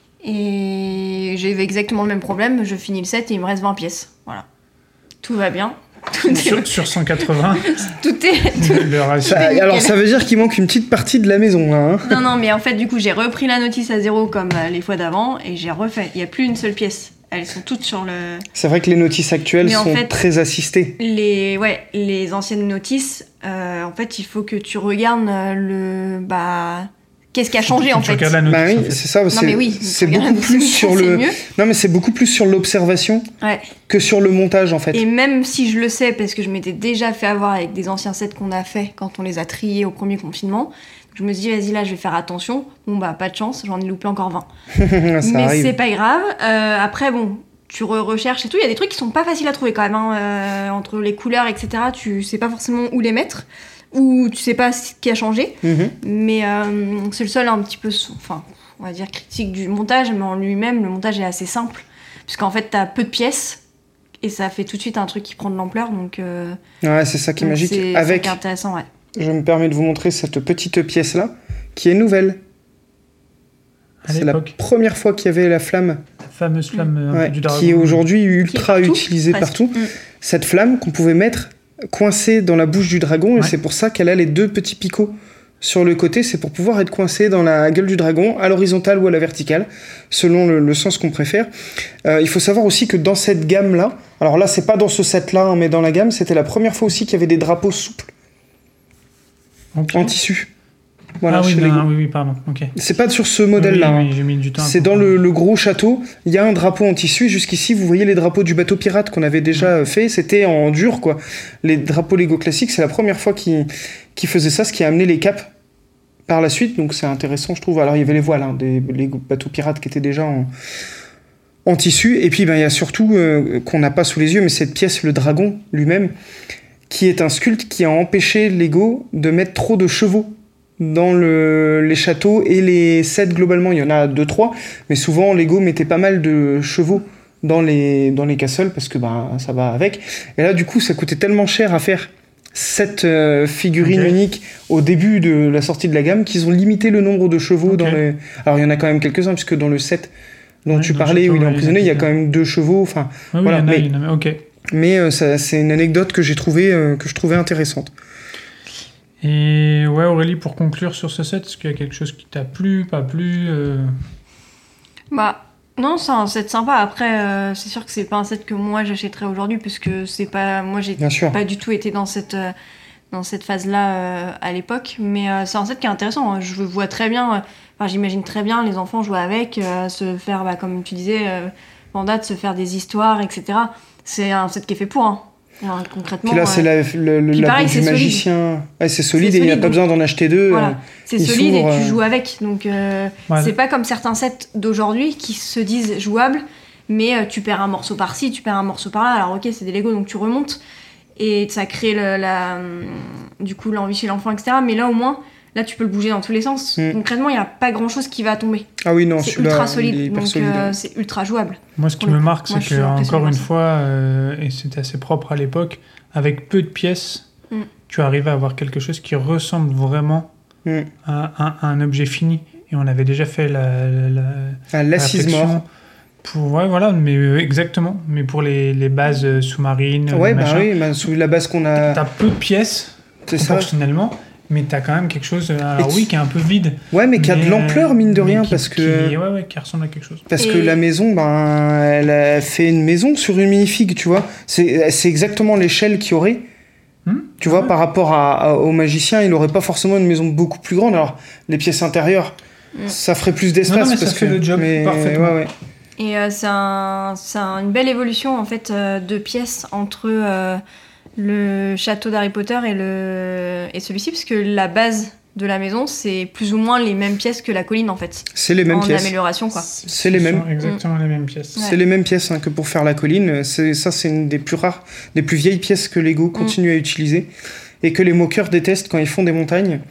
Speaker 5: Et j'ai eu exactement le même problème. Je finis le set et il me reste vingt pièces. Voilà. Tout va bien. Tout est.
Speaker 4: sur, sur cent quatre-vingts,
Speaker 5: Tout est
Speaker 4: le ratio.
Speaker 6: Ça-
Speaker 5: nickel.
Speaker 6: alors, ça veut dire qu'il manque une petite partie de la maison, là. hein.
Speaker 5: Non, non, mais en fait, du coup, j'ai repris la notice à zéro comme euh, les fois d'avant et j'ai refait. Il n'y a plus une seule pièce. Elles sont toutes sur le.
Speaker 6: C'est vrai que les notices actuelles
Speaker 5: Mais en
Speaker 6: sont
Speaker 5: fait-
Speaker 6: très assistées.
Speaker 5: Les, ouais, les anciennes notices, euh, en fait, il faut que tu regardes euh, le. Bah. Qu'est-ce qui a changé en
Speaker 4: Tu
Speaker 5: fait?
Speaker 4: regardes la notice,
Speaker 6: Bah
Speaker 4: en
Speaker 6: oui,
Speaker 4: fait.
Speaker 6: c'est ça. c'est-
Speaker 5: mais oui,
Speaker 6: c'est
Speaker 5: tu regardes
Speaker 6: beaucoup
Speaker 5: la
Speaker 6: plus
Speaker 5: notice,
Speaker 6: sur
Speaker 5: c'est
Speaker 6: le.
Speaker 5: mieux.
Speaker 6: Non, mais c'est beaucoup plus sur l'observation
Speaker 5: Ouais.
Speaker 6: que sur le montage, en fait.
Speaker 5: Et même si je le sais, parce que je m'étais déjà fait avoir avec des anciens sets qu'on a fait quand on les a triés au premier confinement, je me suis dit, vas-y, là, je vais faire attention. Bon, bah, pas de chance, j'en ai loupé encore vingt.
Speaker 6: ça
Speaker 5: Mais
Speaker 6: arrive.
Speaker 5: c'est pas grave. Euh, après, bon, tu re-recherches et tout. Il y a des trucs qui sont pas faciles à trouver quand même. Hein. Euh, entre les couleurs, et cetera, tu sais pas forcément où les mettre. Ou tu sais pas ce qui a changé.
Speaker 6: Mhm.
Speaker 5: Mais euh, c'est le seul un petit peu, enfin, on va dire critique du montage, mais en lui-même, le montage est assez simple. Puisqu'en fait, t'as peu de pièces. Et ça fait tout de suite un truc qui prend de l'ampleur. Donc, euh,
Speaker 6: Ouais, c'est ça qui est
Speaker 5: donc
Speaker 6: magique.
Speaker 5: c'est-
Speaker 6: Avec,
Speaker 5: c'est intéressant, ouais.
Speaker 6: je me permets de vous montrer cette petite pièce-là, qui est nouvelle.
Speaker 4: À
Speaker 6: C'est la
Speaker 4: l'époque,
Speaker 6: première fois qu'il y avait la flamme,
Speaker 4: la fameuse flamme euh, un
Speaker 6: ouais,
Speaker 4: peu du dragon.
Speaker 6: qui est aujourd'hui ultra
Speaker 5: partout,
Speaker 6: utilisée
Speaker 5: presque.
Speaker 6: partout.
Speaker 5: Mm.
Speaker 6: Cette flamme qu'on pouvait mettre coincée dans la bouche du dragon, et
Speaker 4: Ouais.
Speaker 6: c'est pour ça qu'elle a les deux petits picots sur le côté, c'est pour pouvoir être coincée dans la gueule du dragon, à l'horizontale ou à la verticale, selon le, le sens qu'on préfère. Euh, il faut savoir aussi que dans cette gamme-là, alors là c'est pas dans ce set-là, hein, mais dans la gamme, c'était la première fois aussi qu'il y avait des drapeaux souples
Speaker 4: Ok.
Speaker 6: en tissu. Voilà,
Speaker 4: ah oui,
Speaker 6: chez
Speaker 4: non,
Speaker 6: Lego.
Speaker 4: oui, oui, pardon. Ok.
Speaker 6: C'est pas sur ce modèle-là.
Speaker 4: Oui,
Speaker 6: hein.
Speaker 4: oui, j'ai mis du temps. à
Speaker 6: C'est dans
Speaker 4: comprendre.
Speaker 6: le, le gros château. Il y a un drapeau en tissu. Et jusqu'ici, vous voyez les drapeaux du bateau pirate qu'on avait déjà fait. C'était en dur, quoi. Les drapeaux Lego classiques, c'est la première fois qu'ils qu'ils faisaient ça, ce qui a amené les capes par la suite. Donc c'est intéressant, je trouve. Alors il y avait les voiles, hein, des les bateaux pirates qui étaient déjà en, en tissu. Et puis ben, il y a surtout, euh, qu'on n'a pas sous les yeux, mais cette pièce, le dragon lui-même, qui est un sculpte qui a empêché Lego de mettre trop de chevaux dans le, les châteaux et les sets globalement. Il y en a deux trois, mais souvent Lego mettait pas mal de chevaux dans les, dans les castles parce que bah, ça va avec. Et là, du coup, ça coûtait tellement cher à faire cette euh, figurine
Speaker 4: Okay.
Speaker 6: unique au début de la sortie de la gamme qu'ils ont limité le nombre de chevaux
Speaker 4: Ok.
Speaker 6: dans le... Alors, il y en a quand même quelques-uns, puisque dans le set dont
Speaker 4: Ouais,
Speaker 6: tu
Speaker 4: dans le
Speaker 6: parlais,
Speaker 4: château,
Speaker 6: où il est
Speaker 4: ouais,
Speaker 6: emprisonné, il y a
Speaker 4: il y a
Speaker 6: quand même deux chevaux. Enfin,
Speaker 4: Ah oui,
Speaker 6: voilà,
Speaker 4: il y en a,
Speaker 6: mais-
Speaker 4: il y en a. Ok.
Speaker 6: mais euh, ça, c'est une anecdote que j'ai trouvée, euh, que je trouvais intéressante.
Speaker 4: Et ouais, Aurélie, pour conclure sur ce set, est-ce qu'il y a quelque chose qui t'a plu, pas plu euh,
Speaker 5: Bah, non, c'est un set sympa. Après, euh, c'est sûr que c'est pas un set que moi j'achèterais aujourd'hui, puisque c'est pas. Moi, j'ai
Speaker 6: Bien sûr.
Speaker 5: pas du tout été dans cette, euh, dans cette phase-là euh, à l'époque. Mais euh, c'est un set qui est intéressant. hein. Je vois très bien. euh, Enfin, j'imagine très bien les enfants jouer avec, euh, se faire, bah, comme tu disais, euh, Panda, de se faire des histoires, et cetera. C'est un set qui est fait pour. Hein. Enfin, concrètement.
Speaker 6: Puis là, c'est
Speaker 5: euh,
Speaker 6: la, le, le
Speaker 5: puis
Speaker 6: labo
Speaker 5: pareil,
Speaker 6: du
Speaker 5: c'est solide.
Speaker 6: magicien. Ouais, c'est solide
Speaker 5: C'est
Speaker 6: et il n'y a
Speaker 5: solide,
Speaker 6: pas
Speaker 5: donc-
Speaker 6: besoin d'en acheter deux.
Speaker 5: Voilà,
Speaker 6: euh,
Speaker 5: c'est
Speaker 6: il
Speaker 5: solide et
Speaker 6: s'ouvre,
Speaker 5: tu
Speaker 6: euh,
Speaker 5: joues avec. Donc, euh,
Speaker 4: Ouais.
Speaker 5: c'est pas comme certains sets d'aujourd'hui qui se disent jouables, mais euh, tu perds un morceau par-ci, tu perds un morceau par-là. Alors, ok, c'est des Lego, donc tu remontes et ça crée le, la, hum, du coup l'envie chez l'enfant, et cetera. Mais là, au moins, là, tu peux le bouger dans tous les sens.
Speaker 6: Mm.
Speaker 5: Concrètement, il n'y a pas grand-chose qui va tomber.
Speaker 6: Ah oui, non,
Speaker 5: C'est
Speaker 6: celui-là,
Speaker 5: ultra
Speaker 6: il est
Speaker 5: solide,
Speaker 6: hyper
Speaker 5: donc
Speaker 6: solide.
Speaker 5: euh, c'est ultra jouable.
Speaker 4: Moi, ce qui
Speaker 5: Pour le
Speaker 4: me
Speaker 5: coup,
Speaker 4: marque,
Speaker 5: moi,
Speaker 4: c'est
Speaker 5: je suis
Speaker 4: que
Speaker 5: impressionnée
Speaker 4: encore
Speaker 5: par
Speaker 4: une
Speaker 5: ça.
Speaker 4: fois, euh, et c'était assez propre à l'époque, avec peu de pièces,
Speaker 5: Mm.
Speaker 4: tu arrives à avoir quelque chose qui ressemble vraiment
Speaker 6: Mm.
Speaker 4: à, à- à un objet fini. Et on avait déjà fait la, la, la-
Speaker 6: Ah,
Speaker 4: la
Speaker 6: l'assise
Speaker 4: réflexion
Speaker 6: mort.
Speaker 4: pour ouais voilà, mais euh, exactement. Mais pour les, les bases euh, sous-marines,
Speaker 6: Ouais,
Speaker 4: les
Speaker 6: bah
Speaker 4: machins,
Speaker 6: oui, bah, sous la base qu'on a.
Speaker 4: t'as peu de pièces
Speaker 6: C'est ça.
Speaker 4: proportionnellement. Mais t'as quand même quelque chose, euh, alors
Speaker 6: Et tu-
Speaker 4: oui, qui est un peu vide.
Speaker 6: Ouais, mais qui a de
Speaker 4: mais,
Speaker 6: l'ampleur, mine de
Speaker 4: mais
Speaker 6: rien,
Speaker 4: qui-
Speaker 6: parce que.
Speaker 4: qui- ouais, ouais, qui ressemble à quelque chose.
Speaker 6: Parce
Speaker 5: Et-
Speaker 6: que la maison, ben, elle a fait une maison sur une minifig, tu vois. C'est c'est exactement l'échelle qu'il y aurait.
Speaker 4: Hmm
Speaker 6: Tu vois,
Speaker 4: Ouais.
Speaker 6: par rapport à, à- au magicien, il n'aurait pas forcément une maison beaucoup plus grande. Alors, les pièces intérieures,
Speaker 5: Mm.
Speaker 6: ça ferait plus
Speaker 4: Non,
Speaker 6: d'espace.
Speaker 4: non, mais ça
Speaker 6: parce
Speaker 4: fait
Speaker 6: que,
Speaker 4: le job
Speaker 6: mais,
Speaker 4: parfaitement.
Speaker 6: ouais, ouais.
Speaker 5: Et euh, c'est un, c'est un- une belle évolution en fait euh, de pièces entre euh, le château d'Harry Potter et, le, et celui-ci, parce que la base de la maison, c'est plus ou moins les mêmes pièces que la colline en fait,
Speaker 6: C'est les mêmes
Speaker 5: en
Speaker 6: pièces.
Speaker 5: amélioration quoi.
Speaker 6: C'est les
Speaker 4: Ce
Speaker 6: mêmes.
Speaker 4: sont exactement les mêmes pièces.
Speaker 5: Ouais.
Speaker 6: C'est les mêmes pièces hein, que pour faire la colline. C'est, ça, c'est une des plus rares, des plus vieilles pièces que Lego continue à utiliser et que les moqueurs détestent quand ils font des montagnes.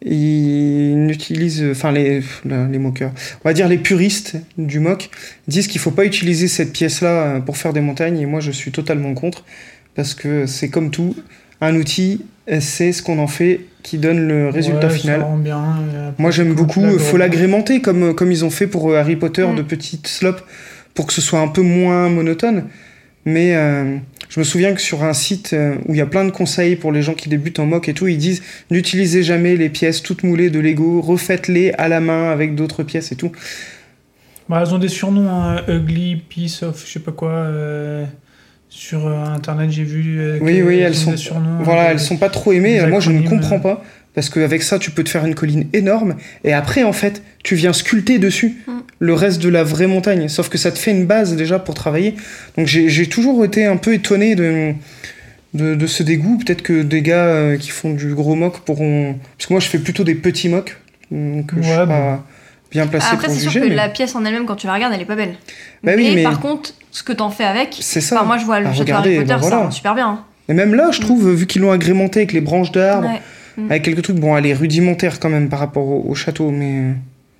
Speaker 6: Ils n'utilisent, enfin les, les moqueurs, on va dire les puristes du mock disent qu'il faut pas utiliser cette pièce-là pour faire des montagnes et moi je suis totalement contre parce que c'est comme tout, un outil, c'est ce qu'on en fait qui donne le résultat
Speaker 4: Ouais,
Speaker 6: final.
Speaker 4: ça rend bien, et après,
Speaker 6: Moi j'aime
Speaker 4: quand
Speaker 6: beaucoup,
Speaker 4: tu
Speaker 6: il
Speaker 4: l'as
Speaker 6: faut l'agrémenter comme, comme ils ont fait pour Harry Potter,
Speaker 5: Mm.
Speaker 6: de petites slopes, pour que ce soit un peu moins monotone. Mais euh, je me souviens que sur un site euh, où il y a plein de conseils pour les gens qui débutent en mock et tout, ils disent n'utilisez jamais les pièces toutes moulées de Lego, refaites-les à la main avec d'autres pièces et tout.
Speaker 4: Bah, elles ont des surnoms, hein, Ugly, Piece of, je sais pas quoi. euh, sur euh, internet, j'ai vu. euh,
Speaker 6: Oui,
Speaker 4: que
Speaker 6: oui,
Speaker 4: elles
Speaker 6: elles
Speaker 4: ont
Speaker 6: sont,
Speaker 4: des surnoms,
Speaker 6: voilà,
Speaker 4: euh,
Speaker 6: elles sont pas trop aimées.
Speaker 4: des
Speaker 6: Moi, je ne
Speaker 4: acronymes,
Speaker 6: comprends
Speaker 4: euh.
Speaker 6: pas. Parce qu'avec ça, tu peux te faire une colline énorme. Et après, en fait, tu viens sculpter dessus
Speaker 5: Mm.
Speaker 6: le reste de la vraie montagne. Sauf que ça te fait une base déjà pour travailler. Donc j'ai j'ai toujours été un peu étonné de, de, de ce dégoût. Peut-être que des gars euh, qui font du gros mock pourront... Parce que moi, je fais plutôt des petits mocks. Donc je
Speaker 4: Ouais,
Speaker 6: suis
Speaker 4: bon.
Speaker 6: pas bien placé
Speaker 5: Après,
Speaker 6: pour
Speaker 5: c'est sûr
Speaker 6: juger.
Speaker 5: que
Speaker 6: mais
Speaker 5: la pièce en elle-même, quand tu la regardes, elle est pas belle.
Speaker 6: Bah
Speaker 5: mais,
Speaker 6: oui, mais-
Speaker 5: par contre, ce que t'en fais avec,
Speaker 6: C'est ça.
Speaker 5: enfin, moi je vois le
Speaker 6: Ah,
Speaker 5: château
Speaker 6: regardez,
Speaker 5: Harry Potter,
Speaker 6: bah voilà.
Speaker 5: ça rend super bien. hein.
Speaker 6: Et même là, je trouve, vu qu'ils l'ont agrémenté avec les branches d'arbres,
Speaker 5: Ouais. Mm.
Speaker 6: avec quelques trucs, bon, elle est rudimentaire quand même par rapport au, au château, mais...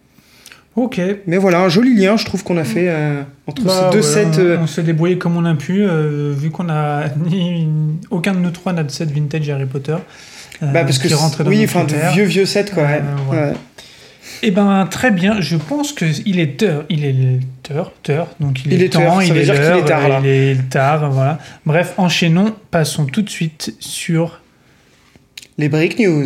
Speaker 4: Ok.
Speaker 6: Mais voilà, un joli lien, je trouve qu'on a fait euh, entre
Speaker 4: Bah,
Speaker 6: ces deux
Speaker 4: ouais,
Speaker 6: sets.
Speaker 4: on,
Speaker 6: euh,
Speaker 4: on s'est débrouillé comme on a pu, euh, vu qu'on a ni aucun de nous trois n'a de set vintage Harry Potter. euh,
Speaker 6: bah, parce que
Speaker 4: qui rentrait dans
Speaker 6: oui,
Speaker 4: nos
Speaker 6: enfin, de
Speaker 4: critères.
Speaker 6: vieux vieux sets quoi.
Speaker 4: Euh,
Speaker 6: ouais.
Speaker 4: voilà.
Speaker 6: Ouais.
Speaker 4: Eh ben très bien, je pense que il est heure, il est l'heure, heure, donc il,
Speaker 6: Il
Speaker 4: est,
Speaker 6: est
Speaker 4: temps,
Speaker 6: heure, ça
Speaker 4: il
Speaker 6: veut
Speaker 4: est
Speaker 6: dire qu'il
Speaker 4: l'heure,
Speaker 6: est tard, là.
Speaker 4: il est tard, voilà. Bref, enchaînons, passons tout de suite sur
Speaker 6: Les Break News.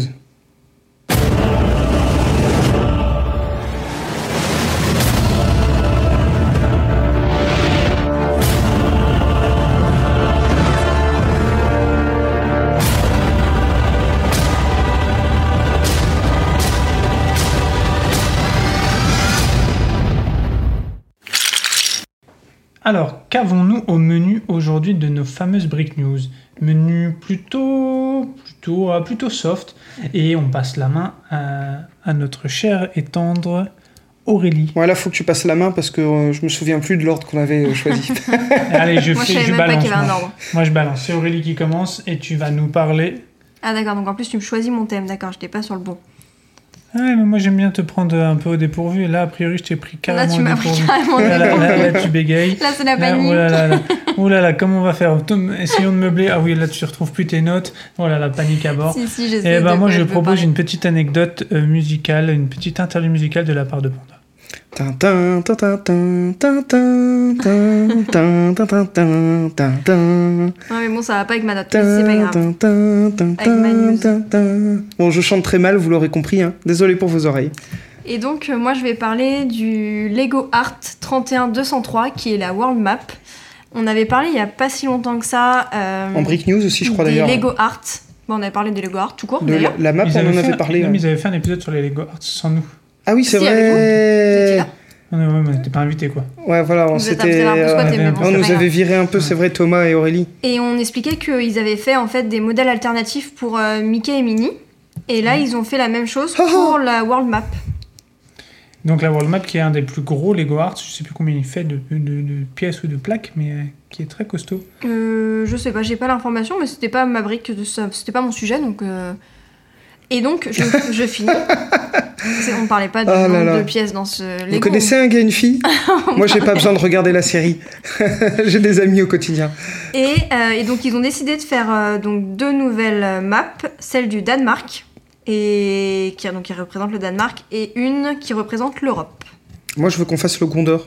Speaker 4: Alors, qu'avons-nous au menu aujourd'hui de nos fameuses Brick News ? Menu plutôt, plutôt, ah, plutôt soft. Et on passe la main à, à notre chère et tendre Aurélie.
Speaker 6: Ouais, là, faut que tu passes la main parce que euh, je me souviens plus de l'ordre qu'on avait euh, choisi.
Speaker 4: Allez, je
Speaker 5: Moi, je
Speaker 4: fais,
Speaker 5: savais
Speaker 4: je
Speaker 5: même pas
Speaker 4: balance.
Speaker 5: qu'il y avait un
Speaker 4: moi.
Speaker 5: ordre.
Speaker 4: Moi, je balance. C'est Aurélie qui commence et tu vas nous parler.
Speaker 5: Ah d'accord, donc en plus tu me choisis mon thème, d'accord, j'étais pas sur le bon.
Speaker 4: Ouais, mais moi j'aime bien te prendre un peu au dépourvu. Et là, a priori, je t'ai pris carrément
Speaker 5: Là tu
Speaker 4: au
Speaker 5: m'as pris
Speaker 4: dépourvu.
Speaker 5: carrément au
Speaker 4: Là, là,
Speaker 5: dépourvu.
Speaker 4: là, là, tu bégayes.
Speaker 5: Là c'est la
Speaker 4: Là,
Speaker 5: panique.
Speaker 4: oh là là là. Oh là là, comment on va faire? Tom, essayons de meubler. Ah oui, là tu retrouves plus tes notes. Oh là là, panique à bord.
Speaker 5: Si, si, j'essaie
Speaker 4: Et ben
Speaker 5: de
Speaker 4: moi
Speaker 5: quoi
Speaker 4: je
Speaker 5: veux
Speaker 4: propose
Speaker 5: parler.
Speaker 4: une petite anecdote euh, musicale, une petite interlude musicale de la part de Panda.
Speaker 6: Tintin, tintin, tintin, tintin, tintin, tintin, tintin, tintin.
Speaker 5: Non mais bon, ça va pas avec ma note, mais c'est pas grave.
Speaker 6: Tintin, tintin,
Speaker 5: Avec ma news.
Speaker 6: tintin. Bon, je chante très mal, vous l'aurez compris, hein. Désolé pour vos oreilles.
Speaker 5: Et donc euh, moi je vais parler du Lego Art trente et un deux cent trois qui est la World Map. On avait parlé il y a pas si longtemps que ça. euh,
Speaker 6: En Brick News aussi, je crois
Speaker 5: des
Speaker 6: d'ailleurs.
Speaker 5: Lego Art. Bon, on avait parlé des Lego Art tout court
Speaker 6: De la,
Speaker 5: d'ailleurs.
Speaker 6: la map,
Speaker 4: Ils
Speaker 6: on en
Speaker 4: avaient
Speaker 6: avait
Speaker 4: fait-
Speaker 6: parlé.
Speaker 4: Non,
Speaker 6: ouais.
Speaker 4: mais ils avaient fait un épisode sur les Lego Arts sans nous.
Speaker 6: Ah oui, c'est
Speaker 5: Si, avec vous. Vous étiez
Speaker 6: vrai.
Speaker 5: là.
Speaker 4: Ah non, ouais, mais on n'était pas invités quoi.
Speaker 6: Ouais, voilà, on
Speaker 5: Vous êtes
Speaker 6: s'était.
Speaker 5: un peu
Speaker 6: euh,
Speaker 5: squatté, mais bon,
Speaker 6: on
Speaker 5: c'est
Speaker 6: nous
Speaker 5: pas
Speaker 6: avait
Speaker 5: grave.
Speaker 6: viré un peu, c'est vrai, Thomas et Aurélie.
Speaker 5: Et on expliquait qu'ils avaient fait en fait des modèles alternatifs pour euh, Mickey et Minnie. Et là, ils ont fait la même chose
Speaker 6: Oh, oh.
Speaker 5: pour la World Map.
Speaker 4: Donc la World Map qui est un des plus gros Lego Arts, je sais plus combien il fait de, de, de pièces ou de plaques, mais euh, qui est très costaud.
Speaker 5: Euh, je sais pas, j'ai pas l'information, mais c'était pas ma brique, de ça, c'était pas mon sujet, donc. euh, Et donc, je, je finis. C'est- on parlait pas du
Speaker 6: Oh là
Speaker 5: nombre
Speaker 6: là.
Speaker 5: de pièces dans ce Lego.
Speaker 6: Vous connaissez un gars, une fille? Moi, j'ai pas besoin de regarder la série. J'ai des amis au quotidien.
Speaker 5: Et, euh, et donc, ils ont décidé de faire euh, donc deux nouvelles euh, maps, celle du Danemark et qui, donc, qui représente le Danemark et une qui représente l'Europe.
Speaker 6: Moi, je veux qu'on fasse le Gondor.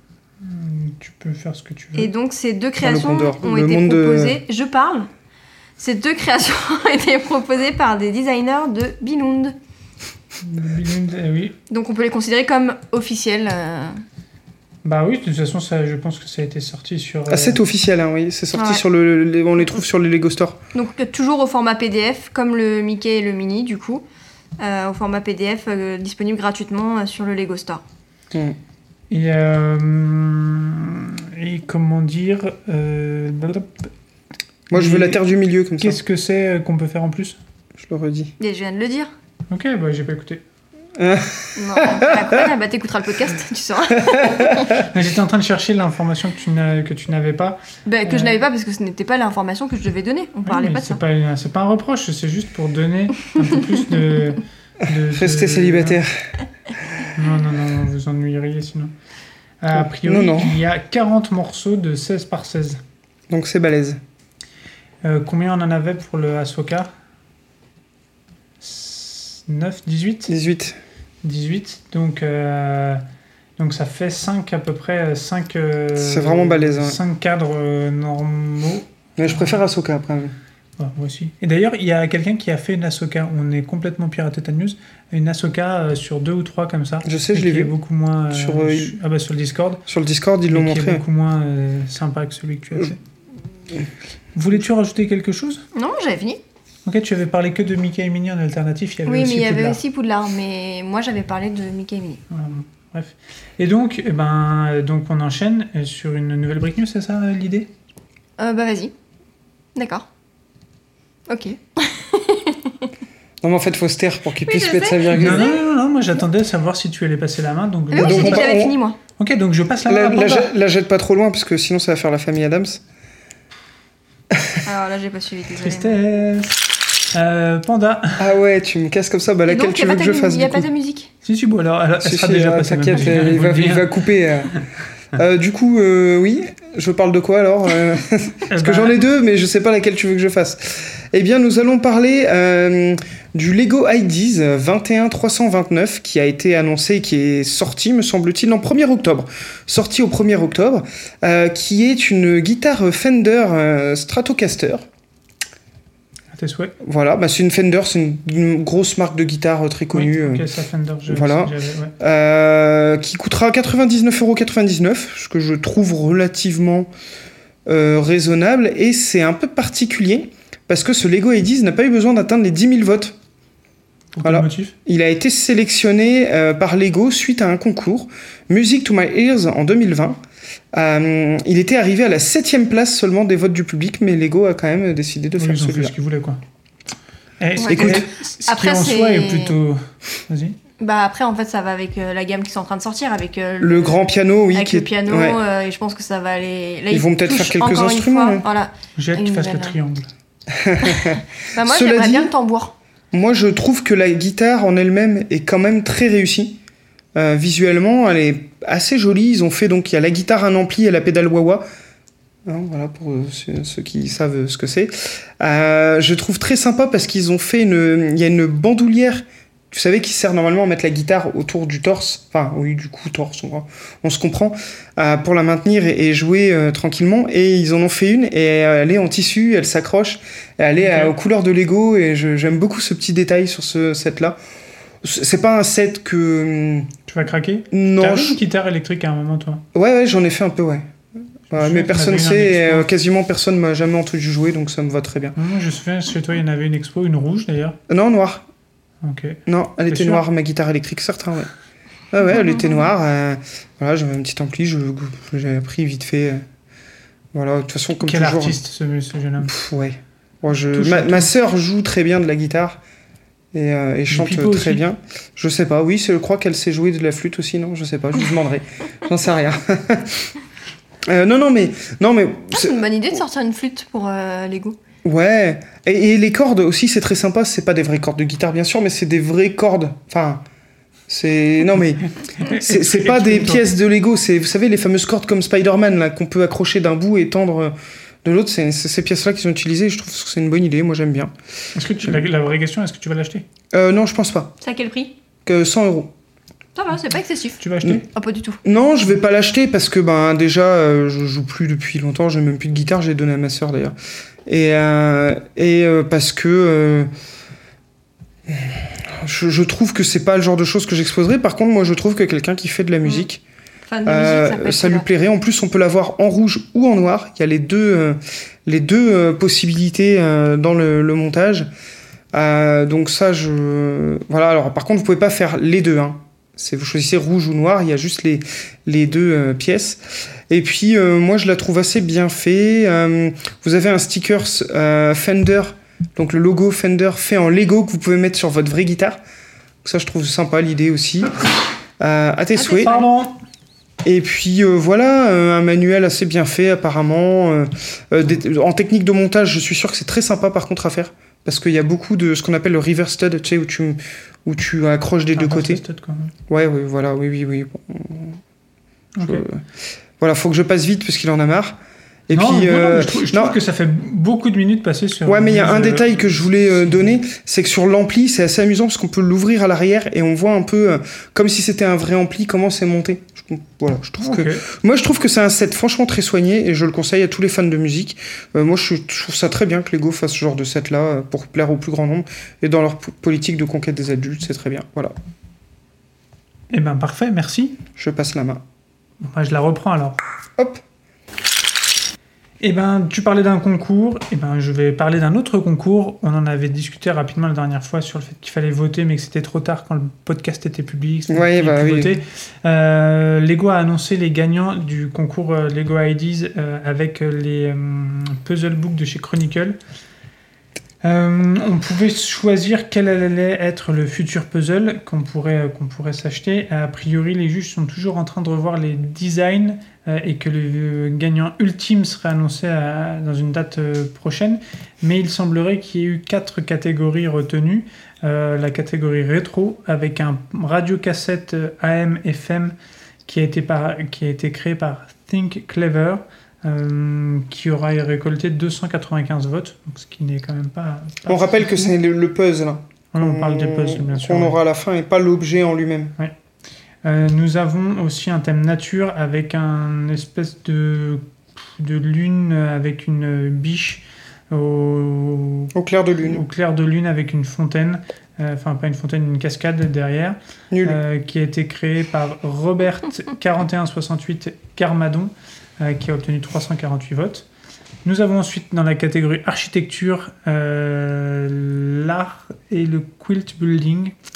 Speaker 4: Hum, Tu peux faire ce que tu veux.
Speaker 5: Et donc, ces deux
Speaker 6: le
Speaker 5: créations
Speaker 6: Gondor,
Speaker 5: ont
Speaker 6: le
Speaker 5: été
Speaker 6: monde de-
Speaker 5: proposées. Je parle. Ces deux créations ont été proposées par des designers de Billund.
Speaker 4: Billund, eh oui.
Speaker 5: Donc, on peut les considérer comme officiels. euh.
Speaker 4: Bah oui, de toute façon, ça, je pense que ça a été sorti sur...
Speaker 6: Ah, c'est officiel, hein, oui. C'est sorti
Speaker 5: Ouais.
Speaker 6: sur le, le- On les trouve sur les Lego Store.
Speaker 5: Donc, euh, toujours au format P D F, comme le Mickey et le Minnie, du coup. Euh, au format P D F, euh, disponible gratuitement euh, sur le Lego Store.
Speaker 6: Mm.
Speaker 4: Et, euh, et comment dire... euh,
Speaker 6: Moi, je veux
Speaker 4: Et
Speaker 6: la Terre du Milieu, comme ça.
Speaker 4: Qu'est-ce que c'est euh, qu'on peut faire en plus?
Speaker 6: Je le redis.
Speaker 5: Et je viens de le dire.
Speaker 4: Ok, bah j'ai pas écouté.
Speaker 5: Non, incroyable, bah t'écouteras le podcast, tu sauras.
Speaker 4: Mais j'étais en train de chercher l'information que tu n'as- que tu n'avais pas.
Speaker 5: Bah, que je
Speaker 4: Euh.
Speaker 5: n'avais pas parce que ce n'était pas l'information que je devais donner. On
Speaker 4: Oui,
Speaker 5: parlait
Speaker 4: mais
Speaker 5: pas de
Speaker 4: c'est
Speaker 5: ça.
Speaker 4: pas, une- c'est pas un reproche, c'est juste pour donner un peu plus de... de
Speaker 6: Restez
Speaker 4: de-
Speaker 6: célibataire.
Speaker 4: Non, non, non, non, vous ennuieriez sinon. A priori,
Speaker 6: Non, non.
Speaker 4: il y a quarante morceaux de seize par seize.
Speaker 6: Donc, c'est balèze.
Speaker 4: Euh, combien on en avait pour le Ahsoka? neuf, dix-huit
Speaker 6: dix-huit.
Speaker 4: dix-huit, donc, euh, donc ça fait cinq à peu près, cinq,
Speaker 6: C'est vraiment balèze, hein.
Speaker 4: cinq cadres euh, normaux.
Speaker 6: Mais je préfère Ahsoka, après.
Speaker 4: Ouais, moi aussi. Et d'ailleurs, il y a quelqu'un qui a fait une Ahsoka, on est complètement piraté ta news, une Ahsoka euh, sur deux ou trois comme ça.
Speaker 6: Je sais,
Speaker 4: Et
Speaker 6: je l'ai
Speaker 4: qui est
Speaker 6: vu.
Speaker 4: beaucoup moins... euh,
Speaker 6: Sur, euh,
Speaker 4: ch- ah bah sur le Discord.
Speaker 6: Sur le Discord, ils
Speaker 4: et
Speaker 6: l'ont
Speaker 4: qui est
Speaker 6: montré.
Speaker 4: beaucoup moins euh, sympa que celui que tu as fait. Voulais-tu rajouter quelque chose?
Speaker 5: Non, j'avais fini.
Speaker 4: Ok, tu avais parlé que de Mickey et Minnie en alternatif, il y avait
Speaker 5: Oui,
Speaker 4: aussi
Speaker 5: mais il y avait
Speaker 4: Poudlard.
Speaker 5: aussi Poudlard. Mais moi, j'avais parlé de Mickey et Minnie.
Speaker 4: Voilà, bon, bref. Et donc, eh ben, euh, donc on enchaîne euh, sur une nouvelle break news, c'est ça euh, l'idée?
Speaker 5: Euh, bah, vas-y. D'accord. Ok.
Speaker 6: Non, mais en fait, faut se taire pour qu'il
Speaker 5: Oui,
Speaker 6: puisse
Speaker 5: je
Speaker 6: mettre
Speaker 5: sais.
Speaker 6: sa virgule.
Speaker 4: Non, non, non, non, non, moi j'attendais à savoir si tu allais passer la main, donc...
Speaker 5: Mais oui,
Speaker 6: donc,
Speaker 5: j'ai dit
Speaker 6: on
Speaker 5: que
Speaker 6: va-
Speaker 5: j'avais
Speaker 6: on-
Speaker 5: fini, moi.
Speaker 4: Ok, donc je passe la main
Speaker 6: La,
Speaker 4: à
Speaker 6: la,
Speaker 4: Panda.
Speaker 6: jette- la jette pas trop loin, parce que sinon, ça va faire la famille Adams.
Speaker 5: Alors là, j'ai pas suivi, désolé.
Speaker 4: Tristesse. Euh, Panda.
Speaker 6: Ah ouais, tu me casses comme ça, bah
Speaker 5: Et
Speaker 6: laquelle
Speaker 5: donc,
Speaker 6: tu
Speaker 5: y a
Speaker 6: veux
Speaker 5: pas
Speaker 6: que
Speaker 5: ta
Speaker 6: je
Speaker 5: mu-
Speaker 6: fasse
Speaker 5: y
Speaker 6: du
Speaker 5: a pas
Speaker 6: coup
Speaker 5: ta musique.
Speaker 4: Si, si, bon, alors, elle, elle
Speaker 6: Si,
Speaker 4: sera
Speaker 6: si,
Speaker 4: déjà
Speaker 6: ah,
Speaker 4: passée.
Speaker 6: t'inquiète,
Speaker 4: même, je
Speaker 6: il
Speaker 4: vous
Speaker 6: va,
Speaker 4: le dis,
Speaker 6: il
Speaker 4: hein.
Speaker 6: va couper. euh. Euh, du coup, euh, oui, je parle de quoi alors euh, Parce
Speaker 4: Eh
Speaker 6: que
Speaker 4: ben,
Speaker 6: j'en ai deux, mais je sais pas laquelle tu veux que je fasse. Eh bien, nous allons parler euh, du Lego Ideas vingt et un trois cent vingt-neuf qui a été annoncé et qui est sorti, me semble-t-il, en premier octobre. Sorti au premier octobre, euh, qui est une guitare Fender euh, Stratocaster.
Speaker 4: À tes souhaits.
Speaker 6: Voilà, bah, c'est une Fender, c'est une, une grosse marque de guitare euh, très connue.
Speaker 4: Oui,
Speaker 6: euh,
Speaker 4: ok, ça Fender, je
Speaker 6: voilà.
Speaker 4: j'avais- ouais.
Speaker 6: Euh, qui coûtera quatre-vingt-dix-neuf euros quatre-vingt-dix-neuf, ce que je trouve relativement euh, raisonnable, et c'est un peu particulier, parce que ce Lego Ideas n'a pas eu besoin d'atteindre les dix mille votes.
Speaker 4: Pour
Speaker 6: Voilà.
Speaker 4: quel motif?
Speaker 6: Il a été sélectionné euh, par Lego suite à un concours, Music to My Ears en deux mille vingt, Euh, il était arrivé à la septième place seulement des votes du public, mais Lego a quand même décidé de
Speaker 4: Oui,
Speaker 6: faire
Speaker 4: ils ont fait
Speaker 6: celui-là.
Speaker 4: ce qu'ils voulaient, quoi. Et,
Speaker 5: Ouais.
Speaker 6: Écoute,
Speaker 4: ce
Speaker 5: Après,
Speaker 4: qui en
Speaker 5: c'est-
Speaker 4: soi est plutôt... Vas-y.
Speaker 5: Bah après, en fait, ça va avec euh, la gamme qui sont en train de sortir, avec euh,
Speaker 6: Le grand piano, oui,
Speaker 5: avec
Speaker 6: qui
Speaker 5: le
Speaker 6: est-
Speaker 5: piano,
Speaker 6: ouais.
Speaker 5: euh, et je pense que ça va aller. Là,
Speaker 6: Ils vont peut-être
Speaker 5: touchent
Speaker 6: faire quelques
Speaker 5: encore une
Speaker 6: instruments,
Speaker 5: fois,
Speaker 6: hein.
Speaker 5: Voilà.
Speaker 4: J'ai hâte
Speaker 5: Une
Speaker 4: qu'ils fassent le
Speaker 5: nouvelle-
Speaker 4: triangle.
Speaker 5: Bah moi,
Speaker 6: Cela
Speaker 5: j'aimerais
Speaker 6: dit-
Speaker 5: bien le tambour.
Speaker 6: Moi, je trouve que la guitare en elle-même est quand même très réussie. Euh, visuellement, elle est assez jolie. Ils ont fait donc il y a la guitare, un ampli et la pédale wah-wah. Hein, voilà pour euh, ceux, ceux qui savent ce que c'est. Euh, je trouve très sympa parce qu'ils ont fait une, il y a une bandoulière. Vous savez, qui sert normalement à mettre la guitare autour du torse, enfin oui, du coup torse, on, on se comprend, euh, pour la maintenir et, et jouer euh, tranquillement. Et ils en ont fait une et elle est en tissu, elle s'accroche, elle est
Speaker 4: Ok.
Speaker 6: euh, aux couleurs de Lego et je- j'aime beaucoup ce petit détail sur ce set-là. C'est c'est pas un set que
Speaker 4: Tu vas craquer
Speaker 6: non,
Speaker 4: T'as
Speaker 6: je-
Speaker 4: une guitare électrique à un moment, toi?
Speaker 6: ouais ouais j'en ai fait un peu ouais. Ouais,
Speaker 4: souviens
Speaker 6: mais
Speaker 4: qu'on
Speaker 6: personne
Speaker 4: avait eu un
Speaker 6: sait, et,
Speaker 4: expo.
Speaker 6: euh, quasiment personne m'a jamais entendu jouer, donc ça me va très bien.
Speaker 4: Moi, je me souviens, chez toi, il y en avait une expo, une rouge, d'ailleurs.
Speaker 6: Non, noir.
Speaker 4: Ok.
Speaker 6: Non, elle
Speaker 4: T'es
Speaker 6: était
Speaker 4: sûr
Speaker 6: noire, ma guitare électrique, certain, ouais. Ouais, ouais, elle était noire. euh, voilà, j'avais un petit ampli, je, j'avais pris vite fait. euh, voilà, de toute façon, comme
Speaker 4: Quel
Speaker 6: toujours.
Speaker 4: artiste, ce, ce jeune homme.
Speaker 6: Pff, ouais. Bon, je,
Speaker 4: Touche
Speaker 6: ma,
Speaker 4: à tout.
Speaker 6: ma sœur joue très bien de la guitare et, euh, et chante
Speaker 4: pipeau
Speaker 6: très
Speaker 4: aussi
Speaker 6: bien. Je sais pas, oui, c'est- je crois qu'elle sait jouer de la flûte aussi, non? Je sais pas, je lui demanderai. J'en sais rien. Euh, non, non, mais. Non, mais
Speaker 5: Ah, c'est une bonne idée de sortir une flûte pour euh, Lego.
Speaker 6: ouais. Et, et les cordes aussi, c'est très sympa. C'est pas des vraies cordes de guitare, bien sûr, mais c'est des vraies cordes. Enfin. C'est. Non, mais. C'est c'est pas des
Speaker 4: Explique-toi.
Speaker 6: pièces de Lego. C'est, vous savez, les fameuses cordes comme Spider-Man, là, qu'on peut accrocher d'un bout et tendre euh, de l'autre. C'est c'est ces pièces-là qu'ils ont utilisées. Je trouve que c'est une bonne idée. Moi, j'aime bien.
Speaker 4: Est-ce que tu, la, la vraie question, est-ce que tu vas l'acheter?
Speaker 6: Euh, non, je pense pas.
Speaker 5: C'est à quel prix?
Speaker 6: Que cent euros.
Speaker 5: Ça va, c'est pas excessif.
Speaker 4: Tu vas acheter?
Speaker 6: Mm.
Speaker 5: Ah, pas du tout.
Speaker 6: Non, je vais pas l'acheter parce que ben déjà euh, je joue plus depuis longtemps, j'ai même plus de guitare, j'ai donné à ma sœur d'ailleurs. Et euh, et euh, parce que euh, je, je trouve que c'est pas le genre de choses que j'exposerais. Par contre, moi je trouve que quelqu'un qui fait de la musique,
Speaker 5: Fan de
Speaker 6: euh,
Speaker 5: musique, ça peut être
Speaker 6: ça lui
Speaker 5: sympa.
Speaker 6: plairait. En plus, on peut l'avoir en rouge ou en noir. Il y a les deux euh, les deux euh, possibilités euh, dans le, le montage. Euh, donc ça, je voilà. Alors par contre, vous pouvez pas faire les deux. Hein. C'est, vous choisissez rouge ou noir, il y a juste les, les deux euh, pièces. Et puis, euh, moi, je la trouve assez bien fait. Euh, vous avez un sticker euh, Fender, donc le logo Fender fait en Lego que vous pouvez mettre sur votre vraie guitare. Donc ça, je trouve sympa l'idée aussi. Euh, à tes souhaits.
Speaker 4: Pardon.
Speaker 6: Et puis euh, voilà, euh, un manuel assez bien fait apparemment. Euh, euh, des- en technique de montage, je suis sûr que c'est très sympa par contre à faire. Parce qu'il y a beaucoup de ce qu'on appelle le reverse stud, tu sais, où tu, où tu accroches des
Speaker 4: Ah,
Speaker 6: deux
Speaker 4: bah,
Speaker 6: côtés.
Speaker 4: c'est stud, quoi.
Speaker 6: Ouais, oui, voilà, oui, oui, oui. Bon,
Speaker 4: Ok.
Speaker 6: je- Voilà, faut que je passe vite parce qu'il en a marre. Et
Speaker 4: non,
Speaker 6: puis,
Speaker 4: non,
Speaker 6: euh,
Speaker 4: mais je, trouve, je
Speaker 6: non.
Speaker 4: trouve que ça fait beaucoup de minutes passées sur.
Speaker 6: Ouais, mais il y a
Speaker 4: une
Speaker 6: un
Speaker 4: news, euh,
Speaker 6: détail que je voulais euh, donner, c'est que sur l'ampli, c'est assez amusant parce qu'on peut l'ouvrir à l'arrière et on voit un peu, euh, comme si c'était un vrai ampli, comment c'est monté. Je, voilà, je trouve
Speaker 4: Ok.
Speaker 6: que, moi, je trouve que c'est un set franchement très soigné et je le conseille à tous les fans de musique. Euh, moi, je, suis- je trouve ça très bien que Lego fasse ce genre de set-là euh, pour plaire au plus grand nombre et dans leur po- politique de conquête des adultes, c'est très bien. Voilà,
Speaker 4: Eh ben parfait, merci.
Speaker 6: je passe la main.
Speaker 4: Bon, bah, je la reprends alors.
Speaker 6: Hop.
Speaker 4: Eh ben, tu parlais d'un concours, eh ben, je vais parler d'un autre concours. On en avait discuté rapidement la dernière fois sur le fait qu'il fallait voter, mais que c'était trop tard quand le podcast était public. c'était
Speaker 6: Ouais,
Speaker 4: qu'il
Speaker 6: bah
Speaker 4: fallait
Speaker 6: oui.
Speaker 4: voter. Euh, Lego a annoncé les gagnants du concours euh, Lego I Ds euh, avec euh, les euh, puzzle books de chez Chronicle. Euh, on pouvait choisir quel allait être le futur puzzle qu'on pourrait, qu'on pourrait s'acheter. A priori, les juges sont toujours en train de revoir les designs euh, et que le euh, gagnant ultime serait annoncé à- dans une date euh, prochaine. Mais il semblerait qu'il y ait eu quatre catégories retenues. Euh, la catégorie rétro avec un radiocassette euh, A M F M qui a été, par, qui a été créé par Think Clever. Euh, qui aura récolté deux cent quatre-vingt-quinze votes, donc ce qui n'est quand même pas... pas
Speaker 6: On rappelle que c'est le, le puzzle. hein.
Speaker 4: Voilà, on parle des puzzles, bien sûr.
Speaker 6: Qu'on
Speaker 4: ouais.
Speaker 6: aura à la fin et pas l'objet en lui-même.
Speaker 4: Euh, nous avons aussi un thème nature avec un espèce de, de lune avec une biche au,
Speaker 6: Au clair de lune.
Speaker 4: au clair de lune avec une fontaine, euh, enfin pas une fontaine, une cascade derrière,
Speaker 6: Nul.
Speaker 4: euh, qui a été créé par Robert quarante et un soixante-huit Carmadon, euh, qui a obtenu trois cent quarante-huit votes. Nous avons ensuite dans la catégorie architecture euh, l'art et le quilt building,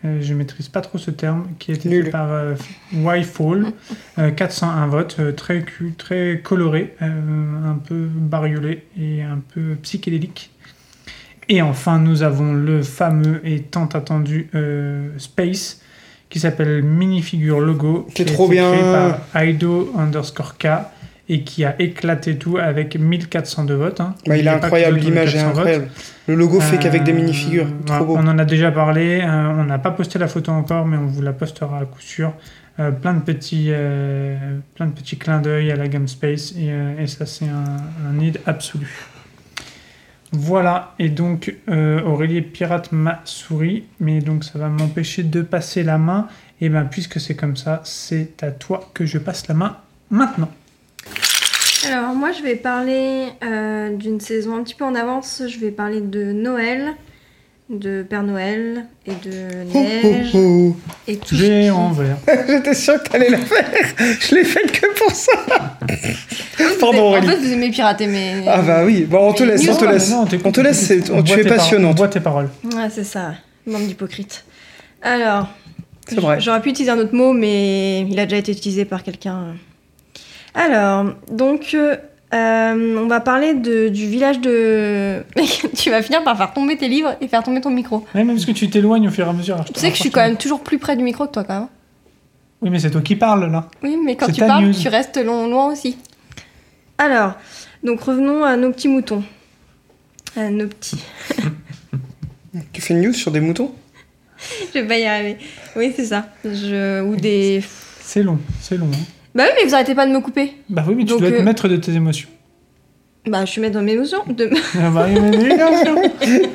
Speaker 4: euh, je maîtrise pas trop ce terme, qui a été
Speaker 6: Nul.
Speaker 4: fait par euh, Yfall, euh, quatre cent un votes, euh, très, cu- très coloré, euh, un peu bariolé et un peu psychédélique. Et enfin, nous avons le fameux et tant attendu euh, Space, qui s'appelle Minifigure Logo, qui
Speaker 6: C'est
Speaker 4: a
Speaker 6: trop
Speaker 4: été créé
Speaker 6: bien.
Speaker 4: par Aido underscore K, et qui a éclaté tout avec mille quatre cent deux votes. Hein.
Speaker 6: Bah, il est
Speaker 4: N'oubliez pas
Speaker 6: incroyable,
Speaker 4: qu'ils ont
Speaker 6: l'image est
Speaker 4: quatre cents votes.
Speaker 6: incroyable. Le logo fait qu'avec des
Speaker 4: Euh,
Speaker 6: minifigures. Trop
Speaker 4: voilà,
Speaker 6: beau.
Speaker 4: on en a déjà parlé, euh, on n'a pas posté la photo encore, mais on vous la postera à coup sûr. Euh, plein, de petits, euh, plein de petits clins d'œil à la gamme Space, et, euh, et ça, c'est un, un need absolu. Voilà, et donc euh, Aurélie pirate ma souris, mais donc ça va m'empêcher de passer la main. Et bien, puisque c'est comme ça, c'est à toi que je passe la main maintenant.
Speaker 5: Alors moi je vais parler euh, d'une saison un petit peu en avance, je vais parler de Noël, de Père Noël et de
Speaker 6: Oh,
Speaker 5: neige
Speaker 6: oh, oh.
Speaker 5: et tout ce
Speaker 4: J'ai
Speaker 5: qui-
Speaker 4: en vert.
Speaker 6: J'étais sûr que t'allais la faire. Je l'ai faite que pour ça.
Speaker 5: Vous
Speaker 6: Pardon,
Speaker 5: êtes- En
Speaker 6: Aurélie.
Speaker 5: fait vous aimez pirater mais...
Speaker 6: Ah bah oui. Bon, on te
Speaker 5: Mais
Speaker 6: laisse,
Speaker 5: oui,
Speaker 6: on te
Speaker 5: non,
Speaker 6: laisse.
Speaker 4: Non, t'écoutes,
Speaker 6: On te laisse,
Speaker 4: t'écoutes.
Speaker 6: c'est-
Speaker 4: On
Speaker 6: tu
Speaker 4: boit
Speaker 6: es
Speaker 4: tes par-
Speaker 6: passionnante.
Speaker 4: On boit tes paroles.
Speaker 5: Ouais c'est ça, bande d'hypocrites. Alors,
Speaker 6: C'est vrai.
Speaker 5: j'aurais pu utiliser un autre mot mais il a déjà été utilisé par quelqu'un. Alors, donc... euh, Euh, on va parler de, du village de... Tu vas finir par faire tomber tes livres et faire tomber ton micro.
Speaker 4: Ouais, même parce que tu t'éloignes au fur et à mesure. alors je te
Speaker 5: Tu sais que je suis
Speaker 4: rapproche.
Speaker 5: quand même toujours plus près du micro que toi quand même.
Speaker 4: Oui, mais c'est toi qui parles là.
Speaker 5: Oui, mais quand
Speaker 4: C'est
Speaker 5: tu
Speaker 4: ta
Speaker 5: parles,
Speaker 4: news.
Speaker 5: tu restes long, loin aussi. Alors, donc revenons à nos petits moutons. À nos petits...
Speaker 6: Tu fais une news sur des moutons?
Speaker 5: Je vais pas y arriver. Oui, c'est ça. Je... Ou des...
Speaker 4: C'est long, c'est long. Hein.
Speaker 5: Bah oui, mais vous arrêtez pas de me couper.
Speaker 4: Bah oui, mais tu
Speaker 5: Donc,
Speaker 4: dois être
Speaker 5: euh,
Speaker 4: maître de tes émotions.
Speaker 5: Bah, je suis mettre dans mes émotions. De...
Speaker 4: Ah bah oui, mais oui, bien sûr.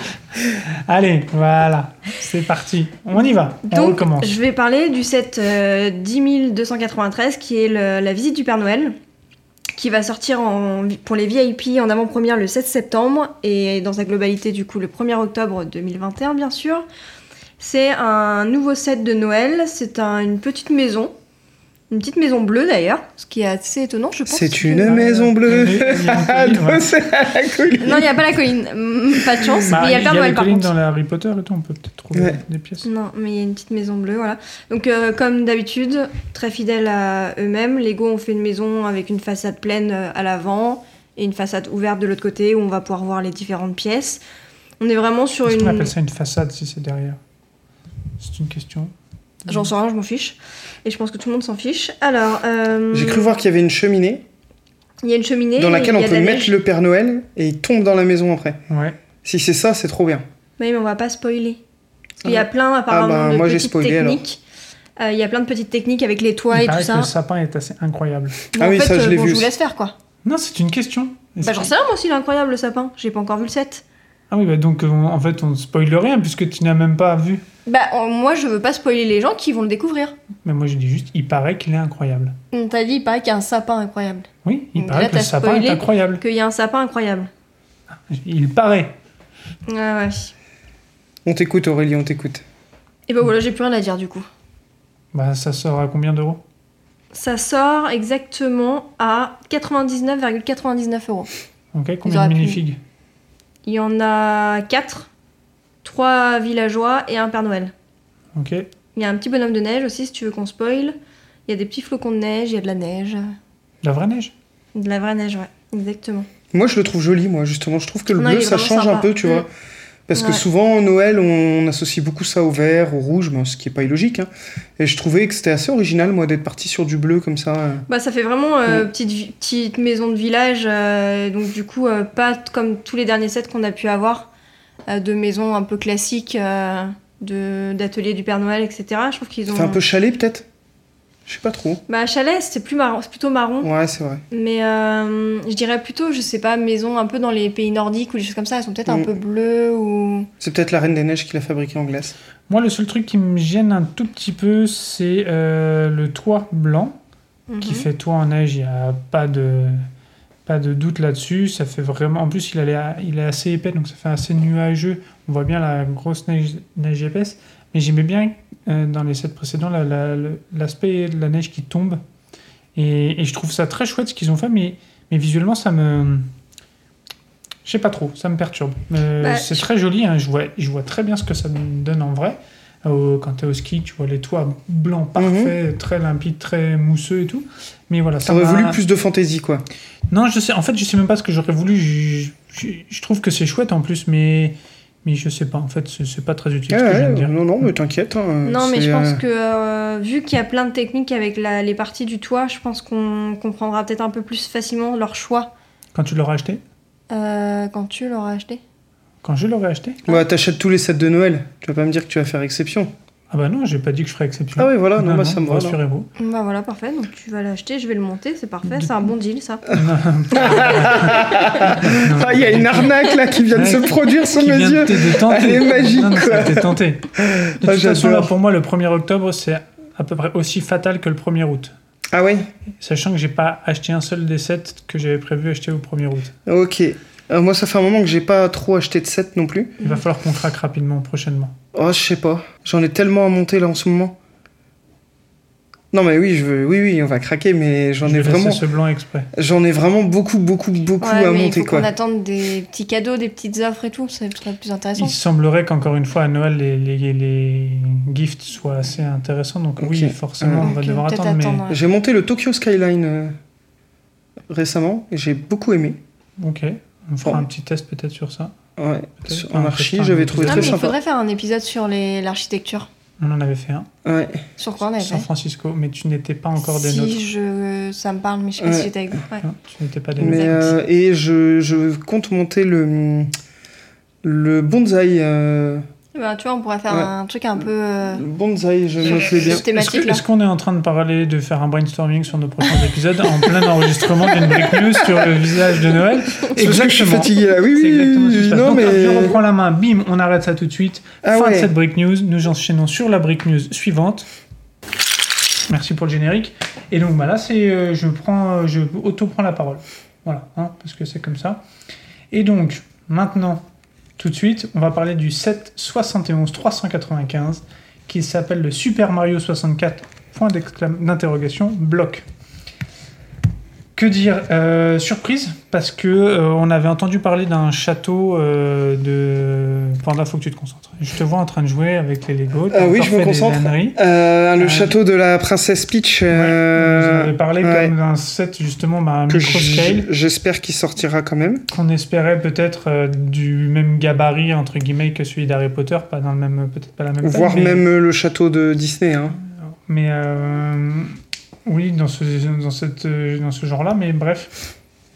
Speaker 4: Allez, voilà, c'est parti. On y va, on
Speaker 5: Donc,
Speaker 4: recommence.
Speaker 5: je vais parler du set euh, dix mille deux cent quatre-vingt-treize qui est le- la visite du Père Noël, qui va sortir en- pour les V I P en avant-première le sept septembre et dans sa globalité du coup le premier octobre deux mille vingt et un bien sûr. C'est un nouveau set de Noël, c'est un- une petite maison, une petite maison bleue d'ailleurs, ce qui est assez étonnant je pense.
Speaker 6: C'est
Speaker 5: que-
Speaker 6: une maison bleue.
Speaker 4: Il y a- il y a une colline, ouais.
Speaker 6: Adossée à la colline.
Speaker 5: Non, il n'y a pas la colline, Mm, pas de chance,
Speaker 4: Bah,
Speaker 5: mais il y a le Père
Speaker 4: les
Speaker 5: Noël par
Speaker 4: collines
Speaker 5: contre.
Speaker 4: dans les Harry Potter et tout, on peut peut-être trouver
Speaker 6: Ouais.
Speaker 4: des pièces.
Speaker 5: Non, mais il y a une petite maison bleue, voilà. Donc, euh, comme d'habitude, très fidèles à eux-mêmes, Lego ont fait une maison avec une façade pleine euh, à l'avant et une façade ouverte de l'autre côté où on va pouvoir voir les différentes pièces. On est vraiment sur
Speaker 4: Est-ce qu'on
Speaker 5: une...
Speaker 4: appelle ça une façade si c'est derrière? C'est une question.
Speaker 5: J'en sais rien, je m'en fiche. Et je pense que tout le monde s'en fiche. Alors, euh,
Speaker 6: J'ai cru voir qu'il y avait une cheminée
Speaker 5: il y a une cheminée
Speaker 6: dans
Speaker 5: et
Speaker 6: laquelle
Speaker 5: il
Speaker 6: on
Speaker 5: y a de
Speaker 6: peut
Speaker 5: la
Speaker 6: mettre
Speaker 5: neige.
Speaker 6: le Père Noël et il tombe dans la maison après.
Speaker 4: Ouais.
Speaker 6: Si c'est ça, c'est trop bien.
Speaker 5: Oui, mais on va pas spoiler. Parce qu'il y a plein, apparemment,
Speaker 6: Ah bah,
Speaker 5: de
Speaker 6: moi, j'ai
Speaker 5: petites
Speaker 6: spoilé, alors.
Speaker 5: techniques. Euh, Il y a plein de petites techniques avec les toits
Speaker 4: Il
Speaker 5: et tout
Speaker 4: paraît que
Speaker 5: ça.
Speaker 4: le sapin est assez incroyable.
Speaker 5: Bon,
Speaker 6: Ah
Speaker 5: en
Speaker 6: oui,
Speaker 5: fait,
Speaker 6: ça, je
Speaker 5: euh,
Speaker 6: l'ai
Speaker 5: bon,
Speaker 6: vu
Speaker 5: je vous
Speaker 6: aussi.
Speaker 5: laisse faire, quoi.
Speaker 4: Non, c'est une question.
Speaker 5: Bah, j'en sais rien, moi aussi, il est incroyable, le sapin. J'ai pas encore vu le set.
Speaker 4: Ah oui, bah donc on- en fait on spoil rien puisque tu n'as même pas vu.
Speaker 5: Bah, euh, moi, je veux pas spoiler les gens qui vont le découvrir.
Speaker 4: Mais moi je dis juste, il paraît qu'il est incroyable.
Speaker 5: On t'a dit, il paraît qu'il y a un sapin incroyable.
Speaker 4: Oui, il
Speaker 5: Donc
Speaker 4: paraît
Speaker 5: là,
Speaker 4: que le
Speaker 5: t'as
Speaker 4: sapin
Speaker 5: spoilé.
Speaker 4: est incroyable.
Speaker 5: Qu'il y a un sapin incroyable.
Speaker 4: Il paraît.
Speaker 5: Ouais, ouais.
Speaker 6: On t'écoute, Aurélie, on t'écoute.
Speaker 5: Et bah voilà, j'ai plus rien à dire du coup.
Speaker 4: Bah ça sort à combien d'euros?
Speaker 5: Ça sort exactement à quatre-vingt-dix-neuf virgule quatre-vingt-dix-neuf euros.
Speaker 4: Ok, combien
Speaker 5: auraient
Speaker 4: de
Speaker 5: pu-
Speaker 4: minifigs?
Speaker 5: Il y en a quatre, trois villageois et un Père Noël.
Speaker 4: Ok.
Speaker 5: Il y a un petit bonhomme de neige aussi, si tu veux qu'on spoil. Il y a des petits flocons de neige, il y a de la neige.
Speaker 4: La vraie neige?
Speaker 5: De la vraie neige, ouais, exactement.
Speaker 6: Moi, je le trouve joli, moi, justement. Je trouve que le
Speaker 5: Non,
Speaker 6: bleu,
Speaker 5: il est
Speaker 6: ça
Speaker 5: vraiment
Speaker 6: change
Speaker 5: sympa.
Speaker 6: un peu, tu
Speaker 5: Mm.
Speaker 6: vois. Parce que
Speaker 5: Ouais.
Speaker 6: souvent, Noël, on associe beaucoup ça au vert, au rouge, ben, ce qui est pas illogique. Hein. Et je trouvais que c'était assez original, moi, d'être parti sur du bleu comme ça. euh.
Speaker 5: Bah ça fait vraiment euh,
Speaker 6: Mm.
Speaker 5: petite, vi- petite maison de village, euh, donc du coup euh, pas t- comme tous les derniers sets qu'on a pu avoir, euh, de maisons un peu classiques, euh, de d'ateliers du Père Noël, et cetera. Je trouve qu'ils
Speaker 6: Ça
Speaker 5: ont...
Speaker 6: fait un peu chalet, peut-être? Je sais pas trop.
Speaker 5: Bah chalet c'est plus marron, c'est plutôt marron,
Speaker 6: Ouais, c'est vrai.
Speaker 5: mais euh, je dirais plutôt, je sais pas, maison un peu dans les pays nordiques ou des choses comme ça, elles sont peut-être un
Speaker 6: Mm.
Speaker 5: peu bleues ou...
Speaker 6: C'est peut-être la Reine des Neiges qui l'a fabriqué en glace.
Speaker 4: Moi le seul truc qui me gêne un tout petit peu c'est euh, le toit blanc qui
Speaker 5: Mhm.
Speaker 4: fait toit en neige. Il n'y a pas de, pas de doute là-dessus. Ça fait vraiment... En plus il, allait à- il est assez épais donc ça fait assez nuageux. On voit bien la grosse neige, neige épaisse. Mais j'aimais bien euh, dans les sets précédents la- la- le- l'aspect de la neige qui tombe. Et, et je trouve ça très chouette ce qu'ils ont fait, mais, mais visuellement ça me... Je sais pas trop, ça me perturbe. Euh,
Speaker 5: Bah,
Speaker 4: c'est
Speaker 5: je-
Speaker 4: très joli, hein, je, vois, je vois très bien ce que ça me donne en vrai. au- quand t'es au ski, tu vois les toits blancs parfaits, très limpides, très mousseux et tout. Mais voilà, ça
Speaker 6: T'aurais
Speaker 4: m'a-
Speaker 6: voulu plus de fantaisie, quoi.
Speaker 4: Non, je sais. En fait, je sais même pas ce que j'aurais voulu. Je, je, je trouve que c'est chouette en plus, mais mais je sais pas. En fait, c'est c'est pas très utile ce que
Speaker 6: Ouais,
Speaker 4: je viens de
Speaker 6: ouais,
Speaker 4: dire.
Speaker 6: non, non, mais t'inquiète. hein,
Speaker 5: Non, mais
Speaker 6: c'est,
Speaker 5: je pense
Speaker 6: euh,
Speaker 5: que euh, vu qu'il y a plein de techniques avec la- les parties du toit, je pense qu'on comprendra peut-être un peu plus facilement leur choix
Speaker 4: Quand tu l'auras acheté,
Speaker 5: euh, quand tu l'auras acheté.
Speaker 4: quand je l'aurai acheté.
Speaker 6: Ouais, t'achètes tous les sets de Noël. Tu vas pas me dire que tu vas faire exception.
Speaker 4: Ah bah non, j'ai pas dit que je ferais exception.
Speaker 6: Ah oui, voilà, non, bah, ça me va,
Speaker 4: rassurez-vous.
Speaker 5: Bah voilà, parfait. Donc tu vas l'acheter, je vais le monter, c'est parfait.
Speaker 4: De-
Speaker 5: C'est un bon deal, ça.
Speaker 6: Ah, il y a une arnaque là qui vient de se produire sous
Speaker 4: Qui
Speaker 6: mes
Speaker 4: vient
Speaker 6: yeux.
Speaker 4: de, de tenter.
Speaker 6: Elle est magique,
Speaker 4: Non, non,
Speaker 6: quoi.
Speaker 4: ça t'est tenté. De
Speaker 6: Ah,
Speaker 4: toute façon,
Speaker 6: j'adore.
Speaker 4: là, pour moi, le premier octobre, c'est à peu près aussi fatal que le premier août.
Speaker 6: Ah ouais.
Speaker 4: Sachant que j'ai pas acheté un seul des sets que j'avais prévu acheter au premier août.
Speaker 6: Ok. Euh, moi, ça fait un moment que j'ai pas trop acheté de sets non plus.
Speaker 4: Il va falloir qu'on craque rapidement prochainement.
Speaker 6: Oh, je sais pas. J'en ai tellement à monter là en ce moment. Non, mais oui, je veux... oui, oui, on va craquer, mais j'en
Speaker 4: Je
Speaker 6: ai
Speaker 4: vais laisser
Speaker 6: vraiment,
Speaker 4: ce blanc exprès.
Speaker 6: j'en ai vraiment beaucoup, beaucoup, beaucoup
Speaker 5: Ouais,
Speaker 6: à
Speaker 5: mais il
Speaker 6: monter,
Speaker 5: faut
Speaker 6: quoi.
Speaker 5: qu'on attende des petits cadeaux, des petites offres et tout, ça serait plus intéressant.
Speaker 4: Il semblerait qu'encore une fois à Noël les, les, les gifts soient assez intéressants, donc oui,
Speaker 6: Ok.
Speaker 4: forcément, on va
Speaker 5: Donc,
Speaker 4: devoir
Speaker 5: peut-être
Speaker 4: attendre. Mais...
Speaker 5: attendre, ouais.
Speaker 6: J'ai monté le Tokyo Skyline euh, récemment et j'ai beaucoup aimé.
Speaker 4: Ok, on fera
Speaker 6: Bon.
Speaker 4: un petit test peut-être sur ça.
Speaker 6: Ouais.
Speaker 4: Peut-être
Speaker 6: Sur-
Speaker 4: pas
Speaker 6: En
Speaker 4: un
Speaker 6: archi,
Speaker 4: test,
Speaker 6: j'avais
Speaker 4: un
Speaker 6: trouvé
Speaker 5: Non,
Speaker 6: très
Speaker 5: mais il
Speaker 6: sympa.
Speaker 5: faudrait faire un épisode sur les- l'architecture.
Speaker 4: On en avait fait un,
Speaker 6: Ouais.
Speaker 5: Sur quoi on avait
Speaker 4: San
Speaker 5: fait
Speaker 4: Francisco, mais tu n'étais pas encore des nôtres.
Speaker 5: Si, je... ça me parle, mais je sais pas
Speaker 6: Ouais.
Speaker 5: si j'étais avec vous. Ouais.
Speaker 4: Non, tu n'étais pas des
Speaker 6: Mais,
Speaker 4: nôtres.
Speaker 6: euh, et je, je compte monter le, le bonsaï. euh,
Speaker 5: Bah, tu vois, on pourrait faire
Speaker 6: Ouais.
Speaker 5: un truc un peu... euh,
Speaker 6: le bonsaï, je me
Speaker 5: Sur-
Speaker 6: plais bien.
Speaker 5: sur thématique,
Speaker 4: Est-ce que-
Speaker 5: là.
Speaker 4: est-ce qu'on est en train de parler de faire un brainstorming sur nos prochains épisodes en plein enregistrement d'une break news sur le visage de Noël?
Speaker 6: C'est pour ça que je suis
Speaker 4: Exactement.
Speaker 6: fatigué là. Oui,
Speaker 4: C'est
Speaker 6: oui,
Speaker 4: exactement ce qui se
Speaker 6: oui.
Speaker 4: passe.
Speaker 6: Non,
Speaker 4: Donc,
Speaker 6: mais.
Speaker 4: je reprends la main, bim, on arrête ça tout de suite.
Speaker 6: Ah
Speaker 4: fin
Speaker 6: ouais.
Speaker 4: de cette break news, nous enchaînons sur la break news suivante. Merci pour le générique. Et donc bah là, c'est, euh, je prends, euh, je auto-prends la parole. Voilà, hein, parce que c'est comme ça. Et donc, maintenant, tout de suite, on va parler du set soixante et onze trois cent quatre-vingt-quinze qui s'appelle le Super Mario soixante-quatre, point d'exclam- d'interrogation, bloc. Que dire euh, Surprise, parce que euh, on avait entendu parler d'un château euh, de... Panda, faut que tu te concentres. Je te vois en train de jouer avec les Lego. t'as
Speaker 6: Ah oui,
Speaker 4: encore
Speaker 6: je me
Speaker 4: fait des
Speaker 6: concentre.
Speaker 4: âneries.
Speaker 6: Euh, le
Speaker 4: Euh,
Speaker 6: château de la princesse Peach.
Speaker 4: Ouais,
Speaker 6: euh,
Speaker 4: vous en avez parlé
Speaker 6: ouais.
Speaker 4: comme d'un set justement bah, un
Speaker 6: que
Speaker 4: micro-scale
Speaker 6: j- j'espère qu'il sortira quand même.
Speaker 4: qu'on espérait peut-être euh, du même gabarit entre guillemets que celui d'Harry Potter, pas dans le même, peut-être pas la même taille,
Speaker 6: Voire
Speaker 4: mais,
Speaker 6: même le château de Disney. Hein.
Speaker 4: mais euh, oui dans ce dans cette euh, dans ce genre-là, mais bref.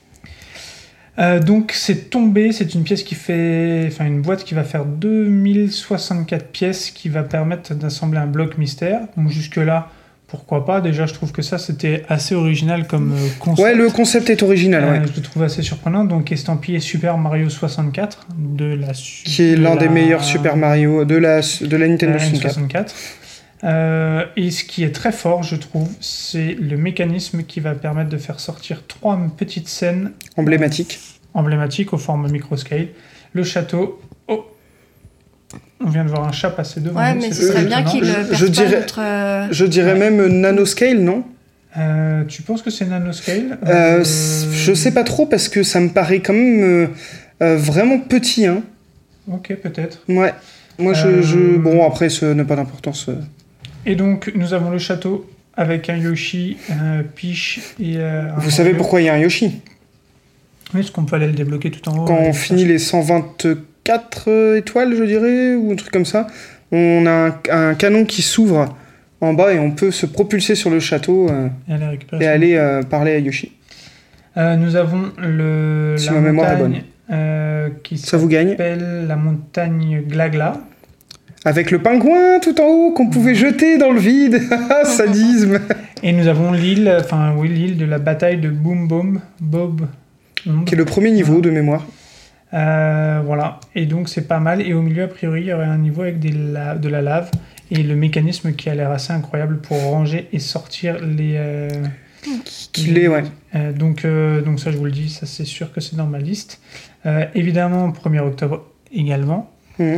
Speaker 4: Euh, donc c'est tombé, c'est une pièce qui fait, enfin une boîte qui va faire deux mille soixante-quatre pièces, qui va permettre d'assembler un bloc mystère. Donc jusque là, pourquoi pas. Déjà, je trouve que ça c'était assez original comme euh, concept.
Speaker 6: Ouais, le concept est original.
Speaker 4: Euh,
Speaker 6: Ouais.
Speaker 4: Je le trouve assez surprenant. Donc, estampillé Super Mario soixante-quatre de la su-
Speaker 6: Qui est
Speaker 4: de
Speaker 6: l'un
Speaker 4: la-
Speaker 6: des meilleurs Super Mario de la, de la
Speaker 4: de
Speaker 6: Nintendo
Speaker 4: la N
Speaker 6: soixante-quatre.
Speaker 4: soixante-quatre. Euh, et ce qui est très fort, je trouve, c'est le mécanisme qui va permettre de faire sortir trois petites scènes
Speaker 6: Emblématique.
Speaker 4: emblématiques au format microscale. Le château. Oh, on vient de voir un chat passer devant
Speaker 5: Ouais,
Speaker 4: nous.
Speaker 5: mais
Speaker 4: c'est
Speaker 5: ce serait
Speaker 4: très
Speaker 5: bien
Speaker 4: étonnant.
Speaker 5: qu'il
Speaker 6: Je-
Speaker 5: euh,
Speaker 6: je
Speaker 5: perde pas
Speaker 6: dirais-
Speaker 5: notre... euh,
Speaker 6: Je dirais même nanoscale, non
Speaker 4: Euh, tu penses que c'est nanoscale
Speaker 6: euh,
Speaker 4: Euh,
Speaker 6: c- Je sais pas trop parce que ça me paraît quand même euh, euh, vraiment petit. Hein.
Speaker 4: Ok, peut-être.
Speaker 6: Ouais. Moi, je,
Speaker 4: Euh,
Speaker 6: je- Bon, après, ça n'a pas d'importance. euh.
Speaker 4: Et donc, nous avons le château avec un Yoshi, un Peach et euh, un
Speaker 6: Vous savez
Speaker 4: Mario.
Speaker 6: pourquoi il y a un Yoshi
Speaker 4: Oui, est-ce qu'on peut aller le débloquer tout en haut
Speaker 6: Quand
Speaker 4: euh,
Speaker 6: on finit les cent vingt-quatre euh, étoiles, je dirais, ou un truc comme ça, on a un, un canon qui s'ouvre en bas et on peut se propulser sur le château euh,
Speaker 4: Et aller récupérer
Speaker 6: et
Speaker 4: son-
Speaker 6: aller euh, parler à Yoshi.
Speaker 4: Euh, nous avons le,
Speaker 6: Si
Speaker 4: la
Speaker 6: ma mémoire est
Speaker 4: montagne euh, qui
Speaker 6: Ça vous gagne
Speaker 4: s'appelle la montagne Glagla.
Speaker 6: Avec le pingouin tout en haut qu'on pouvait jeter dans le vide. Sadisme.
Speaker 4: Et nous avons l'île, enfin oui, l'île de la bataille de Boom Boom, Bob. Omb.
Speaker 6: Qui est le premier niveau de mémoire.
Speaker 4: Euh, voilà, et donc c'est pas mal. Et au milieu, a priori, il y aurait un niveau avec des la- de la lave et le mécanisme qui a l'air assez incroyable pour ranger et sortir les. euh,
Speaker 6: Qu'il est, ouais.
Speaker 4: Euh, donc, euh, donc ça, je vous le dis, ça c'est sûr que c'est dans ma liste. Euh, évidemment, premier octobre également.
Speaker 6: Mhm.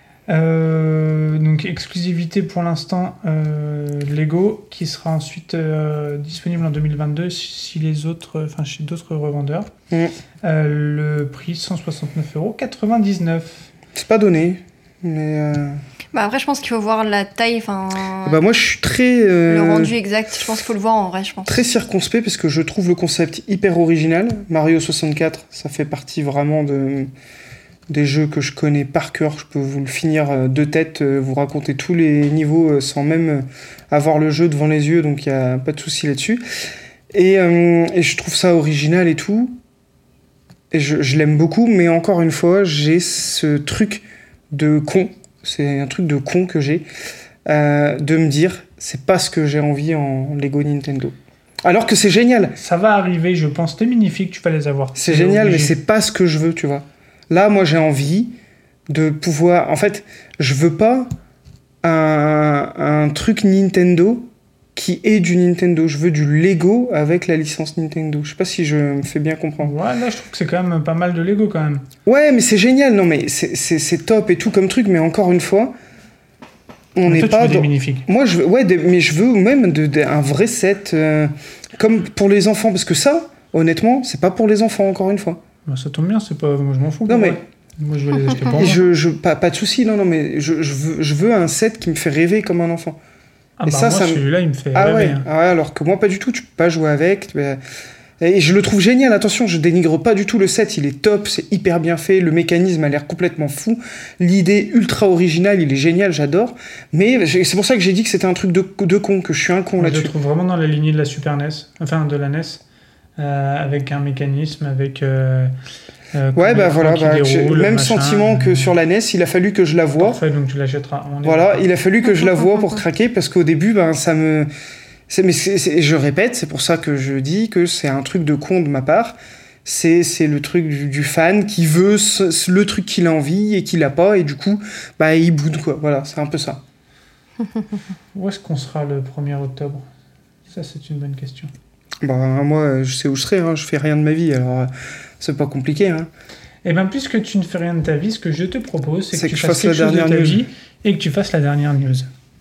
Speaker 4: Euh, donc exclusivité pour l'instant euh, Lego, qui sera ensuite euh, disponible en deux mille vingt-deux si, si les autres, enfin chez d'autres revendeurs.
Speaker 6: Mhm.
Speaker 4: Euh, le prix cent soixante-neuf euros quatre-vingt-dix-neuf.
Speaker 6: C'est pas donné. Mais euh...
Speaker 5: Bah après, je pense qu'il faut voir la taille, enfin.
Speaker 6: Bah moi, je suis très. Euh...
Speaker 5: Le rendu exact, je pense qu'il faut le voir en vrai, je pense.
Speaker 6: Très circonspect parce que je trouve le concept hyper original. Mario soixante-quatre, ça fait partie vraiment de des jeux que je connais par cœur. Je peux vous le finir de tête, vous raconter tous les niveaux sans même avoir le jeu devant les yeux, donc il y a pas de souci là-dessus. Et, euh, et je trouve ça original et tout. Et je, je l'aime beaucoup, mais encore une fois, j'ai ce truc de con. C'est un truc de con que j'ai, euh, de me dire, c'est pas ce que j'ai envie en Lego Nintendo. Alors que c'est génial.
Speaker 4: Ça va arriver, je pense. Tes minifigs, tu vas les avoir.
Speaker 6: C'est, c'est
Speaker 4: obligé.
Speaker 6: génial, mais c'est pas ce que je veux, tu vois. Là, moi, j'ai envie de pouvoir... En fait, je veux pas un, un truc Nintendo qui est du Nintendo. Je veux du Lego avec la licence Nintendo. Je sais pas si je me fais bien comprendre.
Speaker 4: Ouais, là, je trouve que c'est quand même pas mal de Lego, quand même.
Speaker 6: Ouais, mais c'est génial. Non, mais c'est, c'est, c'est top et tout comme truc, mais encore une fois, on n'est pas...
Speaker 4: Tu veux
Speaker 6: dans...
Speaker 4: des minifigs.
Speaker 6: Moi, je veux... Ouais, des... mais je veux même de, de, un vrai set, euh, comme pour les enfants, parce que ça, honnêtement, c'est pas pour les enfants, encore une fois.
Speaker 4: Bah, ça tombe bien, c'est pas... Moi, je m'en fous.
Speaker 6: Non, mais...
Speaker 4: Vrai. Moi, je vais les acheter pour moi.
Speaker 6: Je, je, pas, pas de souci, non, non, mais je, je, veux, je veux un set qui me fait rêver comme un enfant.
Speaker 4: Ah
Speaker 6: et
Speaker 4: bah
Speaker 6: ça,
Speaker 4: moi,
Speaker 6: ça
Speaker 4: celui-là, il me fait
Speaker 6: ah
Speaker 4: rêver.
Speaker 6: Ouais.
Speaker 4: Hein.
Speaker 6: Ah ouais, alors que moi, pas du tout, tu peux pas jouer avec. Et je le trouve génial, attention, je dénigre pas du tout le set, il est top, c'est hyper bien fait, le mécanisme a l'air complètement fou, l'idée ultra originale, il est génial, j'adore. Mais c'est pour ça que j'ai dit que c'était un truc de, de con, que je suis un con
Speaker 4: moi,
Speaker 6: là-dessus.
Speaker 4: Je le trouve vraiment dans la lignée de la Super N E S, enfin de la N E S, euh, avec un mécanisme, avec... Euh, Euh,
Speaker 6: ouais, bah voilà, bah,
Speaker 4: déroule,
Speaker 6: j'ai le même
Speaker 4: machin,
Speaker 6: sentiment que sur la N E S, il a fallu que je la voie.
Speaker 4: Parfait, donc tu l'achèteras.
Speaker 6: Voilà, il a fallu que je la voie pour craquer, parce qu'au début, ben, ça me... C'est, mais c'est, c'est, je répète, c'est pour ça que je dis que c'est un truc de con de ma part. C'est, c'est le truc du, du fan qui veut ce, le truc qu'il a envie et qu'il a pas, et du coup, bah, il boude, quoi. Voilà, c'est un peu ça.
Speaker 4: Où est-ce qu'on sera le premier octobre ? Ça, c'est une bonne question.
Speaker 6: Bah, moi, je sais où je serai, hein. Je fais rien de ma vie, alors c'est pas compliqué. Hein.
Speaker 4: Et bien, puisque tu ne fais rien de ta vie, ce que je te propose, c'est, c'est que, que tu fasses quelque
Speaker 6: la
Speaker 4: chose de ta
Speaker 6: news.
Speaker 4: vie et que tu fasses la dernière news.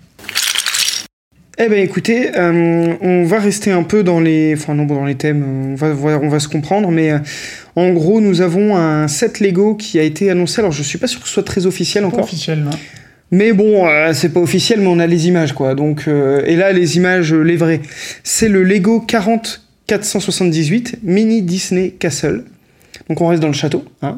Speaker 6: Eh ben écoutez, euh, on va rester un peu dans les, enfin non, dans les thèmes, on va, on va se comprendre, mais euh, en gros, nous avons un set Lego qui a été annoncé. Alors, je suis pas sûr que ce soit très officiel
Speaker 4: c'est
Speaker 6: encore.
Speaker 4: Pas officiel, non.
Speaker 6: Mais bon, euh, c'est pas officiel, mais on a les images, quoi. Donc, euh, et là, les images, les vraies. C'est le Lego quarante quatre cent soixante-dix-huit Mini Disney Castle. Donc, on reste dans le château, hein.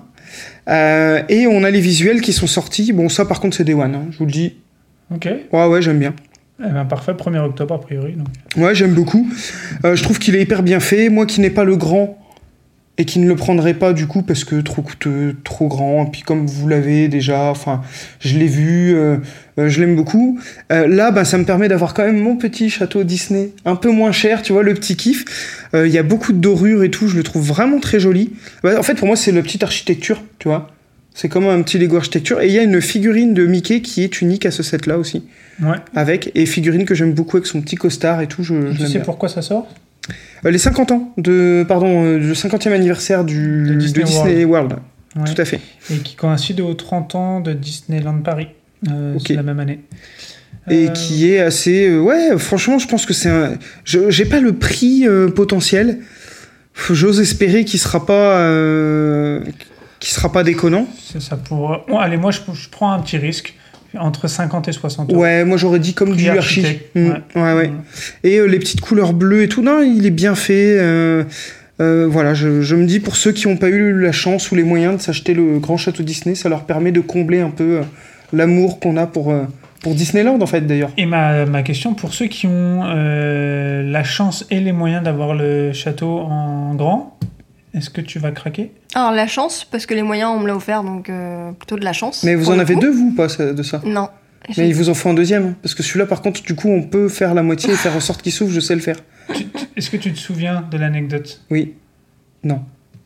Speaker 6: Euh, et on a les visuels qui sont sortis. Bon, ça, par contre, c'est Day One, hein, je vous le dis.
Speaker 4: Ok.
Speaker 6: Ouais, ouais, j'aime bien.
Speaker 4: Eh ben, parfait, premier octobre, a priori. Donc.
Speaker 6: Ouais, j'aime beaucoup. Euh, je trouve qu'il est hyper bien fait. Moi qui n'ai pas le grand et qui ne le prendrai pas du coup parce que trop coûteux, trop grand. Et puis comme vous l'avez déjà, enfin, je l'ai vu, euh, euh, je l'aime beaucoup. Euh, là, bah, ça me permet d'avoir quand même mon petit château Disney, un peu moins cher, tu vois, le petit kiff. Il euh, y a beaucoup de dorures et tout, je le trouve vraiment très joli. Bah, en fait, pour moi, c'est la petite architecture, tu vois. C'est comme un petit Lego architecture. Et il y a une figurine de Mickey qui est unique à ce set-là aussi.
Speaker 4: Ouais.
Speaker 6: Avec, et figurine que j'aime beaucoup avec son petit costard et tout. Je,
Speaker 4: et
Speaker 6: je
Speaker 4: tu sais
Speaker 6: bien.
Speaker 4: Pourquoi ça sort
Speaker 6: euh, Les cinquante ans, de, pardon, euh, le cinquantième anniversaire du,
Speaker 4: de Disney,
Speaker 6: de Disney World. World.
Speaker 4: Ouais.
Speaker 6: Tout à fait.
Speaker 4: Et qui coïncide aux trente ans de Disneyland Paris. Euh, okay. C'est la même année.
Speaker 6: Et euh... qui est assez... Euh, ouais, franchement, je pense que c'est un... Je, j'ai pas le prix euh, potentiel. J'ose espérer qu'il sera pas... Euh, qui sera pas déconnant.
Speaker 4: C'est ça pour... Bon, allez, moi, je, je prends un petit risque. Entre cinquante et soixante euros.
Speaker 6: Ouais, moi j'aurais dit comme Prix du archi. Mmh. Ouais. ouais, ouais. Mmh. Et euh, les petites couleurs bleues et tout, non, il est bien fait. Euh, euh, voilà, je, je me dis pour ceux qui n'ont pas eu la chance ou les moyens de s'acheter le grand château Disney, ça leur permet de combler un peu euh, l'amour qu'on a pour, euh, pour Disneyland en fait d'ailleurs.
Speaker 4: Et ma, ma question, pour ceux qui ont euh, la chance et les moyens d'avoir le château en grand, est-ce que tu vas craquer ?
Speaker 5: Alors, la chance, parce que les moyens, on me l'a offert, donc euh, plutôt de la chance.
Speaker 6: Mais vous en avez coup. deux, vous, pas de ça ?
Speaker 5: Non.
Speaker 6: Mais j'ai... il vous en faut un deuxième. Parce que celui-là, par contre, du coup, on peut faire la moitié et faire en sorte qu'il s'ouvre, je sais le faire.
Speaker 4: Tu, tu, est-ce que tu te souviens de l'anecdote ?
Speaker 6: Oui. Non.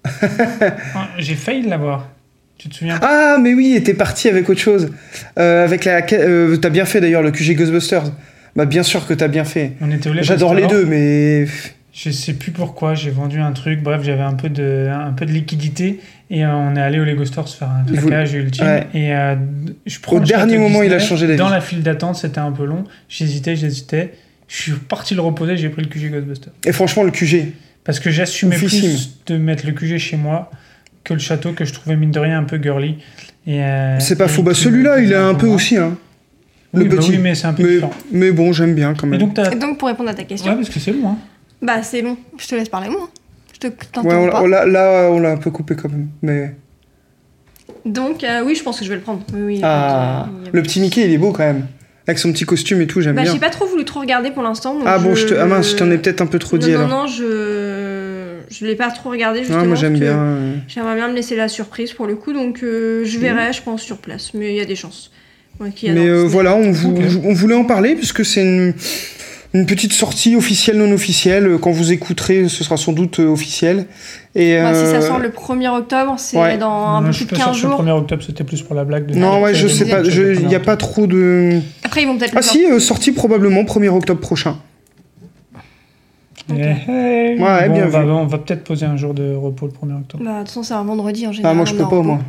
Speaker 4: J'ai failli l'avoir. Tu te souviens ?
Speaker 6: Ah, mais oui, et t'es parti avec autre chose. Euh, avec la... Euh, t'as bien fait, d'ailleurs, le Q G Ghostbusters. Bah, bien sûr que t'as bien fait.
Speaker 4: On était au
Speaker 6: J'adore les deux, mais...
Speaker 4: Je sais plus pourquoi, j'ai vendu un truc, bref, j'avais un peu de, un peu de liquidité et euh, on est allé au Lego Store se faire un claquage Vous... ultime. Ouais. Et euh, je prends
Speaker 6: au dernier moment, Disney, il a changé d'avis.
Speaker 4: Dans la file d'attente, c'était un peu long. J'hésitais, j'hésitais. Je suis parti le reposer, j'ai pris le Q G Ghostbusters.
Speaker 6: Et franchement, le Q G.
Speaker 4: Parce que j'assumais Oufissime. plus de mettre le Q G chez moi que le château que je trouvais mine de rien un peu girly. Et, euh,
Speaker 6: C'est pas
Speaker 4: et
Speaker 6: faux. Bah,
Speaker 4: qui
Speaker 6: celui-là,
Speaker 4: me
Speaker 6: il est un
Speaker 4: pour
Speaker 6: peu
Speaker 4: moi.
Speaker 6: aussi, hein.
Speaker 4: Oui,
Speaker 6: Le
Speaker 4: bah
Speaker 6: petit.
Speaker 4: oui, mais c'est un peu
Speaker 6: Mais,
Speaker 4: différent.
Speaker 6: mais bon, j'aime bien quand
Speaker 4: Et
Speaker 6: même.
Speaker 4: donc, t'as...
Speaker 5: Et donc, pour répondre à ta question,
Speaker 4: Ouais, parce que c'est long, hein.
Speaker 5: bah c'est long. Je te laisse parler, moi. Je te
Speaker 6: Ouais,
Speaker 5: t'interromps
Speaker 6: on,
Speaker 5: pas.
Speaker 6: on l'a- là, on l'a un peu coupé quand même. Mais...
Speaker 5: Donc, euh, oui, je pense que je vais le prendre. Oui, oui,
Speaker 6: Ah,
Speaker 5: il y a-
Speaker 6: le petit Mickey, il est beau quand même. Avec son petit costume et tout, j'aime
Speaker 5: Bah,
Speaker 6: bien.
Speaker 5: j'ai pas trop voulu trop regarder pour l'instant. donc
Speaker 6: Ah bon,
Speaker 5: je
Speaker 6: je te... ah mince, je t'en ai peut-être un peu trop
Speaker 5: non,
Speaker 6: dit
Speaker 5: non,
Speaker 6: alors.
Speaker 5: non, je je l'ai pas trop regardé justement.
Speaker 6: Ah, moi j'aime
Speaker 5: parce que
Speaker 6: bien. euh.
Speaker 5: J'aimerais bien me laisser la surprise pour le coup, donc euh, je verrai, je pense, sur place. Mais il y a des chances. Ouais, qu'il y a
Speaker 6: Mais
Speaker 5: dans
Speaker 6: euh,
Speaker 5: Disney.
Speaker 6: voilà, on, vous,
Speaker 4: Ok.
Speaker 6: on voulait en parler puisque c'est une, une petite sortie officielle, non officielle. Quand vous écouterez, ce sera sans doute euh, officiel. Et,
Speaker 5: Bah, si ça
Speaker 6: euh,
Speaker 5: sort le premier octobre, c'est
Speaker 6: ouais.
Speaker 5: dans un
Speaker 4: Non,
Speaker 5: peu
Speaker 4: je suis
Speaker 5: plus
Speaker 4: pas
Speaker 5: de
Speaker 4: sûr
Speaker 5: quinze
Speaker 4: que le
Speaker 5: jours.
Speaker 4: premier octobre, c'était plus pour la blague. De
Speaker 6: Non, ouais,
Speaker 5: c'est
Speaker 6: je
Speaker 5: le
Speaker 6: sais pas.
Speaker 5: deuxième.
Speaker 6: Il n'y a pas trop de.
Speaker 5: Après, ils vont peut-être le
Speaker 6: Ah si, euh, sortie probablement premier octobre prochain.
Speaker 4: Eh, hey.
Speaker 6: Ouais,
Speaker 4: Bon,
Speaker 6: bien
Speaker 4: on va,
Speaker 6: vu.
Speaker 4: on va peut-être poser un jour de repos le premier octobre.
Speaker 5: Bah, de toute façon, c'est un vendredi en général.
Speaker 6: Ah, moi je
Speaker 5: on
Speaker 6: peux
Speaker 5: est en
Speaker 6: pas,
Speaker 5: repos.
Speaker 6: moi.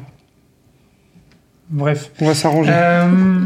Speaker 4: Bref.
Speaker 6: On va s'arranger.
Speaker 4: Euh,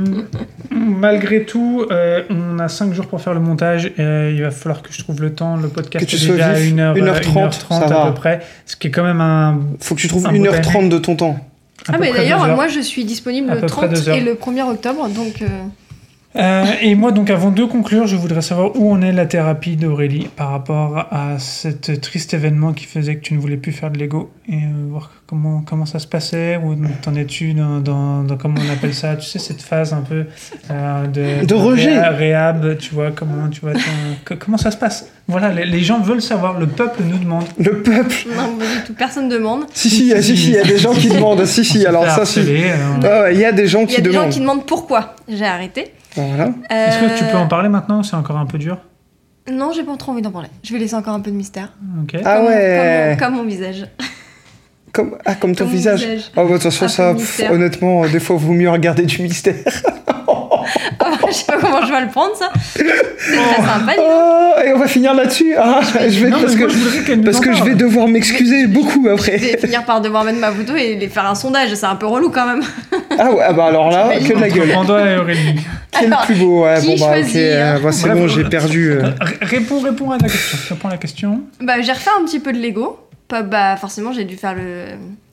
Speaker 4: malgré tout, euh, on a cinq jours pour faire le montage. Et il va falloir que je trouve le temps. Le podcast
Speaker 6: Que tu
Speaker 4: est
Speaker 6: sois
Speaker 4: déjà à
Speaker 6: vif.
Speaker 4: une heure,
Speaker 6: une heure
Speaker 4: euh,
Speaker 6: trente,
Speaker 4: une heure trente
Speaker 6: ça
Speaker 4: à
Speaker 6: va.
Speaker 4: peu près. Ce qui est quand même un.
Speaker 6: Faut que tu trouves
Speaker 4: un
Speaker 6: une
Speaker 4: beau
Speaker 6: heure trente
Speaker 4: timing.
Speaker 6: de ton temps.
Speaker 4: à
Speaker 5: Ah,
Speaker 4: peu
Speaker 5: mais
Speaker 4: près
Speaker 5: d'ailleurs,
Speaker 4: deux heures.
Speaker 5: moi je suis disponible
Speaker 4: À
Speaker 5: le
Speaker 4: peu près
Speaker 5: trente
Speaker 4: deux heures.
Speaker 5: et le premier octobre, donc. euh,
Speaker 4: Euh, et moi, donc, avant de conclure, je voudrais savoir où en est la thérapie d'Aurélie par rapport à cet triste événement qui faisait que tu ne voulais plus faire de Lego et euh, voir comment, comment ça se passait, où t'en es-tu dans, dans, dans, comment on appelle ça, tu sais, cette phase un peu euh, de,
Speaker 6: De rejet.
Speaker 4: réa- réhab, tu vois, comment, tu vois, ton- que- comment ça se passe. Voilà, les, les gens veulent savoir, le peuple nous demande.
Speaker 6: Le peuple.
Speaker 5: Non, pas du tout, personne demande.
Speaker 6: Si, si, il y a- si, si, il y a des gens qui demandent. Si,
Speaker 4: On
Speaker 6: si,
Speaker 4: se
Speaker 6: alors
Speaker 4: fait
Speaker 6: ça, si.
Speaker 4: harceler, euh,
Speaker 6: Ah ouais, il y a des gens
Speaker 5: Il y
Speaker 6: qui
Speaker 5: a des
Speaker 6: demandent.
Speaker 5: gens qui demandent pourquoi j'ai arrêté.
Speaker 6: Voilà.
Speaker 4: Est-ce que tu peux en
Speaker 5: Euh,
Speaker 4: parler maintenant ou c'est encore un peu dur?
Speaker 5: Non, j'ai pas trop envie d'en parler. Je vais laisser encore un peu de mystère.
Speaker 4: Ok.
Speaker 6: Ah
Speaker 5: Comme-
Speaker 6: ouais.
Speaker 5: Comme, comme mon visage.
Speaker 6: Comme, ah, comme ton
Speaker 5: Comme mon
Speaker 6: visage.
Speaker 5: visage.
Speaker 6: Oh, bah, de toute façon,
Speaker 5: Un
Speaker 6: ça,
Speaker 5: peu de
Speaker 6: pff,
Speaker 5: mystère.
Speaker 6: honnêtement, euh, des fois, vaut mieux regarder du mystère.
Speaker 5: Je sais pas comment je vais le prendre, ça. C'est très sympa. dis donc.
Speaker 6: Oh, et on va finir là-dessus. Ah, je vais,
Speaker 4: Non,
Speaker 6: parce
Speaker 4: mais moi,
Speaker 6: que,
Speaker 4: je voudrais qu'elle nous
Speaker 6: parce
Speaker 4: en
Speaker 6: que je
Speaker 4: parle.
Speaker 6: vais devoir m'excuser beaucoup
Speaker 5: Je
Speaker 6: après.
Speaker 5: vais finir par devoir mettre ma photo et les faire un sondage. C'est un peu relou quand même.
Speaker 6: Ah ouais, ah bah alors là,
Speaker 5: J'imagine.
Speaker 6: que de la
Speaker 4: Entre
Speaker 6: gueule.
Speaker 4: Panda et Aurélie.
Speaker 6: Qui est le
Speaker 5: Alors,
Speaker 6: plus beau? Ouais,
Speaker 5: qui
Speaker 6: bon, bah, ok,
Speaker 5: choisit,
Speaker 6: euh,
Speaker 5: hein
Speaker 6: bah, c'est
Speaker 4: Bref,
Speaker 6: bon,
Speaker 4: euh,
Speaker 6: j'ai perdu. euh.
Speaker 4: R- Réponds, réponds à la question. Réponds à la question.
Speaker 5: Bah, j'ai refait un petit peu de Lego. Pas, bah, forcément, j'ai dû faire le,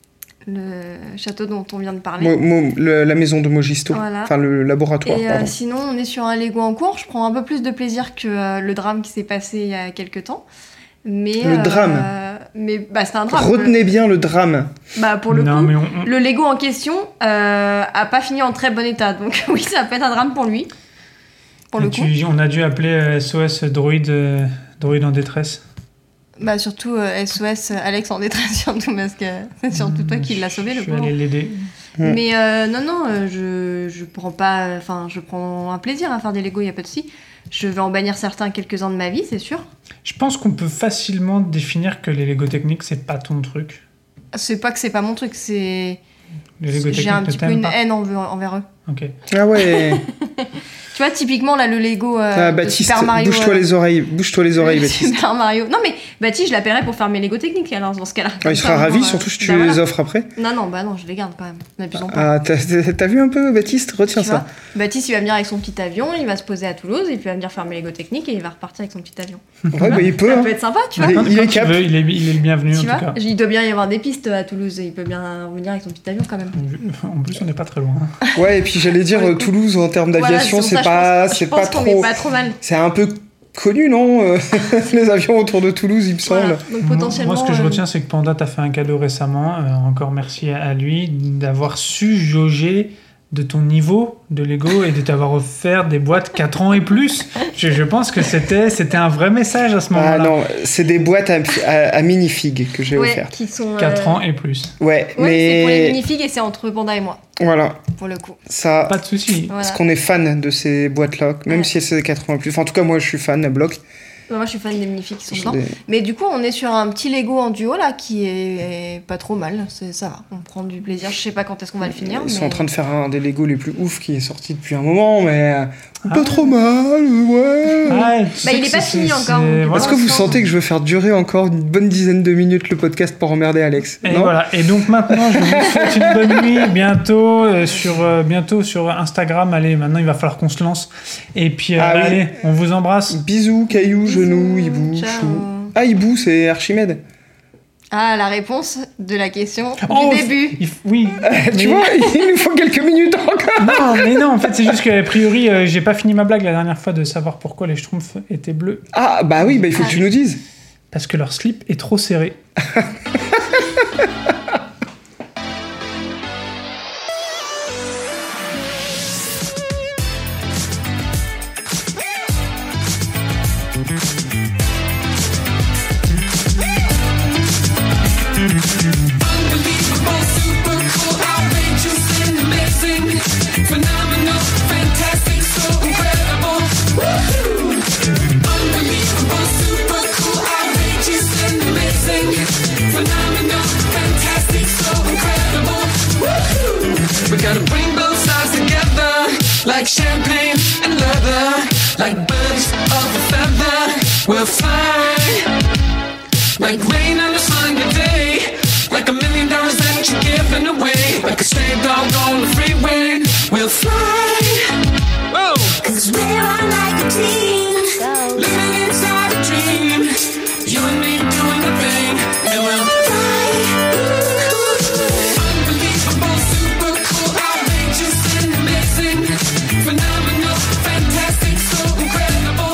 Speaker 5: le château dont on vient de parler.
Speaker 6: Mo- mo- le- la maison de Mogisto.
Speaker 5: Voilà.
Speaker 6: Enfin, le laboratoire,
Speaker 5: Et euh,
Speaker 6: pardon.
Speaker 5: sinon, on est sur un Lego en cours. Je prends un peu plus de plaisir que euh, le drame qui s'est passé il y a quelques temps. Mais,
Speaker 6: Le drame
Speaker 5: euh, Mais bah, c'était un drame.
Speaker 6: Retenez bien le drame.
Speaker 5: Bah, pour le
Speaker 4: non,
Speaker 5: coup,
Speaker 4: mais on, on-
Speaker 5: le Lego en question euh, a pas fini en très bon état. Donc oui, ça peut être un drame pour lui. Pour le
Speaker 4: tu-
Speaker 5: coup.
Speaker 4: on a dû appeler euh, S O S Droid, euh, Droid en détresse.
Speaker 5: Bah surtout euh, S O S Alex en détresse surtout parce que c'est surtout toi qui l'as sauvé
Speaker 4: Je
Speaker 5: le
Speaker 4: suis
Speaker 5: pauvre.
Speaker 4: allé l'aider.
Speaker 6: Mm.
Speaker 5: Mais euh, non non, euh, je je prends pas, enfin je prends un plaisir à faire des Lego, y a pas de souci. Je vais en bannir certains quelques-uns de ma vie, c'est sûr.
Speaker 4: Je pense qu'on peut facilement définir que les Lego techniques, c'est pas ton truc.
Speaker 5: C'est pas que c'est pas mon truc, c'est
Speaker 4: Les Lego
Speaker 5: j'ai
Speaker 4: techniques
Speaker 5: un
Speaker 4: ne
Speaker 5: petit peu
Speaker 4: t'aiment
Speaker 5: une
Speaker 4: pas.
Speaker 5: haine envers, envers eux.
Speaker 4: Ok.
Speaker 6: Ah ouais.
Speaker 5: Tu vois typiquement là le Lego euh,
Speaker 6: Ah,
Speaker 5: de
Speaker 6: Baptiste,
Speaker 5: Super Mario.
Speaker 6: bouge-toi
Speaker 5: euh,
Speaker 6: les oreilles. Bouge-toi les oreilles, Baptiste.
Speaker 5: Super Mario. Non mais Baptiste, je l'appellerai pour faire mes Lego techniques alors dans ce cas-là.
Speaker 6: Ah, il sera
Speaker 5: Comme ça,
Speaker 6: ravi,
Speaker 5: euh,
Speaker 6: surtout si tu
Speaker 5: bah,
Speaker 6: les
Speaker 5: voilà.
Speaker 6: offres après.
Speaker 5: Non non bah non, je les garde quand même. N'abusons pas.
Speaker 6: Ah, t'as t'as vu un peu, Baptiste? Retiens
Speaker 5: Tu
Speaker 6: ça.
Speaker 5: vois, Baptiste, il va venir avec son petit avion, il va se poser à Toulouse, et puis il va venir faire mes Lego techniques et il va repartir avec son petit avion.
Speaker 6: Ouais, bah, il peut.
Speaker 5: Ça
Speaker 6: hein.
Speaker 5: peut être sympa, tu vois.
Speaker 6: Mais
Speaker 4: Quand,
Speaker 6: il
Speaker 4: quand
Speaker 6: est
Speaker 4: il
Speaker 6: cap.
Speaker 4: veut, il est, il est le bienvenu en
Speaker 5: Tu
Speaker 4: tout
Speaker 5: vois,
Speaker 4: cas.
Speaker 5: il doit bien y avoir des pistes à Toulouse, et il peut bien revenir avec son petit avion quand même.
Speaker 4: En plus, on n'est pas très loin.
Speaker 6: Ouais, et puis j'allais dire,
Speaker 5: Pour le
Speaker 6: euh,
Speaker 5: coup.
Speaker 6: Toulouse, en termes d'aviation,
Speaker 5: Voilà,
Speaker 6: c'est
Speaker 5: pour ça,
Speaker 6: pas,
Speaker 5: je pense,
Speaker 6: c'est
Speaker 5: je
Speaker 6: pas
Speaker 5: pense qu'on est
Speaker 6: trop.
Speaker 5: pas trop mal.
Speaker 6: C'est un peu connu, non euh, les avions autour de Toulouse, il me semble.
Speaker 5: Voilà. Donc potentiellement.
Speaker 4: Moi, ce que je
Speaker 5: euh,
Speaker 4: retiens, c'est que Panda t'a fait un cadeau récemment. euh, encore merci à, à lui d'avoir su jauger de ton niveau de Lego et de t'avoir offert des boîtes quatre ans et plus. Je, je pense que c'était c'était un vrai message à ce
Speaker 6: Ah
Speaker 4: moment-là.
Speaker 6: non, c'est des boîtes à, à, à minifigs que j'ai
Speaker 5: ouais,
Speaker 6: offertes.
Speaker 5: qui sont. euh,
Speaker 4: quatre ans et plus.
Speaker 6: Ouais,
Speaker 5: Ouais, c'est pour les
Speaker 6: mais
Speaker 5: minifigs et c'est entre Panda et moi,
Speaker 6: voilà,
Speaker 5: pour le coup.
Speaker 6: ça.
Speaker 4: Pas de souci.
Speaker 5: Voilà.
Speaker 6: Parce qu'on est fan de ces boîtes-là, même
Speaker 5: Ouais.
Speaker 6: si c'est quatre-vingts plus. Enfin, en tout cas, moi, je suis fan, bloc.
Speaker 5: Ouais, moi, je suis fan des minifigs qui sont
Speaker 6: Je
Speaker 5: dedans.
Speaker 6: les-
Speaker 5: Mais du coup, on est sur un petit Lego en duo là qui est, est pas trop mal. C'est ça va. On prend du plaisir. Je sais pas quand est-ce qu'on va le finir.
Speaker 6: Ils
Speaker 5: mais...
Speaker 6: sont en train de faire un des Lego les plus ouf qui est sorti depuis un moment, mais euh,
Speaker 4: Ah
Speaker 6: pas
Speaker 4: ouais.
Speaker 6: trop mal, ouais.
Speaker 4: Ah, tu
Speaker 5: Bah,
Speaker 4: sais
Speaker 5: il
Speaker 4: que
Speaker 5: est pas
Speaker 4: c'est-
Speaker 5: fini
Speaker 4: c'est-
Speaker 5: encore,
Speaker 4: c'est-
Speaker 5: donc
Speaker 4: voilà.
Speaker 6: Est-ce que vous
Speaker 5: l'instant-
Speaker 6: sentez que je veux faire durer encore une bonne dizaine de minutes le podcast pour emmerder Alex?
Speaker 4: Et
Speaker 6: Non.
Speaker 4: voilà. Et donc maintenant, je vous souhaite une bonne nuit. Bientôt euh, sur euh, bientôt sur Instagram. Allez, maintenant il va falloir qu'on se lance. Et puis euh,
Speaker 6: Ah oui.
Speaker 4: allez, on vous embrasse.
Speaker 6: Bisous, cailloux,
Speaker 5: Bisous,
Speaker 6: genoux, hibou,
Speaker 5: ciao.
Speaker 6: chou. Ah, hibou, c'est Archimède.
Speaker 5: Ah, la réponse de la question
Speaker 4: Oh,
Speaker 5: du début.
Speaker 4: il f- Oui.
Speaker 6: Tu
Speaker 4: mais-
Speaker 6: vois, il nous faut quelques minutes encore.
Speaker 4: Non, mais non, en fait, c'est juste qu'a priori, euh, j'ai pas fini ma blague la dernière fois de savoir pourquoi les Schtroumpfs étaient bleus.
Speaker 6: Ah, bah oui, bah il faut que tu nous dises.
Speaker 4: Parce que leur slip est trop serré.
Speaker 2: Unbelievable, super cool, outrageous and amazing. Phenomenal, fantastic, so incredible. Woohoo! Unbelievable, super cool, outrageous and amazing. Phenomenal, fantastic, so incredible. Woohoo! We gotta bring both sides together, like champagne and leather, like birds of a feather. We'll fly like rain on a sunny day, like a million dollars that you're giving away, like a stray dog on the freeway. We'll fly, whoa, cause we're on like a team, living inside a dream. You and me doing the thing, and we'll fly. Unbelievable, super cool, outrageous and amazing, phenomenal, fantastic, so incredible.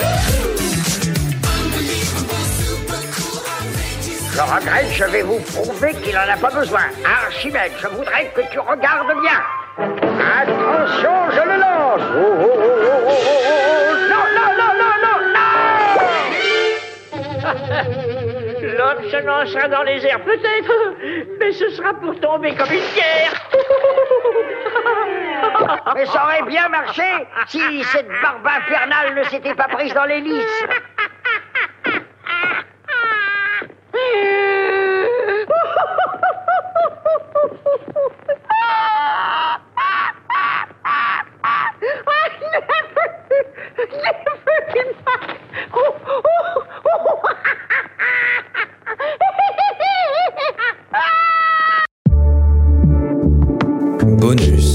Speaker 2: Unbelievable, super cool, outrageous.
Speaker 8: Je regrette, je vais vous prouver qu'il en a pas besoin. Archimède, je voudrais que tu regardes bien. Attention, je le lance. Oh, oh, oh, oh, oh, oh, oh. Non, non, non, non, non, non. L'homme se lancera dans les airs, peut-être, mais ce sera pour tomber comme une pierre. Mais ça aurait bien marché si cette barbe infernale ne s'était pas prise dans l'hélice.
Speaker 9: Bonus.